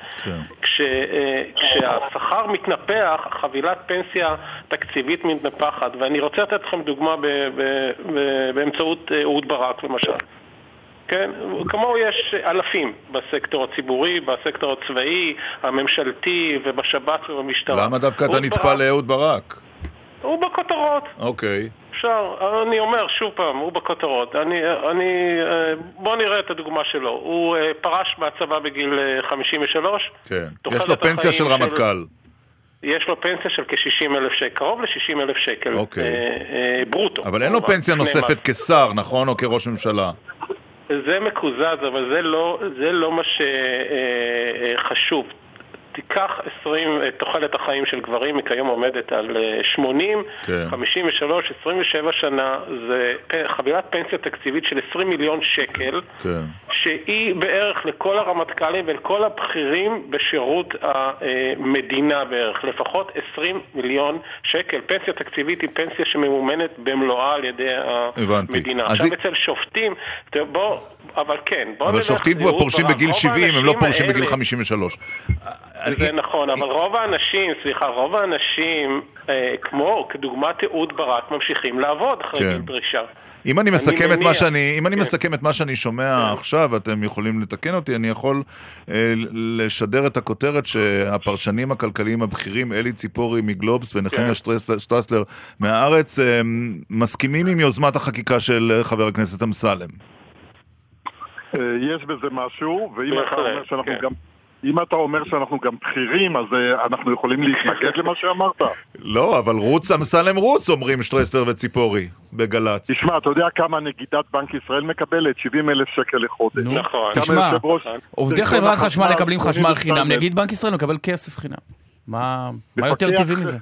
כשהשכר מתנפח, חבילת פנסיה תקציבית מתנפחת, ואני רוצה לתת לכם דוגמה באמצעות אהוד ברק למשל. כן? כמוהו יש אלפים בסקטור הציבורי, בסקטור הצבאי, הממשלתי ובשב"כ ובמשטרה. למה דווקא אתה נצפה לאהוד ברק? הוא בכותרות. אוקיי. אפשר, אני אומר שוב פעם, הוא בכותרות. בוא נראה את הדוגמה שלו. הוא פרש מהצבא בגיל 53. כן. יש לו פנסיה של רמטכ"ל. יש לו פנסיה של כ-60,000 שקל, קרוב ל-60,000 שקל ברוטו. אבל אין לו פנסיה נוספת כשר, נכון? או כראש ממשלה? זה מקוזז, אבל זה לא מה שחשוב. תיקח 20, תוחלת החיים של גברים מכיום עומדת על 80, 53, 27 שנה, זה חבילת פנסיה תקציבית של 20 מיליון שקל, שהיא בערך לכל הרמטכ"לים ולכל הבכירים בשירות המדינה בערך, לפחות 20 מיליון שקל. פנסיה תקציבית היא פנסיה שממומנת במלואה על ידי המדינה. עכשיו אצל שופטים, אבל כן, אבל שופטים כבר פורשים בגיל 70, הם לא פורשים בגיל 53. זה נכון, אבל רוב האנשים, כמו כדוגמת אהוד ברק, ממשיכים לעבוד אחרי גיל פרישה. אם אני מסכם את מה שאני שומע עכשיו, אתם יכולים לתקן אותי, אני יכול לשדר את הכותרת שהפרשנים הכלכליים הבכירים, אלי ציפורי מגלובס ונחמיה שטרסלר מהארץ, מסכימים עם יוזמת החקיקה של חבר הכנסת אמסלם. יש בזה משהו, ואם אתה אומר שאנחנו גם... אם אתה אומר שאנחנו גם בכירים, אז אנחנו יכולים להתנגד למה שאמרת. לא, אבל רוץ, אמסלם רוץ, אומרים שטרסלר וציפורי, בגלץ. תשמע, אתה יודע כמה נגידת בנק ישראל מקבלת? 70,000 שקל לחודש. נכון. תשמע, עובדי חברת חשמל מקבלים חשמל חינם, נגיד בנק ישראל מקבל כסף חינם. מה יותר טבעי מזה?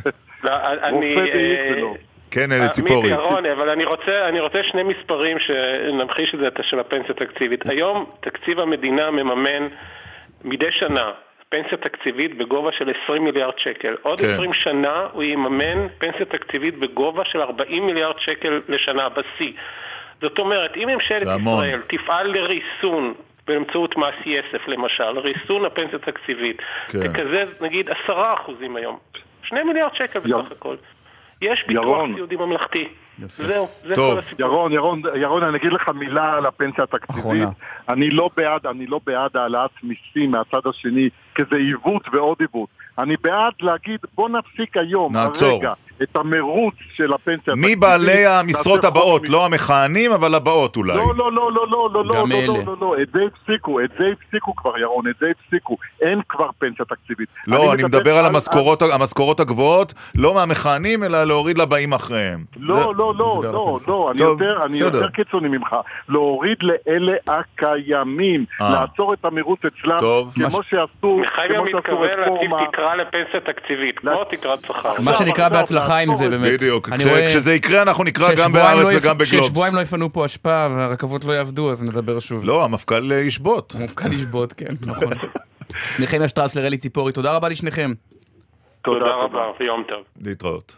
כן, ציפורי. אבל אני רוצה שני מספרים שנמחיש את זה של הפנסיה התקציבית. היום תקציב המדינה מממן מדי שנה פנסיה תקציבית בגובה של 20 מיליארד שקל. עוד 20 שנה הוא יממן פנסיה תקציבית בגובה של 40 מיליארד שקל לשנה בסי. זאת אומרת, אם ממשלת ישראל תפעל לריסון באמצעות מס יסף למשל, ריסון הפנסיה התקציבית, תקזז נגיד 10% היום, 2 מיליארד שקל בסך הכל. יש ביטוח סיעודי ממלכתי. זהו, זה כל הסיפור. ירון, אני אגיד לך מילה על הפנסיה התקציבית. אני לא בעד העלאת מיסים מהצד השני, כזה עיוות ועוד עיוות. אני בעד להגיד, בוא נפסיק היום, הרגע, את המרוץ של הפנסיה התקציבית. מי בעלי המשרות הבאות? לא המכהנים, אבל הבאות אולי. לא, את זה הפסיקו כבר, ירון, את זה הפסיקו. אין כבר פנסיה תקציבית. לא, אני מדבר על המשכורות הגבוהות, לא מהמכהנים, אלא להוריד לבאים אחריהם. לא, אני יותר קיצוני ממך. להוריד לאלה הקיימים, לעצור את המרוץ אצלם, כמו שעשו... מחייב מתכוון להציב תקרה לפנסיה תקציבית, כמו תקרת שכר. מה שנקרא בהצלחה עם זה באמת. בדיוק, כשזה יקרה אנחנו נקרא גם בארץ וגם בגלובס. כששבועיים לא יפנו פה השפעה והרכבות לא יעבדו, אז נדבר שוב. לא, המפכ"ל ישבות. המפכ"ל ישבות, כן, נכון. נחמיה שטרסלר, אלי ציפורי, תודה רבה לשניכם. תודה רבה, ויום טוב. להתראות.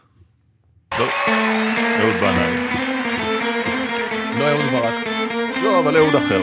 אהוד בנאי. לא אהוד ברק. לא, אבל אהוד אחר.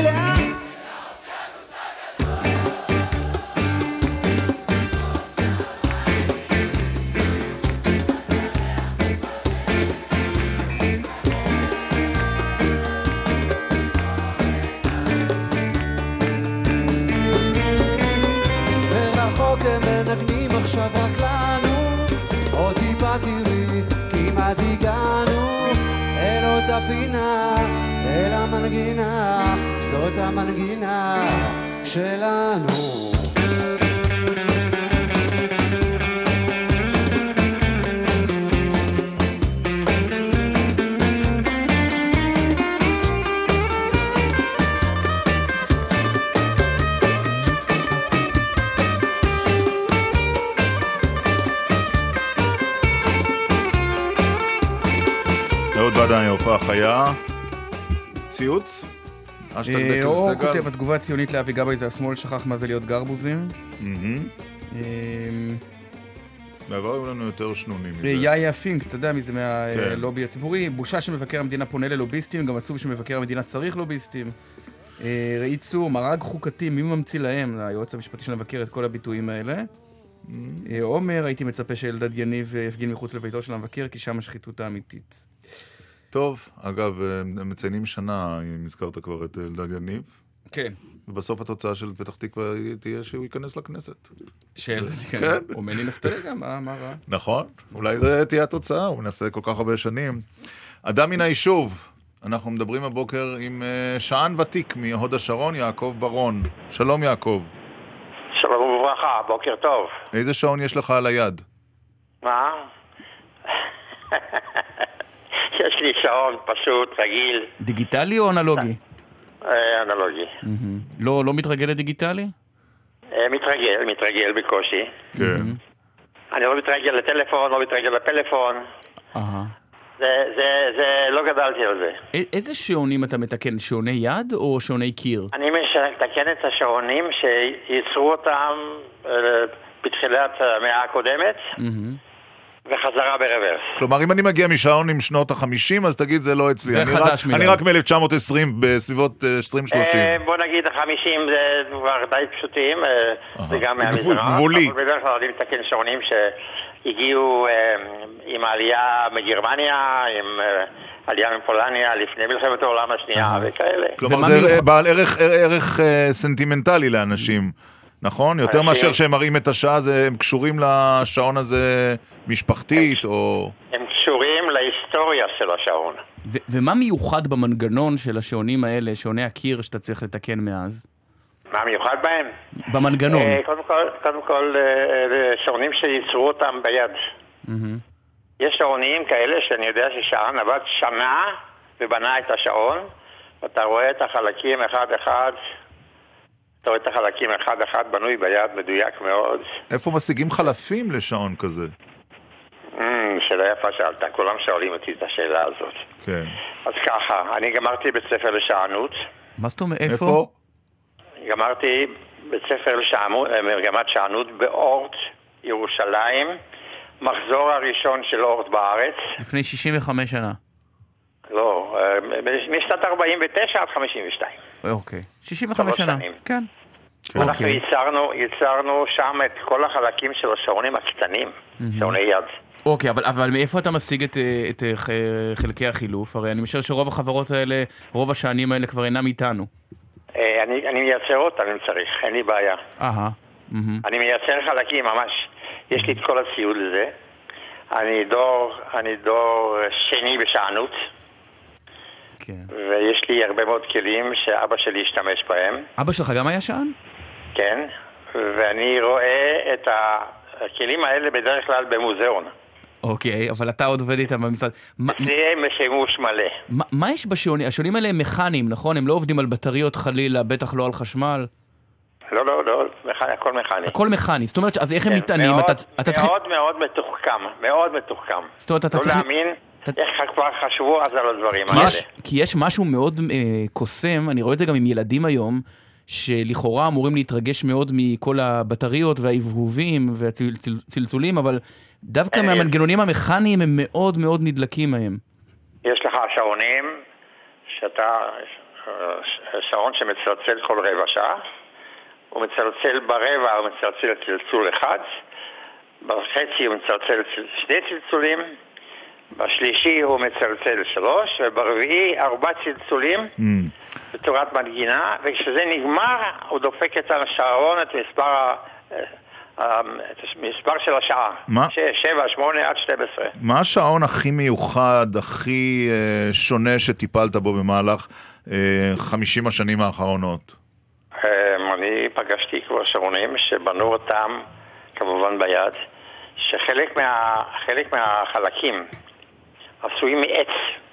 לאן? ורחוק הם מנגנים עכשיו רק לנו, עוד טיפה תראי, כמעט הגענו אל אותה פינה, אל המנגינה, זאת המנגינה שלנו. אהוד בדן, הופעה חיה. ציוץ? או כותב, התגובה הציונית לאבי גבאי זה השמאל שכח מה זה להיות גרבוזים. בעבר היו לנו יותר שנונים מזה. יאיה פינק, אתה יודע מי זה מהלובי הציבורי. בושה שמבקר המדינה פונה ללוביסטים, גם עצוב שמבקר המדינה צריך לוביסטים. ראי צור, מרג חוקתי, מי ממציא להם? היועץ המשפטי של המבקר את כל הביטויים האלה. עומר, הייתי מצפה שאלדד יניב יפגין מחוץ לביתו של המבקר, כי שם השחיתות האמיתית. טוב, אגב, הם מציינים שנה, אם הזכרת כבר את אלדד יניב. כן. ובסוף התוצאה של פתח תקווה תהיה שהוא ייכנס לכנסת. כן. או מני נפתלי גם, מה רע? נכון, אולי זה תהיה התוצאה, הוא מנסה כל כך הרבה שנים. אדם מן היישוב, אנחנו מדברים הבוקר עם שען ותיק מהוד השרון, יעקב ברון. שלום יעקב. שלום וברכה, בוקר טוב. איזה שעון יש לך על היד? מה? יש לי שעון פשוט, רגיל. דיגיטלי או אנלוגי? אנלוגי. לא מתרגל לדיגיטלי? מתרגל בקושי. כן. אני לא מתרגל לטלפון, לא מתרגל לפלאפון. זה לא גדלתי על זה. איזה שעונים אתה מתקן? שעוני יד או שעוני קיר? אני מתקן את השעונים שייצרו אותם בתחילת המאה הקודמת. וחזרה ברוורס. כלומר, אם אני מגיע משעון עם שנות ה-50, אז תגיד, זה לא אצלי. זה חדש מילה. אני רק מ-1920, בסביבות 2030. בוא נגיד, ה-50 זה כבר די פשוטים, זה גם מהמזרח. גבולי. אבל בדרך כלל יודעים לתקן שעונים שהגיעו עם העלייה מגרמניה, עם עלייה מפולניה, לפני מלחמת העולם השנייה וכאלה. כלומר, זה בעל ערך סנטימנטלי לאנשים. נכון? יותר מאשר שהם מראים את השעה, הם קשורים לשעון הזה משפחתית או... הם קשורים להיסטוריה של השעון. ומה מיוחד במנגנון של השעונים האלה, שעוני הקיר שאתה צריך לתקן מאז? מה מיוחד בהם? במנגנון. קודם כל, שעונים שייצרו אותם ביד. יש שעונים כאלה שאני יודע ששעון עבד שנה ובנה את השעון, ואתה רואה את החלקים אחד-אחד, אתה רואה את החלקים אחד-אחד בנוי ביד, מדויק מאוד. איפה משיגים חלפים לשעון כזה? שאלה יפה שאלת, כולם שואלים אותי את השאלה הזאת. כן. אז ככה, אני גמרתי בית ספר לשענות. מה זאת אומרת? איפה? גמרתי בית ספר למגמת שענות באורט, ירושלים, מחזור הראשון של אורט בארץ. לפני 65 שנה. לא, משנת 49 עד 52. אוקיי, 65 שנה, כן. אנחנו ייצרנו שם את כל החלקים של השעונים הקטנים, שעוני יד. אוקיי, אבל מאיפה אתה משיג את חלקי החילוף? הרי אני משער שרוב החברות האלה, רוב השענים האלה כבר אינם איתנו. אני מייצר אותם אם צריך, אין לי בעיה. אני מייצר חלקים ממש, יש לי את כל הציוד לזה. אני דור שני בשענות. ויש לי הרבה מאוד כלים שאבא שלי השתמש בהם. אבא שלך גם היה שען? כן, ואני רואה את הכלים האלה בדרך כלל במוזיאון. אוקיי, אבל אתה עוד עובד איתם במשרד. זה שימוש מלא. מה יש בשעונים? השעונים האלה הם מכניים, נכון? הם לא עובדים על בטריות חלילה, בטח לא על חשמל. לא, הכל מכני. הכל מכני, זאת אומרת, אז איך הם נטענים? מאוד מאוד מתוחכם, מאוד מתוחכם. זאת אומרת, אתה צריך... לא להאמין איך כבר חשבו אז על הדברים האלה. כי יש משהו מאוד קוסם, אני רואה את זה גם עם ילדים היום, שלכאורה אמורים להתרגש מאוד מכל הבטריות וההבהובים והצלצולים, אבל דווקא מהמנגנונים המכניים הם מאוד מאוד נדלקים מהם. יש לך שעונים שאתה שעון שמצלצל כל רבע שעה, הוא מצלצל ברבע, הוא מצלצל צלצול אחד, בחצי הוא מצלצל שני צלצולים, בשלישי הוא מצלצל 3, וברביעי 4 צלצולים בצורת מנגינה, וכשזה נגמר הוא דופק את השעון, את מספר של השעה, 7, 8 עד 12. מה השעון הכי מיוחד, הכי שונה שטיפלת בו במהלך 50 השנים האחרונות? אני פגשתי כבר שעונים שבנו אותם כמובן ביד, שחלק מהחלקים עשויים מעץ.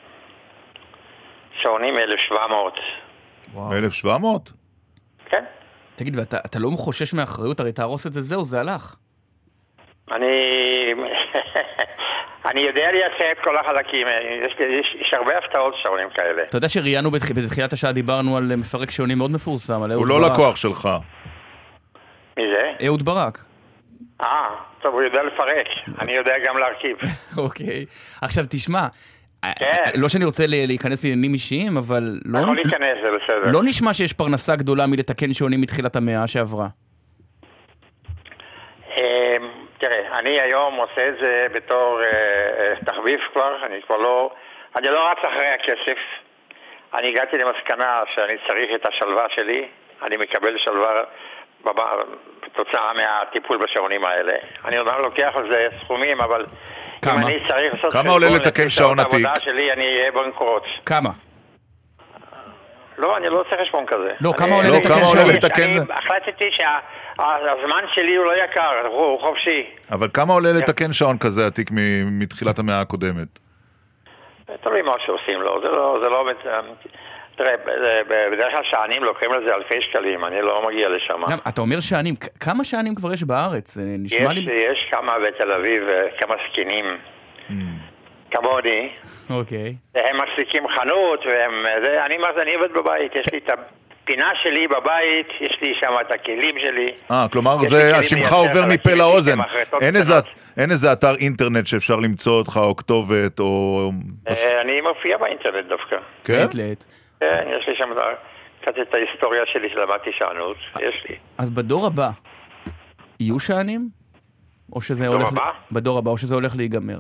שעונים 1700. 1700? כן. תגיד, ואתה לא חושש מאחריות? הרי תהרוס את זה, זהו, זה הלך. אני יודע לייצא את כל החלקים, יש הרבה הפתעות שעונים כאלה. אתה יודע שראיינו בתחילת השעה, דיברנו על מפרק שעונים מאוד מפורסם, על אהוד ברק. הוא לא לקוח שלך. מי זה? אהוד ברק. טוב, הוא יודע לפרק, אני יודע גם להרכיב. אוקיי, עכשיו תשמע, לא שאני רוצה להיכנס לעניינים אישיים, אבל יכול להיכנס, זה בסדר. לא נשמע שיש פרנסה גדולה מלתקן שעונים מתחילת המאה שעברה. תראה, אני היום עושה את זה בתור תחביב כבר, אני לא רץ אחרי הכסף. אני הגעתי למסקנה שאני צריך את השלווה שלי, אני מקבל שלווה בתוצאה מהטיפול בשעונים האלה. אני אומר, לוקח על זה סכומים, אבל אם אני צריך לעשות כמה עולה לתקן שעון עתיק? העבודה שלי, אני אהיה בנקרוץ. כמה? לא, אני לא עושה חשבון כזה. לא, כמה עולה לתקן שעון? אני החלטתי שהזמן שלי הוא לא יקר, הוא חופשי. אבל כמה עולה לתקן שעון כזה עתיק מתחילת המאה הקודמת? תלוי מה שעושים לו, זה לא... תראה, בדרך כלל שענים לוקחים לזה אלפי שקלים, אני לא מגיע לשם. אתה אומר שענים, כמה שענים כבר יש בארץ? יש כמה בתל אביב, כמה סקינים. כמוני. אוקיי. הם מחזיקים חנות, אני עובד בבית, יש לי את הפינה שלי בבית, יש לי שם את הכלים שלי. כלומר, השמך עובר מפה לאוזן. אין איזה אתר אינטרנט שאפשר למצוא אותך, או כתובת, או... אני מופיע באינטרנט דווקא. כן? כן, יש לי שם קצת את ההיסטוריה שלי שלמדתי שענות, יש לי. אז בדור הבא, יהיו שענים? בדור הבא, או שזה הולך להיגמר?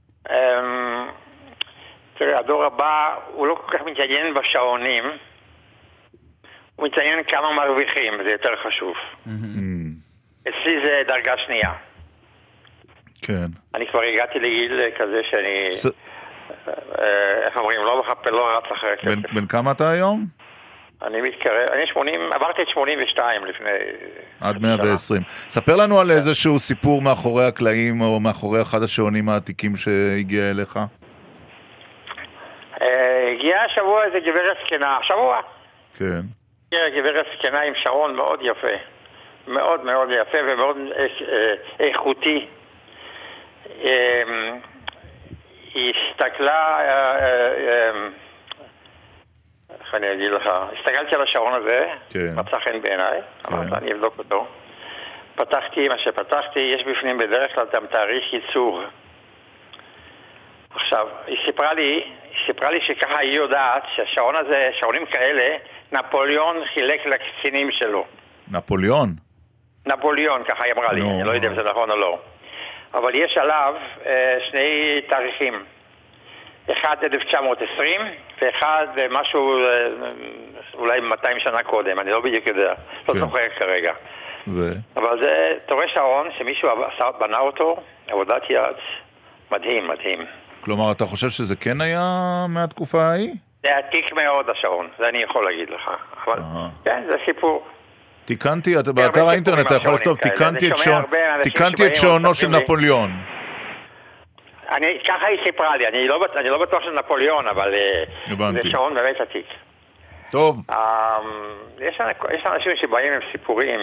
תראה, הדור הבא הוא לא כל כך מתעניין בשעונים, הוא מתעניין כמה מרוויחים, זה יותר חשוב. אצלי זה דרגה שנייה. כן. אני כבר הגעתי לגיל כזה שאני, איך אומרים, לא רץ אחרי הכסף. בן כמה אתה היום? אני מתקרב, אני 80, עברתי את 82 לפני... עד 120. ספר לנו על איזשהו סיפור מאחורי הקלעים, או מאחורי אחד השעונים העתיקים שהגיע אליך. הגיעה השבוע איזה גברת סקנה, שבוע. כן. הגיעה גברת סקנה עם שעון מאוד יפה. מאוד מאוד יפה ומאוד איכותי. היא הסתכלה, איך אני אגיד לך, הסתכלתי על השעון הזה, מצא חן בעיניי, אמרת, אני אבדוק אותו. פתחתי מה שפתחתי, יש בפנים בדרך כלל גם תאריך ייצור. עכשיו, היא סיפרה לי שככה היא יודעת שהשעון הזה, שעונים כאלה, נפוליאון חילק לקצינים שלו. נפוליאון? נפוליאון, ככה היא אמרה לי, אני לא יודע אם זה נכון או לא. אבל יש עליו שני תאריכים. אחד 1920 ואחד משהו אולי 200 שנה קודם, אני לא בדיוק יודע, לא זוכר כרגע. אבל זה תורש שעון שמישהו בנה אותו, עבודת יד, מדהים, מדהים. כלומר, אתה חושב שזה כן היה מהתקופה ההיא? זה עתיק מאוד השעון, זה אני יכול להגיד לך. אבל כן, זה סיפור. תיקנתי, באתר האינטרנט אתה יכול לכתוב, תיקנתי את שעונו של נפוליאון. ככה היא סיפרה לי, אני לא בטוח של נפוליאון, אבל זה שעון באמת עתיק. טוב. יש אנשים שבאים עם סיפורים,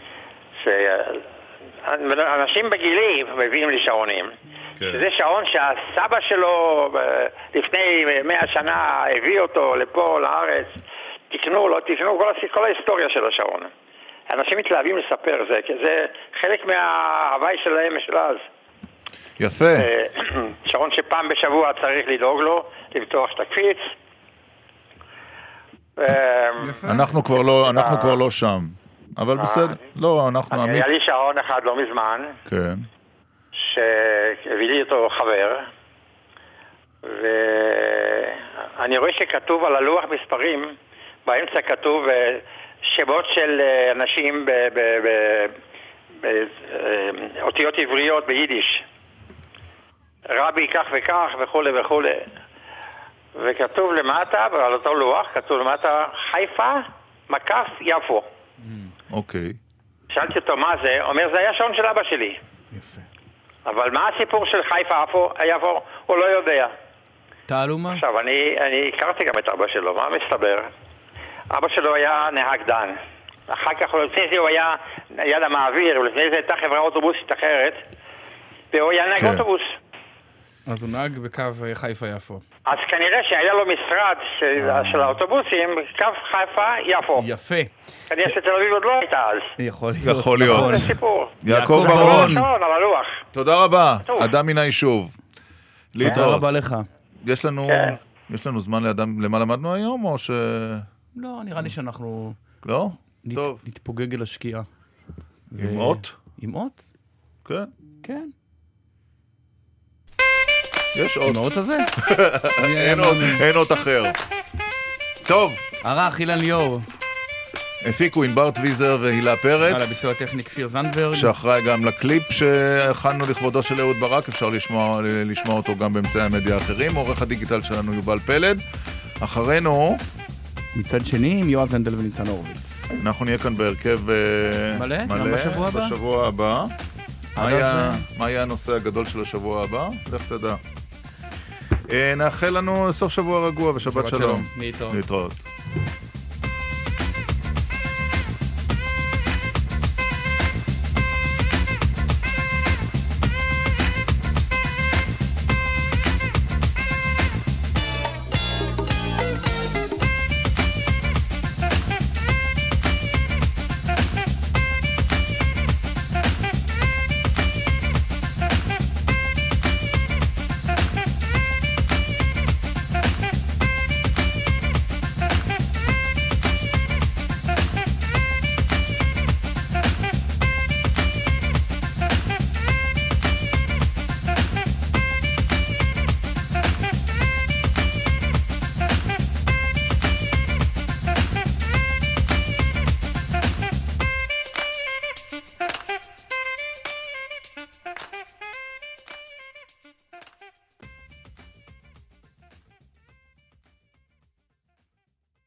אנשים בגילי מביאים לי שעונים, שזה שעון שהסבא שלו לפני 100 שנה הביא אותו לפה, לארץ, תקנו, לא תקנו, כל ההיסטוריה של השעון. אנשים מתלהבים לספר זה, כי זה חלק מההוואי שלהם של אז. יפה. שעון שפעם בשבוע צריך לדאוג לו, לפתוח את הקפיץ. אנחנו כבר לא שם. אבל בסדר. לא, אנחנו... היה לי שעון אחד לא מזמן. כן. שהביא לי אותו חבר. ואני רואה שכתוב על הלוח מספרים, באמצע כתוב שמות של אנשים באותיות עבריות ביידיש. רבי כך וכך וכו' וכו'. וכתוב למטה, על אותו לוח, כתוב למטה חיפה, מקף, יפו. אוקיי. שאלתי אותו מה זה, אומר זה היה שעון של אבא שלי. יפה. אבל מה הסיפור של חיפה, יפו, הוא לא יודע. תעלו מה? עכשיו, אני הכרתי גם את אבא שלו, מה מסתבר? אבא שלו היה נהג דן. אחר כך, לפני זה הוא היה יד המעביר, ולפני זה הייתה חברה אוטובוסית אחרת, והוא היה נהג אוטובוס. אז הוא נהג בקו חיפה יפו. אז כנראה שהיה לו משרד של האוטובוסים, קו חיפה יפו. יפה. כנראה שתל אביב עוד לא הייתה אז. יכול להיות. זה סיפור. יעקב ברון. על הלוח. תודה רבה. אדם מן היישוב. תודה רבה לך. יש לנו זמן למה למדנו היום, או ש... לא, נראה לי שאנחנו... לא? טוב. נתפוגג אל השקיעה. עם אות? עם אות? כן. כן. יש אות. עם האות הזה? אין אות אחר. טוב. ערך אילן ליאור. הפיקו ענבר טוויזר והילה פרץ. על הביצוע הטכני כפיר זנדברג. שאחראי גם לקליפ שהכנו לכבודו של אהוד ברק. אפשר לשמוע אותו גם באמצעי המדיה האחרים. עורך הדיגיטל שלנו יובל פלד. אחרינו... מצד שני עם יועז הנדל וניצן הורוביץ. אנחנו נהיה כאן בהרכב מלא בשבוע הבא. מה יהיה הנושא הגדול של השבוע הבא? לך תדע. נאחל לנו סוף שבוע רגוע ושבת שלום. להתראות.